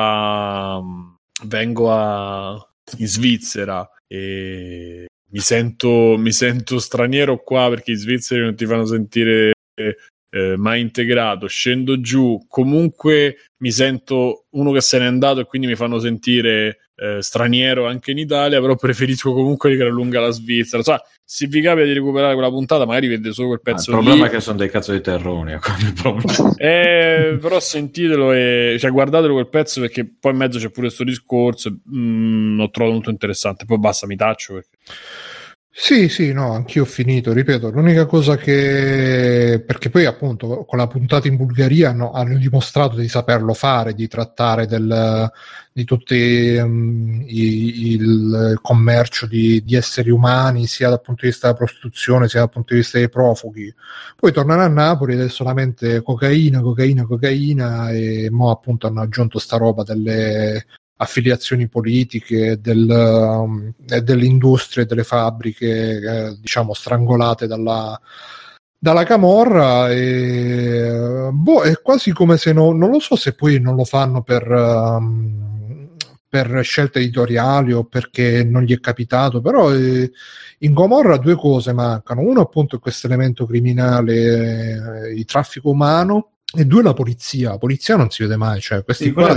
in Svizzera e mi sento straniero qua, perché i svizzeri non ti fanno sentire mai integrato, scendo giù, comunque mi sento uno che se n'è andato e quindi mi fanno sentire straniero anche in Italia, però preferisco comunque di gran lunga la Svizzera. Insomma, se vi capita di recuperare quella puntata, magari vedete solo quel pezzo. Il problema è che sono dei cazzo di terroni, però sentitelo e cioè, guardatelo quel pezzo, perché poi in mezzo c'è pure questo discorso. L'ho trovato molto interessante. Poi basta, mi taccio perché... Sì, no, anch'io ho finito, ripeto, l'unica cosa che, perché poi appunto con la puntata in Bulgaria hanno dimostrato di saperlo fare, di trattare di tutti il commercio di esseri umani, sia dal punto di vista della prostituzione sia dal punto di vista dei profughi. Poi tornano a Napoli ed è solamente cocaina, e mo appunto hanno aggiunto sta roba delle affiliazioni politiche, dell'industria e delle fabbriche, diciamo strangolate dalla camorra, e è quasi come se non lo so se poi non lo fanno per scelte editoriali o perché non gli è capitato, però in Gomorra due cose mancano: uno appunto è questo elemento criminale, il traffico umano, e due la polizia non si vede mai, cioè questi qua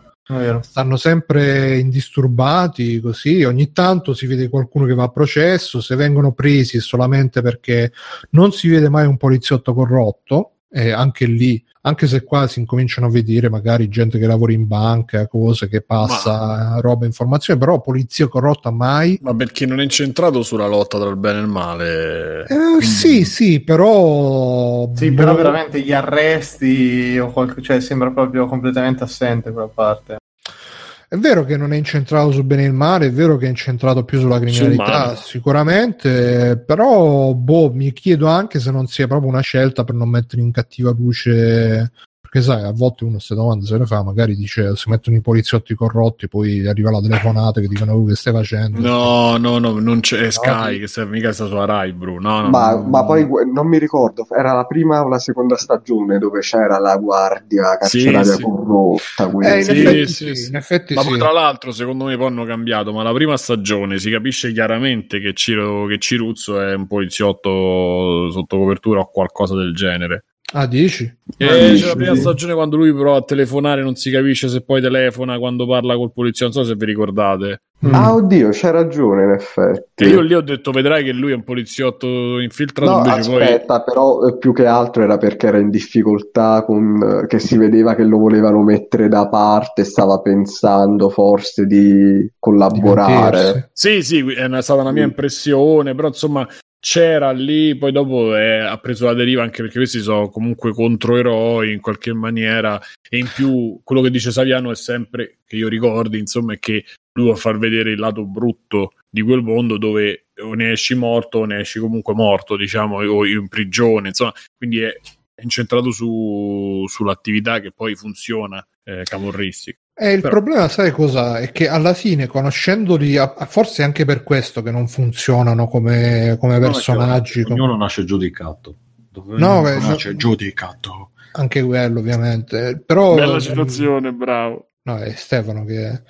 stanno sempre indisturbati, così ogni tanto si vede qualcuno che va a processo, se vengono presi è solamente perché non si vede mai un poliziotto corrotto, e anche lì, anche se qua si incominciano a vedere magari gente che lavora in banca, cose che passa roba, informazioni, però polizia corrotta mai. Ma perché non è incentrato sulla lotta tra il bene e il male? Sì, però veramente gli arresti o cioè sembra proprio completamente assente quella parte. È vero che non è incentrato sul bene e il male, è vero che è incentrato più sulla criminalità, sicuramente, però mi chiedo anche se non sia proprio una scelta per non mettere in cattiva luce, perché sai, a volte uno queste domande se le fa, magari dice si mettono i poliziotti corrotti, poi arriva la telefonata che dicono che stai facendo? No, non c'è Sky, che mica sta sulla Rai, bro. Ma poi non mi ricordo, era la prima o la seconda stagione dove c'era la guardia carceraria corrotta. In effetti ma poi tra l'altro secondo me poi hanno cambiato, ma la prima stagione si capisce chiaramente che Ciruzzo è un poliziotto sotto copertura o qualcosa del genere. Ah, dici? C'è la prima stagione quando lui prova a telefonare, non si capisce se poi telefona quando parla col poliziotto, non so se vi ricordate. Ah, oddio, c'è ragione in effetti. E io lì ho detto, vedrai che lui è un poliziotto infiltrato. No, invece aspetta, però più che altro era perché era in difficoltà, che si vedeva che lo volevano mettere da parte, stava pensando forse di collaborare. Sì, è stata una mia impressione, però insomma c'era lì, poi dopo ha preso la deriva, anche perché questi sono comunque controeroi in qualche maniera, e in più quello che dice Saviano è sempre, che io ricordi, insomma, è che lui vuole far vedere il lato brutto di quel mondo dove o ne esci morto o ne esci comunque morto, diciamo, o in prigione, insomma, quindi è incentrato sull'attività che poi funziona camorristica. Il problema, sai cosa? È che alla fine, conoscendoli, forse anche per questo che non funzionano come personaggi. Ognuno nasce giudicato. Nasce giudicato. Anche quello, ovviamente. Però, bella citazione, bravo. No, è Stefano che...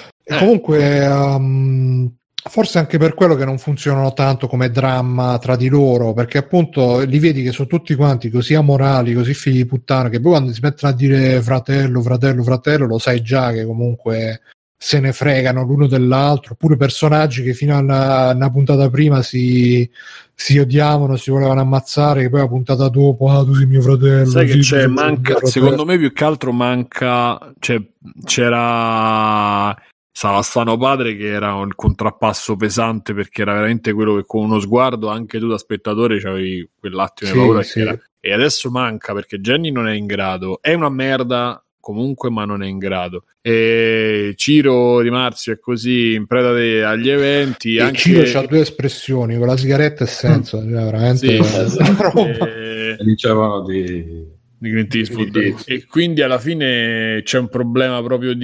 Comunque... forse anche per quello che non funzionano tanto come dramma tra di loro, perché appunto li vedi che sono tutti quanti così amorali, così figli di puttana, che poi quando si mettono a dire fratello, lo sai già che comunque se ne fregano l'uno dell'altro, oppure personaggi che fino a una puntata prima si odiavano, si volevano ammazzare, che poi la puntata dopo tu sei mio fratello. Sai che c'è, manca, secondo me più che altro manca, cioè c'era Savastano padre che era un contrappasso pesante, perché era veramente quello che con uno sguardo anche tu da spettatore c'avevi quell'attimo di paura che era, e adesso manca perché Jenny non è in grado, è una merda comunque ma non è in grado, e Ciro Di Marzio è così in preda agli eventi, anche... Ciro c'ha due espressioni, con la sigaretta e senza, cioè, veramente dicevano di Clint Eastwood, e quindi alla fine c'è un problema proprio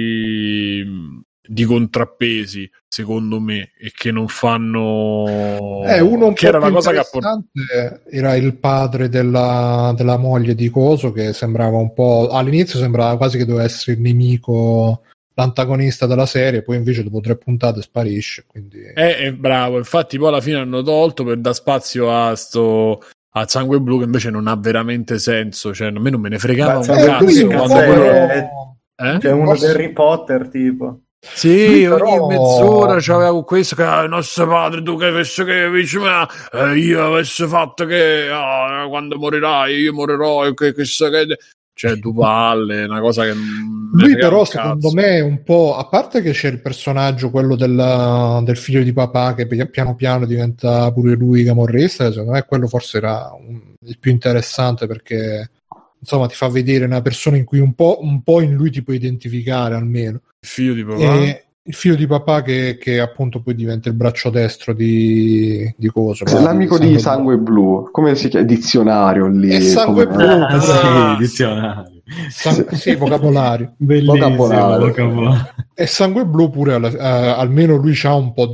di contrappesi, secondo me, e che non fanno uno un che po' era più una cosa che era il padre della moglie di Coso, che sembrava un po', all'inizio sembrava quasi che doveva essere il nemico, l'antagonista della serie, poi invece dopo 3 puntate sparisce, quindi è bravo, infatti poi alla fine hanno tolto per dar spazio a al Sangue Blu, che invece non ha veramente senso, cioè a me non me ne fregava un cazzo quando quello... C'è uno di Harry Potter tipo. Sì, ogni mezz'ora c'avevo questo che nostro padre, tu che avessi che dici, ma io avessi fatto che quando morirai io morirò e che cioè due palle, una cosa che lui però secondo me un po', a parte che c'è il personaggio quello del figlio di papà che piano piano diventa pure lui camorrista, secondo me quello forse era il più interessante, perché insomma ti fa vedere una persona in cui un po' in lui ti puoi identificare almeno. Il figlio di papà? Il figlio di papà che appunto poi diventa il braccio destro di coso. L'amico di Sangue Blu, come si chiama? Dizionario lì. È Sangue Blu, sì, dizionario. Sì, vocabolario. Vocabolario. E Sangue Blu pure almeno lui c'ha un po'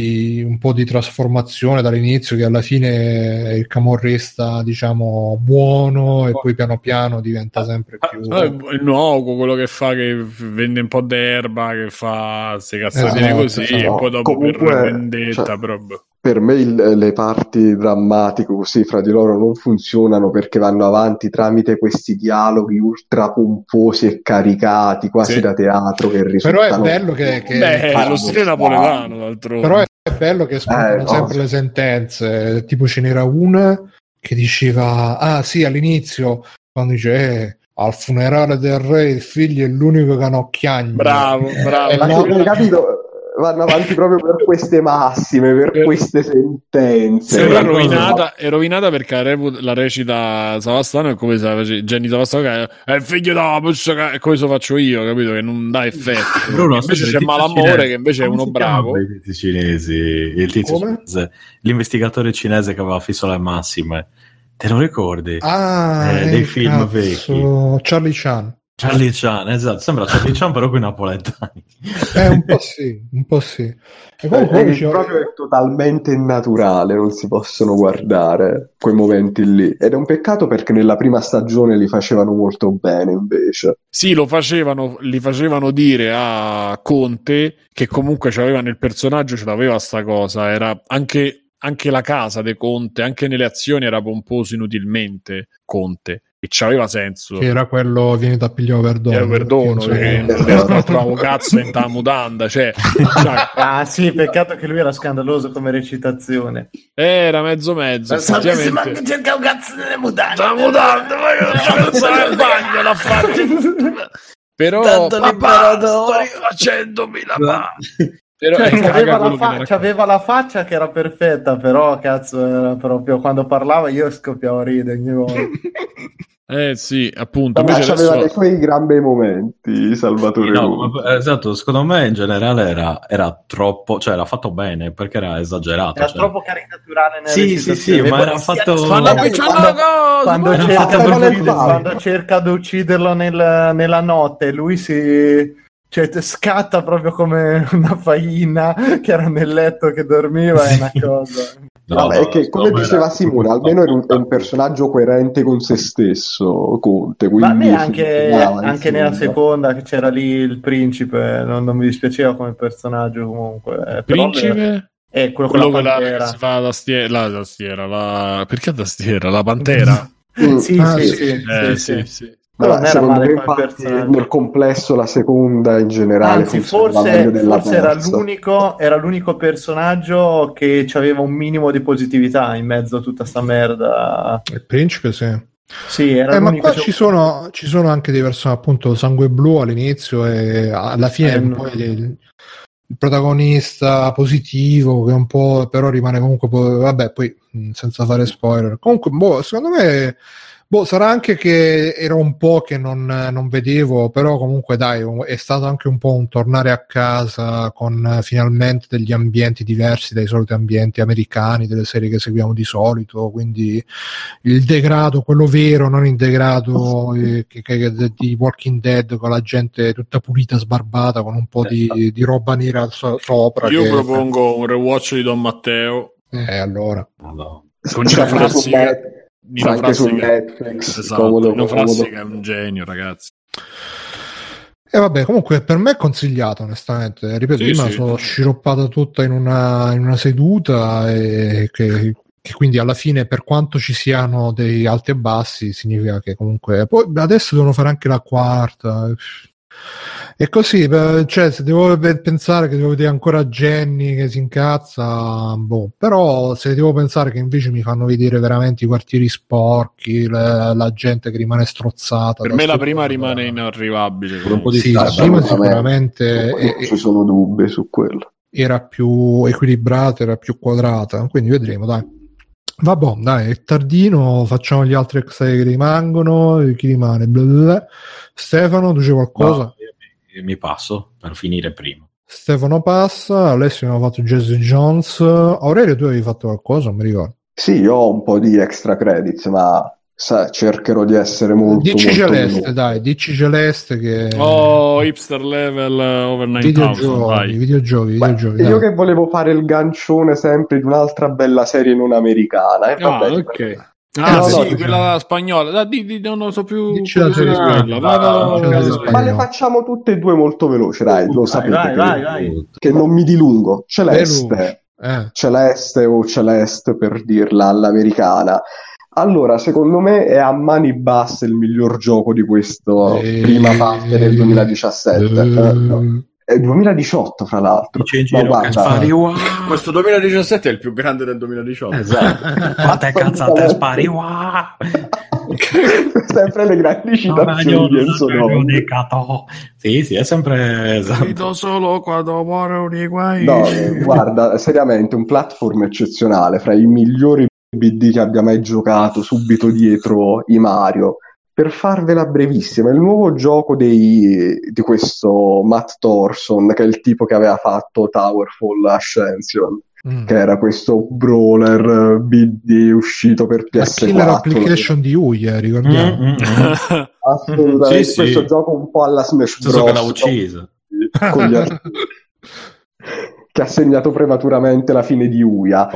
di trasformazione dall'inizio, che alla fine è il camorrista diciamo buono e poi piano piano diventa sempre più il nuovo, quello che fa, che vende un po' d'erba, che fa queste cazzatine così, e poi dopo comunque, per vendetta, cioè, proprio. Per me le parti drammatiche così fra di loro non funzionano, perché vanno avanti tramite questi dialoghi ultra pomposi e caricati, quasi da teatro, che risultano... Però è bello che è lo stile napoletano, d'altronde. Però è bello che spuntano sempre le sentenze, tipo ce n'era una che diceva sì, all'inizio quando dice al funerale del re il figlio è l'unico che ha occhiagni. Bravo hai capito? Vanno avanti proprio per queste massime, per queste sentenze. È rovinata perché la recita Savastano, è come se Jenny Savastano che è il figlio della bussa, e come lo faccio io, capito? Che non dà effetto. Bruno, invece c'è Malamore che invece è uno bravo. I cinesi, il tizio cinese, l'investigatore cinese che aveva fisso le massime. Te lo ricordi? Dei film vecchi. Charlie Chan, esatto, sembra Charlie Chan però con i napoletani. Un po' sì. E comunque proprio è totalmente innaturale, non si possono guardare quei momenti lì. Ed è un peccato, perché nella prima stagione li facevano molto bene, invece. Sì, li facevano dire a Conte, che comunque c'aveva nel personaggio, ce l'aveva sta cosa, era anche la casa de Conte, anche nelle azioni era pomposo inutilmente Conte, e c'aveva senso, che era quello viene da pigliare perdono che non trovo cazzo in ta mutanda, cioè sì, peccato che lui era scandaloso come recitazione, era mezzo effettivamente. Ma che cerca un cazzo nelle mutande, ma non sarà il bagno l'ha fatto, però papà, sto facendomi la pace. Però c'aveva la faccia che era perfetta, però cazzo era proprio, quando parlava io scoppiavo a ridere ogni volta. Sì, appunto. Ma c'aveva dei suoi gran bei momenti Salvatore. Esatto, secondo me in generale era troppo, cioè l'ha fatto bene, perché era esagerato, era troppo caricaturale nelle sì, ma era fatto quando cerca di ucciderlo nella notte, lui cioè scatta proprio come una faina che era nel letto che dormiva, è una cosa. È che come diceva Simone, almeno è un personaggio coerente con se stesso, Conte. Ma a me anche nella seconda, che c'era lì il principe, non mi dispiaceva come personaggio comunque. Principe? È quello con la pantera. Si fa la tastiera, perché tastiera? La pantera? Sì. Però non era male come personaggio. Nel complesso la seconda in generale, anzi forse era l'unico personaggio che aveva un minimo di positività in mezzo a tutta sta merda. Il principe sì, era ma qua ci sono anche dei personaggi, appunto Sangue Blu all'inizio e alla fine poi il protagonista positivo che un po' però rimane comunque poi senza fare spoiler, comunque secondo me sarà anche che era un po' che non vedevo, però comunque dai, è stato anche un po' un tornare a casa con finalmente degli ambienti diversi dai soliti ambienti americani, delle serie che seguiamo di solito, quindi il degrado, quello vero, non il degrado di Walking Dead, con la gente tutta pulita, sbarbata, con un po' di roba nera sopra. Io propongo un rewatch di Don Matteo. Allora. Con Nino Frassica. Anche su Netflix, esatto. Nino Frassica è un genio, ragazzi. E vabbè, comunque per me è consigliato, onestamente. Ripeto, io me la sono sciroppata tutta in una seduta, e che che quindi alla fine, per quanto ci siano dei alti e bassi, significa che comunque poi adesso devono fare anche la quarta e così, cioè, se devo pensare che devo vedere ancora Jenny che si incazza, però se devo pensare che invece mi fanno vedere veramente i quartieri sporchi, la gente che rimane strozzata, per me la prima rimane inarrivabile per un po' di la prima sicuramente ci sono dubbi su quello, era più equilibrata, era più quadrata, quindi vedremo, dai. Vabbè, dai, è tardino, facciamo gli altri extra che rimangono, chi rimane? Blablabla. Stefano, tu c'è qualcosa? No, mi passo per finire prima. Stefano passa, Alessio abbiamo fatto Jesse Jones, Aurelio tu avevi fatto qualcosa, non mi ricordo. Sì, io ho un po' di extra credits, ma cercherò di essere molto dici molto Celeste, veloce. dai, dici Celeste che... hipster level over 9000, videogiochi. Io che volevo fare il gancione sempre di un'altra bella serie non americana. Ok. Quella spagnola. Non lo so più. Dici la serie spagnola. Ma le facciamo tutte e due molto veloci, dai, lo sapete vai. Che non mi dilungo. Celeste. Celeste o Celeste per dirla all'americana. Allora, secondo me è a mani basse il miglior gioco di questa prima parte del 2017. È 2018, fra l'altro. Questo 2017 è il più grande del 2018. Esatto. Quante cazzate spari? Sempre le grandi citazioni di Enzo Nobile. Sì, è sempre esatto. Vedo solo quando muore un Higuain. No, guarda, seriamente un platform eccezionale, fra i migliori BD che abbia mai giocato, subito dietro i Mario. Per farvela brevissima, il nuovo gioco di questo Matt Thorson, che è il tipo che aveva fatto Towerfall Ascension, che era questo brawler BD uscito per PS4. La killer application di Uia, ricordiamo. Assolutamente, sì. Questo gioco un po' alla Smash Bros. Che l'ha ucciso. Che ha segnato prematuramente la fine di Uia.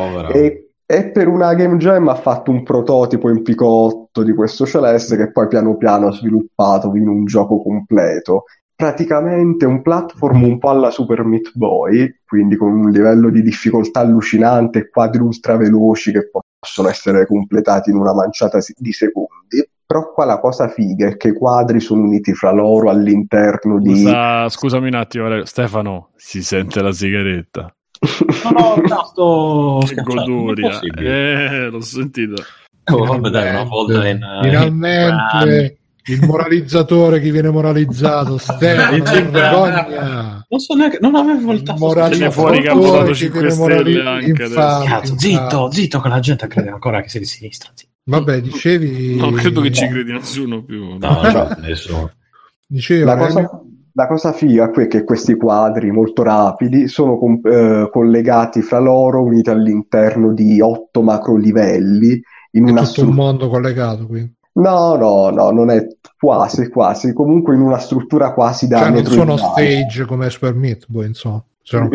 E per una Game Jam ha fatto un prototipo in P8 di questo Celeste che poi piano piano ha sviluppato in un gioco completo. Praticamente un platform un po' alla Super Meat Boy, quindi con un livello di difficoltà allucinante e quadri ultra veloci che possono essere completati in una manciata di secondi. Però qua la cosa figa è che i quadri sono uniti fra loro all'interno di... Scusami un attimo, Stefano, si sente la sigaretta? No, il tasto che goduria, l'ho sentito. Vabbè, dai, una volta finalmente il moralizzatore che viene moralizzato. Stefano, vergogna. Non so neanche, non avevo il tasto fuori che ha votato 5 stelle anche adesso. Zitto che la gente crede ancora che sei di sinistra. Vabbè, dicevi... Non credo che ci credi nessuno più. No, nessuno. Dicevo, la cosa figa qui è che questi quadri molto rapidi sono collegati fra loro, uniti all'interno di 8 macro livelli. È tutto un mondo collegato qui. No, non è quasi. Comunque in una struttura quasi da non sono stage come Super Meat Boy, insomma.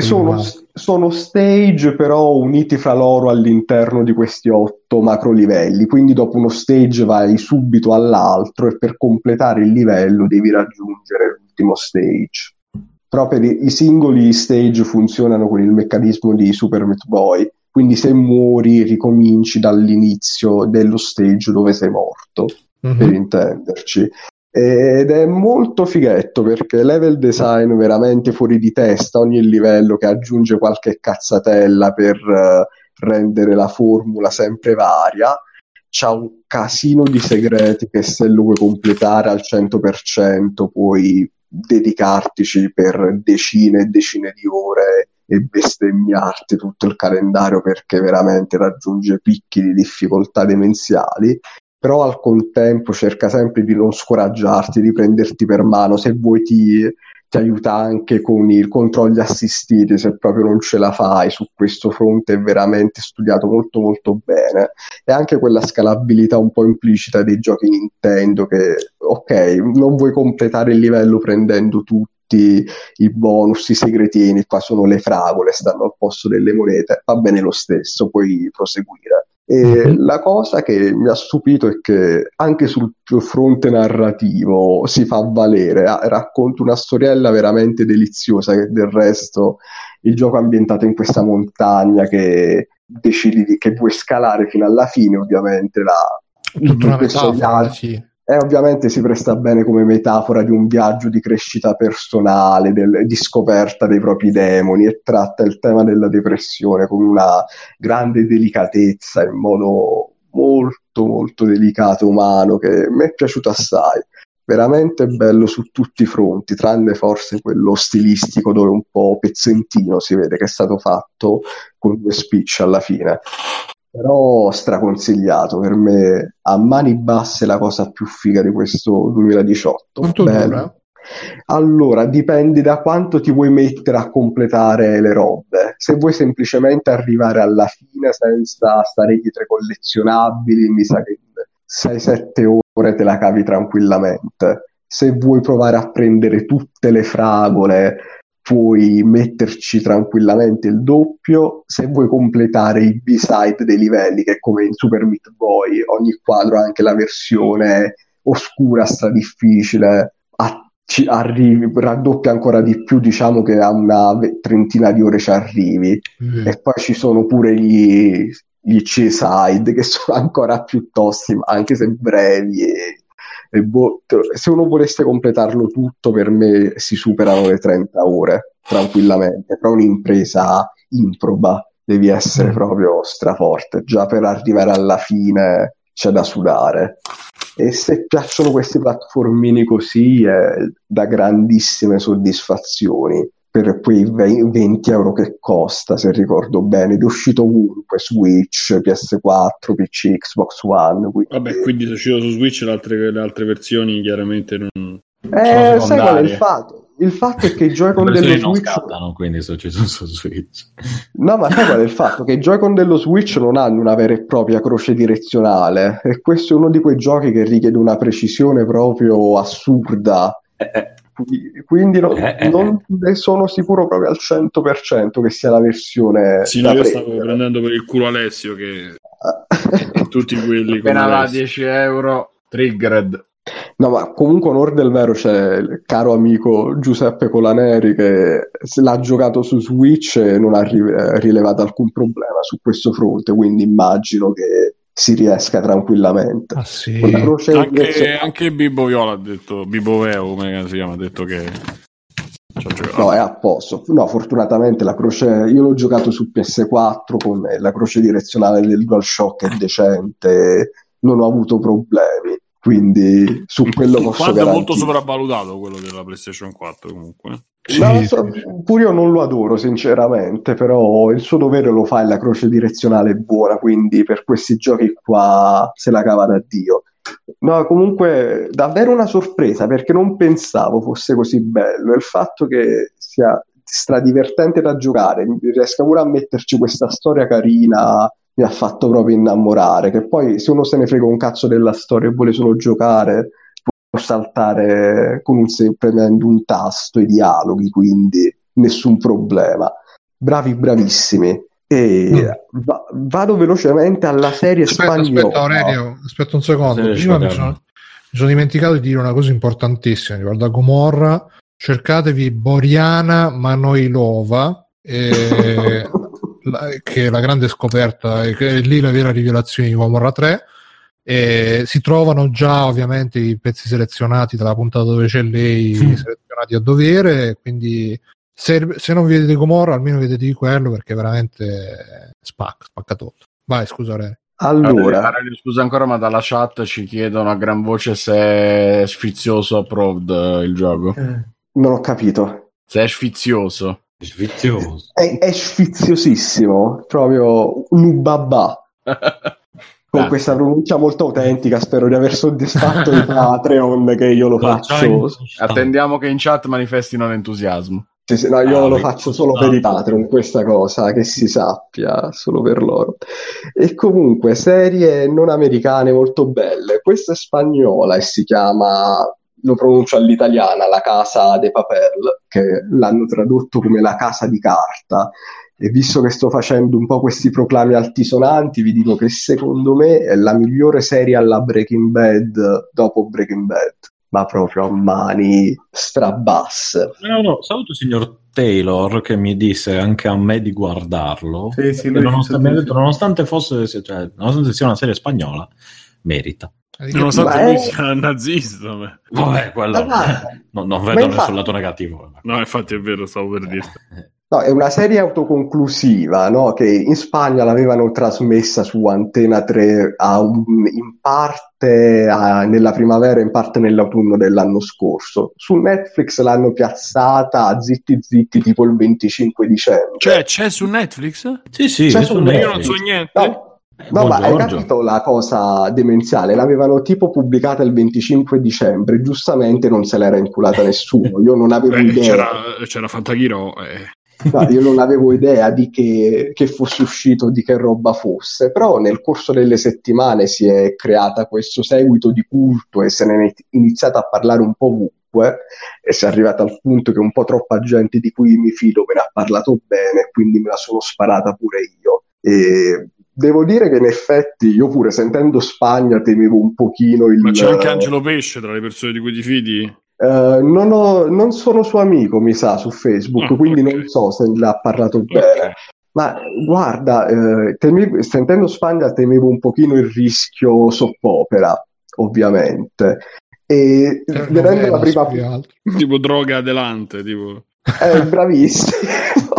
Sono stage però uniti fra loro all'interno di questi 8 macro livelli, quindi dopo uno stage vai subito all'altro e per completare il livello devi raggiungere l'ultimo stage. Però per i singoli stage funzionano con il meccanismo di Super Meat Boy, quindi se muori ricominci dall'inizio dello stage dove sei morto, per intenderci. Ed è molto fighetto perché level design veramente fuori di testa, ogni livello che aggiunge qualche cazzatella per rendere la formula sempre varia. C'ha un casino di segreti che se lo vuoi completare al 100% puoi dedicartici per decine e decine di ore e bestemmiarti tutto il calendario perché veramente raggiunge picchi di difficoltà demenziali. Però al contempo cerca sempre di non scoraggiarti, di prenderti per mano, se vuoi ti aiuta anche con i controlli assistiti, se proprio non ce la fai su questo fronte è veramente studiato molto molto bene. E anche quella scalabilità un po' implicita dei giochi Nintendo che, ok, non vuoi completare il livello prendendo tutti i bonus, i segretini, qua sono le fragole, stanno al posto delle monete, va bene lo stesso, puoi proseguire. E la cosa che mi ha stupito è che anche sul fronte narrativo si fa valere, racconta una storiella veramente deliziosa, che del resto il gioco è ambientato in questa montagna che decidi che vuoi scalare fino alla fine, ovviamente tutta una metafora, sì. Ovviamente si presta bene come metafora di un viaggio di crescita personale, di scoperta dei propri demoni, e tratta il tema della depressione con una grande delicatezza, in modo molto molto delicato, umano, che mi è piaciuto assai. Veramente bello su tutti i fronti, tranne forse quello stilistico, dove un po' pezzentino si vede che è stato fatto con 2 speech alla fine. Però straconsigliato, per me a mani basse la cosa più figa di questo 2018. Quanto dura? Allora, dipende da quanto ti vuoi mettere a completare le robe. Se vuoi semplicemente arrivare alla fine senza stare dietro ai collezionabili, mi sa che 6-7 ore te la cavi tranquillamente. Se vuoi provare a prendere tutte le fragole, puoi metterci tranquillamente il doppio. Se vuoi completare i B-side dei livelli, che come in Super Meat Boy ogni quadro ha anche la versione oscura, difficile, raddoppia ancora di più, diciamo che a una 30 di ore ci arrivi. E poi ci sono pure gli C-side che sono ancora più tosti, anche se brevi, se uno volesse completarlo tutto, per me si superano le 30 ore tranquillamente. Però un'impresa improba, devi essere proprio straforte, già per arrivare alla fine c'è da sudare. E se piacciono questi platformini così, è da grandissime soddisfazioni per quei 20 euro che costa, se ricordo bene. È uscito ovunque, Switch, PS4, PC, Xbox One. Quindi se è uscito su Switch, le altre versioni chiaramente non... sai qual è il fatto? Il fatto è che i Joy-Con dello Switch scattano, quindi se ci sono su Switch. No, ma sai qual è il fatto? Che i Joy-Con dello Switch non hanno una vera e propria croce direzionale, e questo è uno di quei giochi che richiede una precisione proprio assurda. Quindi non ne sono sicuro proprio al 100% che sia la versione. Sì, no, io stavo prendendo per il culo Alessio, che tutti quelli appena là 10 euro triggered. No, ma comunque onor del vero c'è il caro amico Giuseppe Colaneri, che se l'ha giocato su Switch e non ha rilevato alcun problema su questo fronte, quindi immagino che si riesca tranquillamente. Ah, sì. Anche Bibo Viola ha detto, Bibo Veo come si chiama, ha detto che no, è a posto. No, fortunatamente la croce, io l'ho giocato su PS4 con la croce direzionale del DualShock è decente, non ho avuto problemi, quindi su quello posso garantire. È molto sopravvalutato quello della PlayStation 4 comunque. Pure io non lo adoro sinceramente, però il suo dovere lo fa e la croce direzionale è buona, quindi per questi giochi qua se la cava da Dio. No, comunque davvero una sorpresa, perché non pensavo fosse così bello. Il fatto che sia stradivertente da giocare, riesca pure a metterci questa storia carina, mi ha fatto proprio innamorare. Che poi se uno se ne frega un cazzo della storia e vuole solo giocare, può saltare con premendo un tasto i dialoghi, quindi nessun problema. Bravissimi. E vado velocemente alla serie spagnola. Aspetta Aurelio, aspetta un secondo. Prima mi sono dimenticato di dire una cosa importantissima riguardo a Gomorra. Cercatevi Boriana Manoilova, che è la grande scoperta, che è lì la vera rivelazione di Gomorra 3. Si trovano già ovviamente i pezzi selezionati dalla puntata dove c'è lei, selezionati a dovere, quindi se non vedete Gomorra almeno vedetevi quello, perché veramente spacca tutto. Vai, scusa Aurelio. Allora, scusa ancora, ma dalla chat ci chiedono a gran voce se è sfizioso approved il gioco. Non ho capito. Se è sfizioso. È sfiziosissimo, proprio un babà. Con questa pronuncia molto autentica, spero di aver soddisfatto i Patreon che io lo faccio. Attendiamo che in chat manifestino l'entusiasmo. No, io lo faccio solo per i Patreon, questa cosa, che si sappia, solo per loro. E comunque, serie non americane molto belle. Questa è spagnola e si chiama, lo pronuncio all'italiana, La Casa de Papel, che l'hanno tradotto come La Casa di Carta. E visto che sto facendo un po' questi proclami altisonanti, vi dico che secondo me è la migliore serie alla Breaking Bad dopo Breaking Bad. ma proprio a mani strabasse. No, saluto il signor Taylor che mi disse anche a me di guardarlo. Sì, Mi ha detto, nonostante nonostante sia una serie spagnola, merita. Nonostante lui sia nazista. Vabbè, quello non vedo nessun lato negativo. No, infatti è vero, stavo per dire. No, è una serie autoconclusiva, no? Che in Spagna l'avevano trasmessa su Antena 3 in parte nella primavera, in parte nell'autunno dell'anno scorso. Su Netflix l'hanno piazzata zitti zitti tipo il 25 dicembre. Cioè, c'è su Netflix? Sì, c'è su Netflix. Io non so niente. No, ma hai capito la cosa demenziale? L'avevano tipo pubblicata il 25 dicembre, giustamente non se l'era inculata nessuno. Io non avevo idea. C'era Fantaghiro. No, io non avevo idea di che fosse uscito, di che roba fosse, però nel corso delle settimane si è creata questo seguito di culto e se ne è iniziato a parlare un po' ovunque e si è arrivata al punto che un po' troppa gente di cui mi fido me ne ha parlato bene, quindi me la sono sparata pure io. E devo dire che in effetti io pure sentendo Spagna temevo un pochino il... Ma c'è anche Angelo Pesce tra le persone di cui ti fidi? Non sono suo amico, mi sa, su Facebook, quindi non so se ne ha parlato bene. Ma guarda, sentendo Spagna temevo un pochino il rischio soppopera, ovviamente. E vedendo la prima... tipo droga adelante, tipo... bravissimo.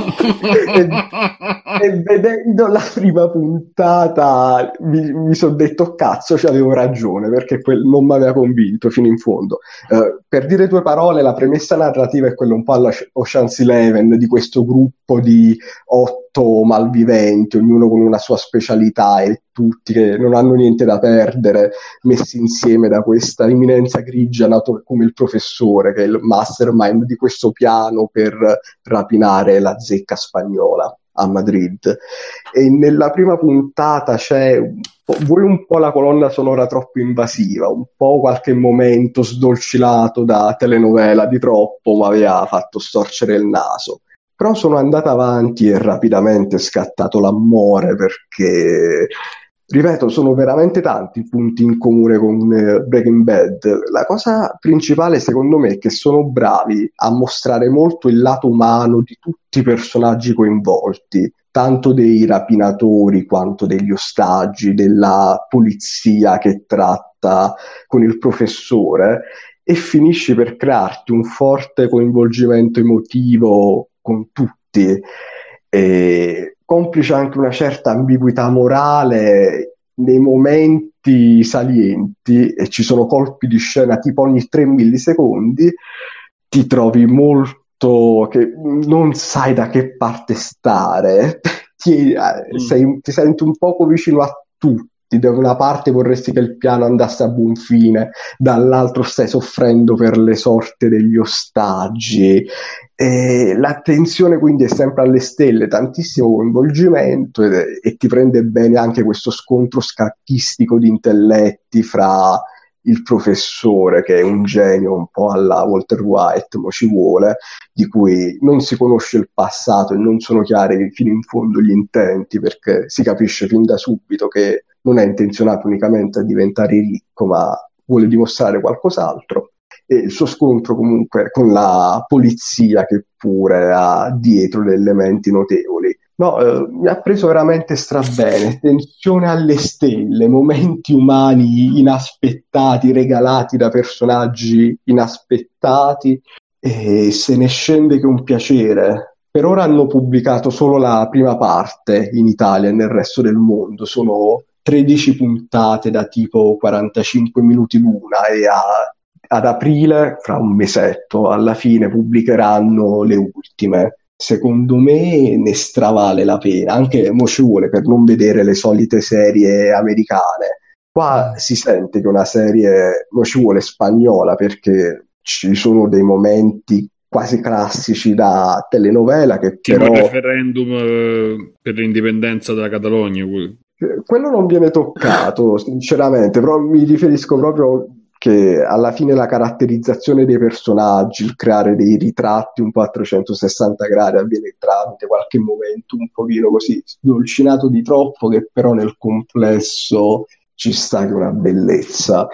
e vedendo la prima puntata mi sono detto cazzo, c'avevo ragione, perché non mi aveva convinto fino in fondo. Per dire due parole, la premessa narrativa è quella un po' alla Ocean's Eleven, di questo gruppo di 8 malviventi, ognuno con una sua specialità e tutti che non hanno niente da perdere, messi insieme da questa eminenza grigia nato come il professore, che è il mastermind di questo piano per rapinare la zecca spagnola a Madrid. E nella prima puntata vuoi un po' la colonna sonora troppo invasiva, un po' qualche momento sdolciato da telenovela di troppo, ma aveva fatto storcere il naso. Però sono andata avanti e rapidamente è scattato l'amore, perché, ripeto, sono veramente tanti i punti in comune con Breaking Bad. La cosa principale secondo me è che sono bravi a mostrare molto il lato umano di tutti i personaggi coinvolti, tanto dei rapinatori quanto degli ostaggi, della polizia che tratta con il professore, e finisci per crearti un forte coinvolgimento emotivo con tutti, e complice anche una certa ambiguità morale nei momenti salienti, e ci sono colpi di scena tipo ogni 3 millisecondi, ti trovi molto che non sai da che parte stare, ti senti un poco vicino a tutti. Da una parte vorresti che il piano andasse a buon fine, dall'altro stai soffrendo per le sorte degli ostaggi. E la tensione quindi è sempre alle stelle, tantissimo coinvolgimento, e ti prende bene anche questo scontro scacchistico di intelletti fra il professore, che è un genio un po' alla Walter White, ma ci vuole, di cui non si conosce il passato e non sono chiari fino in fondo gli intenti, perché si capisce fin da subito che non è intenzionato unicamente a diventare ricco, ma vuole dimostrare qualcos'altro. E il suo scontro comunque con la polizia, che pure ha dietro degli elementi notevoli. No, mi ha preso veramente strabene, tensione alle stelle, momenti umani inaspettati, regalati da personaggi inaspettati, e se ne scende che un piacere. Per ora hanno pubblicato solo la prima parte in Italia e nel resto del mondo, sono 13 puntate da tipo 45 minuti l'una, e ad aprile, fra un mesetto, alla fine pubblicheranno le ultime. Secondo me ne stravale la pena, anche mo ci vuole per non vedere le solite serie americane. Qua si sente che è una serie mo ci vuole spagnola, perché ci sono dei momenti quasi classici da telenovela che tipo però... il referendum per l'indipendenza della Catalogna. Quello non viene toccato, sinceramente, però mi riferisco proprio che alla fine la caratterizzazione dei personaggi, il creare dei ritratti un po' a 360 gradi avviene tramite qualche momento un pochino così sdolcinato di troppo, che però nel complesso ci sta che una bellezza.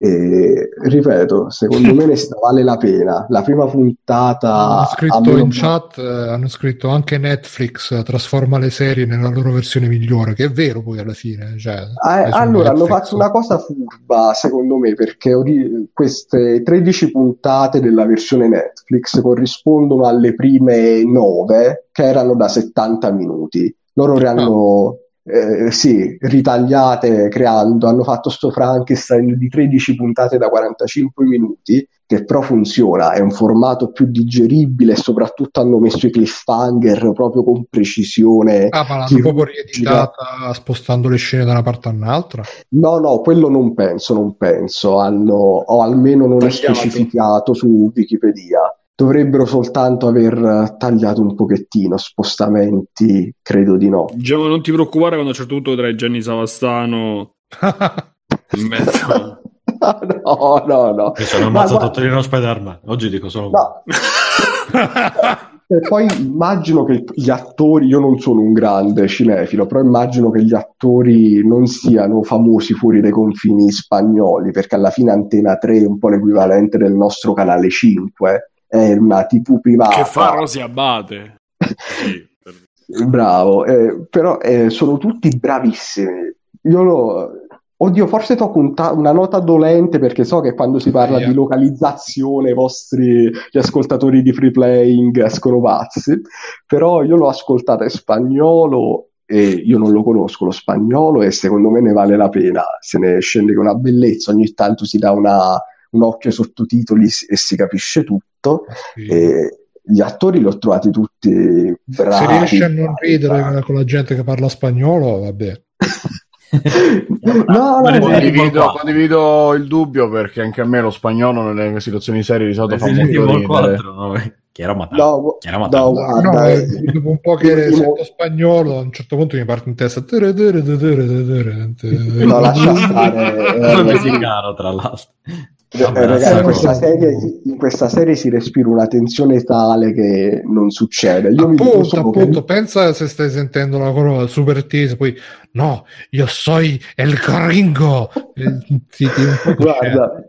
E ripeto, secondo me ne vale la pena. La prima puntata hanno scritto anche Netflix trasforma le serie nella loro versione migliore, che è vero poi alla fine, cioè, allora hanno fatto una cosa furba secondo me, perché queste 13 puntate della versione Netflix corrispondono alle prime 9 che erano da 70 minuti. Loro le hanno ritagliate hanno fatto sto Frankenstein di 13 puntate da 45 minuti che però funziona, è un formato più digeribile e soprattutto hanno messo i cliffhanger proprio con precisione. Ma l'hanno proprio rieditata spostando le scene da una parte a un'altra? No, quello non penso, o almeno non è specificato su Wikipedia. Dovrebbero soltanto aver tagliato un pochettino spostamenti, credo di no. Diciamo, non ti preoccupare quando a un certo punto vedrai Gianni Savastano in mezzo. No. Mi sono ammazzato Torino Spider-Man. Oggi dico solo no. E poi immagino che gli attori, io non sono un grande cinefilo, però immagino che gli attori non siano famosi fuori dai confini spagnoli, perché alla fine Antena 3 è un po' l'equivalente del nostro canale 5. È una TV privata che fa Rosy Abate. Sì. Bravo, però sono tutti bravissimi. Oddio, forse tocco una nota dolente, perché so che quando si parla di localizzazione gli ascoltatori di Free Playing escono pazzi, però io l'ho ascoltata in spagnolo e io non lo conosco lo spagnolo e secondo me ne vale la pena, se ne scende con una bellezza, ogni tanto si dà un occhio ai sottotitoli e si capisce tutto. E gli attori li ho trovati tutti bravi. Se riesci a non ridere con la gente che parla spagnolo, vabbè. Condivido il dubbio, perché anche a me lo spagnolo nelle situazioni serie di solito fa molto ridere. Chiaro matato. Dopo un po' che sento spagnolo, a un certo punto mi parte in testa. No, lascia stare. Messicano, tra l'altro. Ragazzi, in questa serie si respira una tensione tale che non succede. Appunto, pensa se stai sentendo la parola super tesa, poi no, io soy el gringo. Guarda,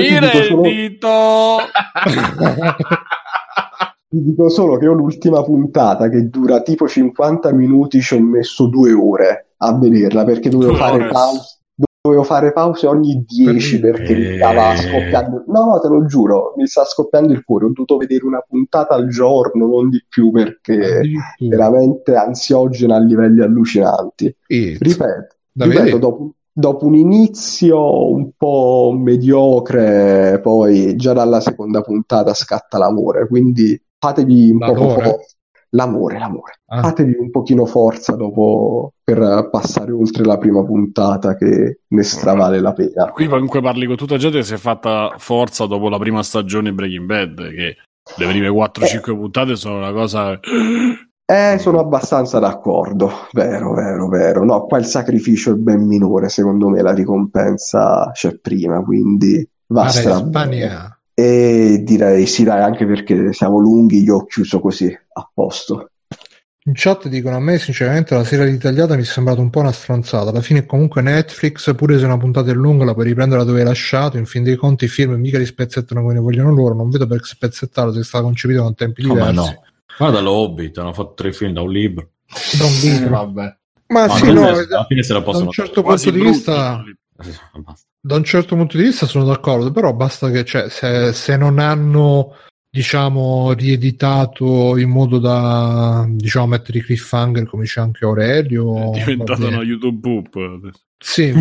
ti dico solo che ho l'ultima puntata che dura tipo 50 minuti, ci ho messo 2 ore a vederla perché dovevo fare pause ogni 10 perché mi stava scoppiando. No, te lo giuro, mi sta scoppiando il cuore. Ho dovuto vedere una puntata al giorno, non di più, perché è veramente ansiogena a livelli allucinanti. Ripeto, dopo un inizio un po' mediocre, poi già dalla seconda puntata scatta l'amore, quindi fatevi un po' l'amore. Fatevi un pochino forza dopo per passare oltre la prima puntata, che ne stravale la pena. Qui comunque parli con tutta gente che si è fatta forza dopo la prima stagione Breaking Bad, che le prime 4-5 puntate sono una cosa... Sono abbastanza d'accordo, vero. No, qua il sacrificio è ben minore, secondo me la ricompensa c'è prima, quindi va Spagna. E direi sì, dai, anche perché siamo lunghi, io ho chiuso così, a posto. In chat dicono: a me sinceramente la serie ritagliata mi è sembrata un po' una stronzata. Alla fine comunque Netflix, pure se una puntata è lunga, la puoi riprendere da dove hai lasciato. In fin dei conti i film mica li spezzettano come ne vogliono loro. Non vedo perché spezzettarlo, se è stato concepito con tempi diversi. Ma no, guarda lo Hobbit, hanno fatto 3 film da un libro. Da un libro. Vabbè. Ma sì, no, alla fine se la possono da un certo punto di vista... Da un certo punto di vista sono d'accordo, però basta che, cioè, se non hanno, diciamo, rieditato in modo da, diciamo, mettere i cliffhanger, come c'è anche Aurelio, è diventato una YouTube poop. Sì.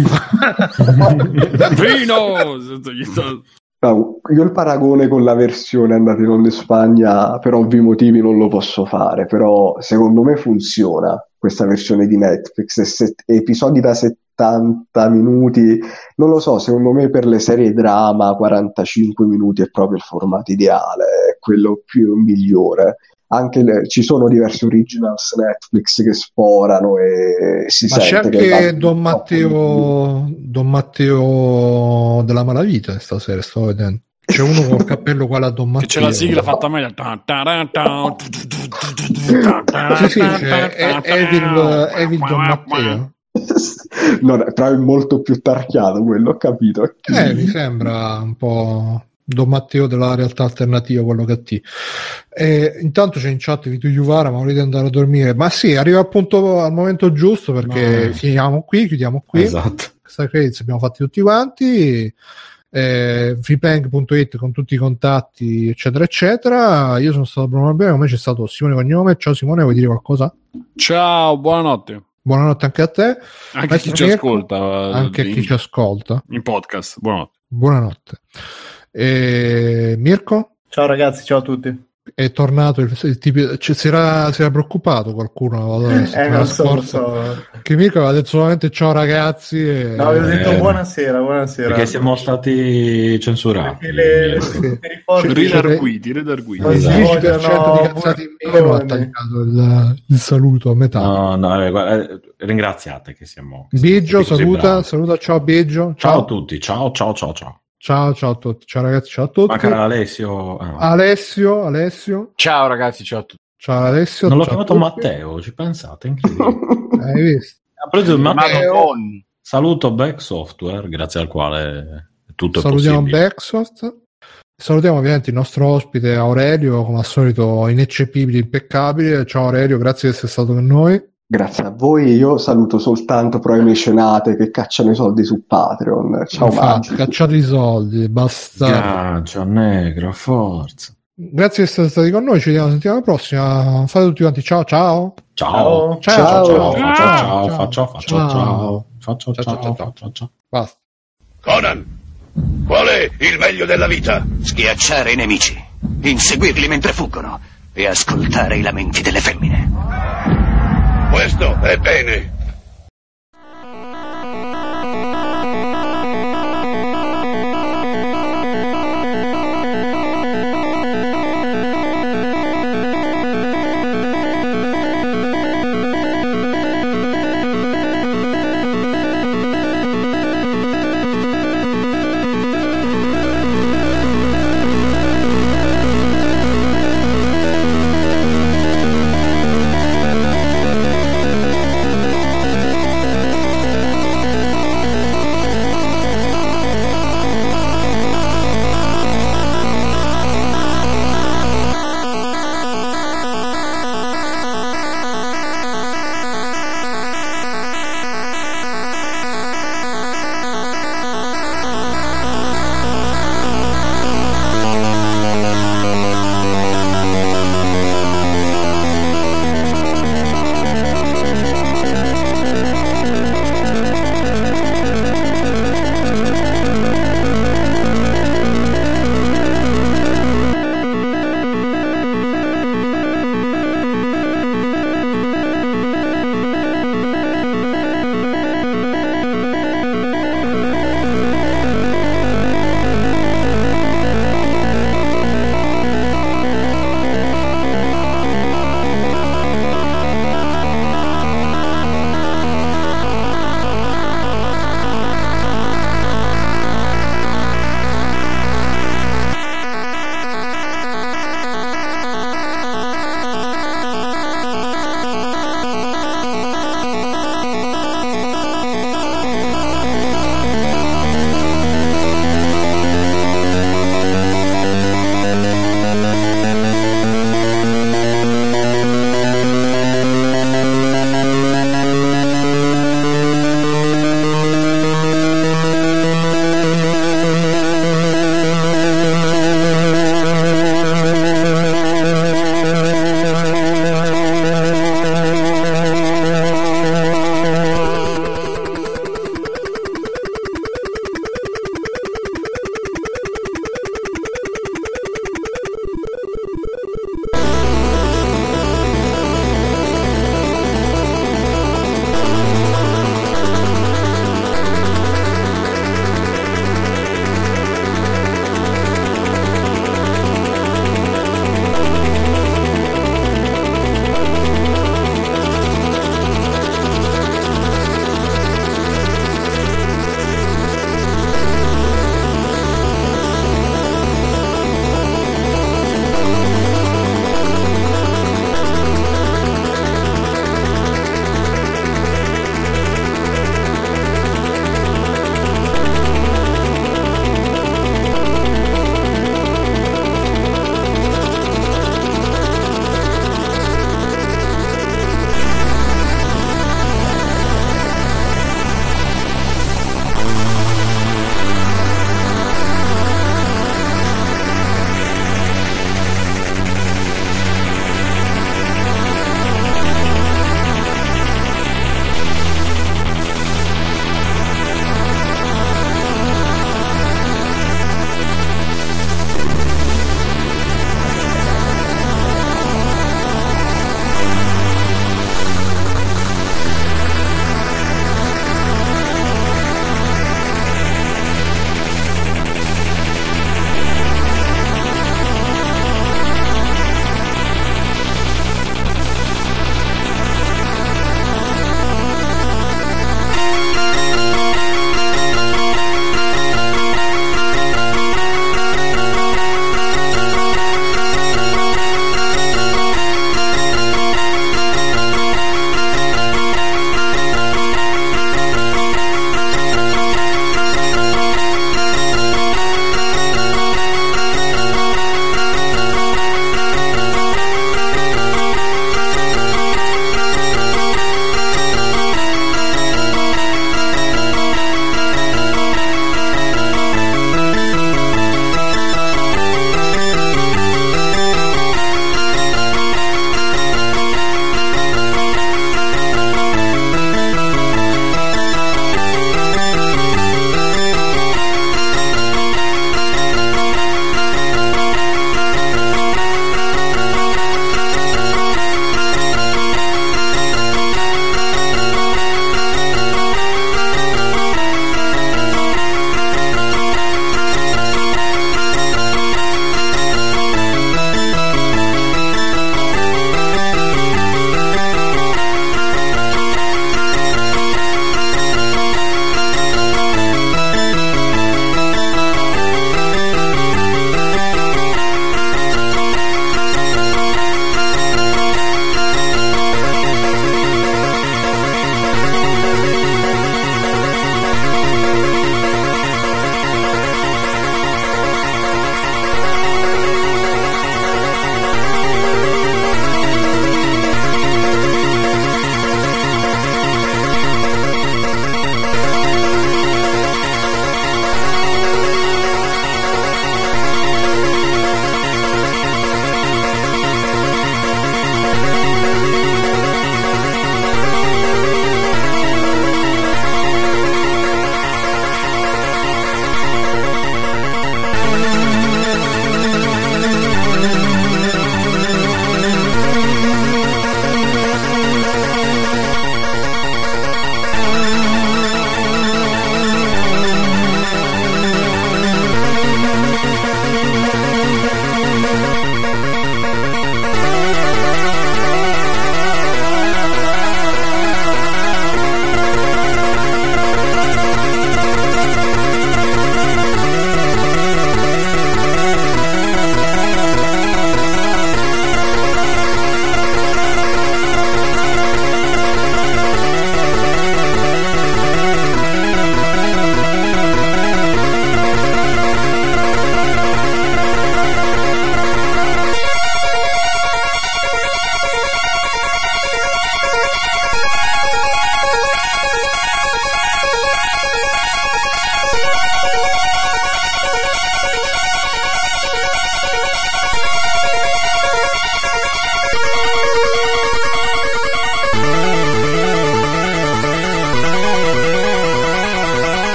Io il paragone con la versione andata in onda in Spagna per ovvi motivi non lo posso fare, però secondo me funziona questa versione di Netflix, episodi da 70 minuti, non lo so, secondo me per le serie drama 45 minuti è proprio il formato ideale, è quello più migliore. Anche ci sono diversi originals Netflix che sporano e si ma sente c'è anche Don Matteo della Malavita stasera, sto vedendo. C'è uno col cappello uguale a Don Matteo. C'è la sigla fatta meglio. Sì, c'è Evil Don Matteo. Però è molto più tarchiato quello, ho capito. Mi sembra un po' Don Matteo della realtà alternativa, quello che ti. Intanto c'è in chat Vito Juvara, ma volete andare a dormire? Ma sì, arriva appunto al momento giusto, perché chiudiamo qui. Esatto. Questa credits abbiamo fatti tutti quanti. Freeplank.it con tutti i contatti, eccetera eccetera. Io sono stato Bruno Alberto, come c'è stato Simone Cognome. Ciao Simone, vuoi dire qualcosa? Ciao, buonanotte. Buonanotte anche a te, anche a chi ci ascolta, anche a chi ci ascolta in podcast. Buonanotte. Mirko? Ciao ragazzi, ciao a tutti. È tornato il tipo, si era preoccupato qualcuno non so. Che Mirko aveva detto solamente ciao ragazzi no, avevo detto buonasera perché siamo stati censurati, ridarguiti il 10% di cazzate in meno ha tagliato il saluto a metà. No, ringraziate che siamo Biggio, saluta, ciao Biggio, ciao a tutti, ciao Ciao a tutti, ciao ragazzi, ciao a tutti. Manca Alessio. Alessio. Ciao ragazzi, ciao a tutti. Ciao Alessio. Non l'ho chiamato Matteo, ci pensate? Incredibile. Hai visto? Ha preso il Matteo. Saluto Back Software, grazie al quale tutto salutiamo è possibile. Backsoft. Salutiamo ovviamente il nostro ospite Aurelio, come al solito ineccepibile, impeccabile. Ciao Aurelio, grazie di essere stato con noi. Grazie a voi, io saluto soltanto però i mecenate che cacciano i soldi su Patreon. Ciao Maggio. Cacciate i soldi, basta. Ghiaccio negro, forza. Grazie di essere stati con noi, ci vediamo la settimana prossima. Fate tutti quanti ciao. Ciao. Basta. Conan, qual è il meglio della vita? Schiacciare i nemici, inseguirli mentre fuggono e ascoltare i lamenti delle femmine. Questo è bene.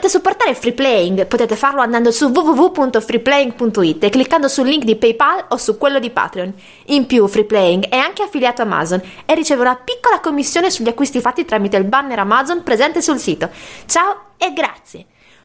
volete supportare Free Playing, potete farlo andando su www.freeplaying.it e cliccando sul link di PayPal o su quello di Patreon. In più, Free Playing è anche affiliato a Amazon e riceve una piccola commissione sugli acquisti fatti tramite il banner Amazon presente sul sito. Ciao e grazie!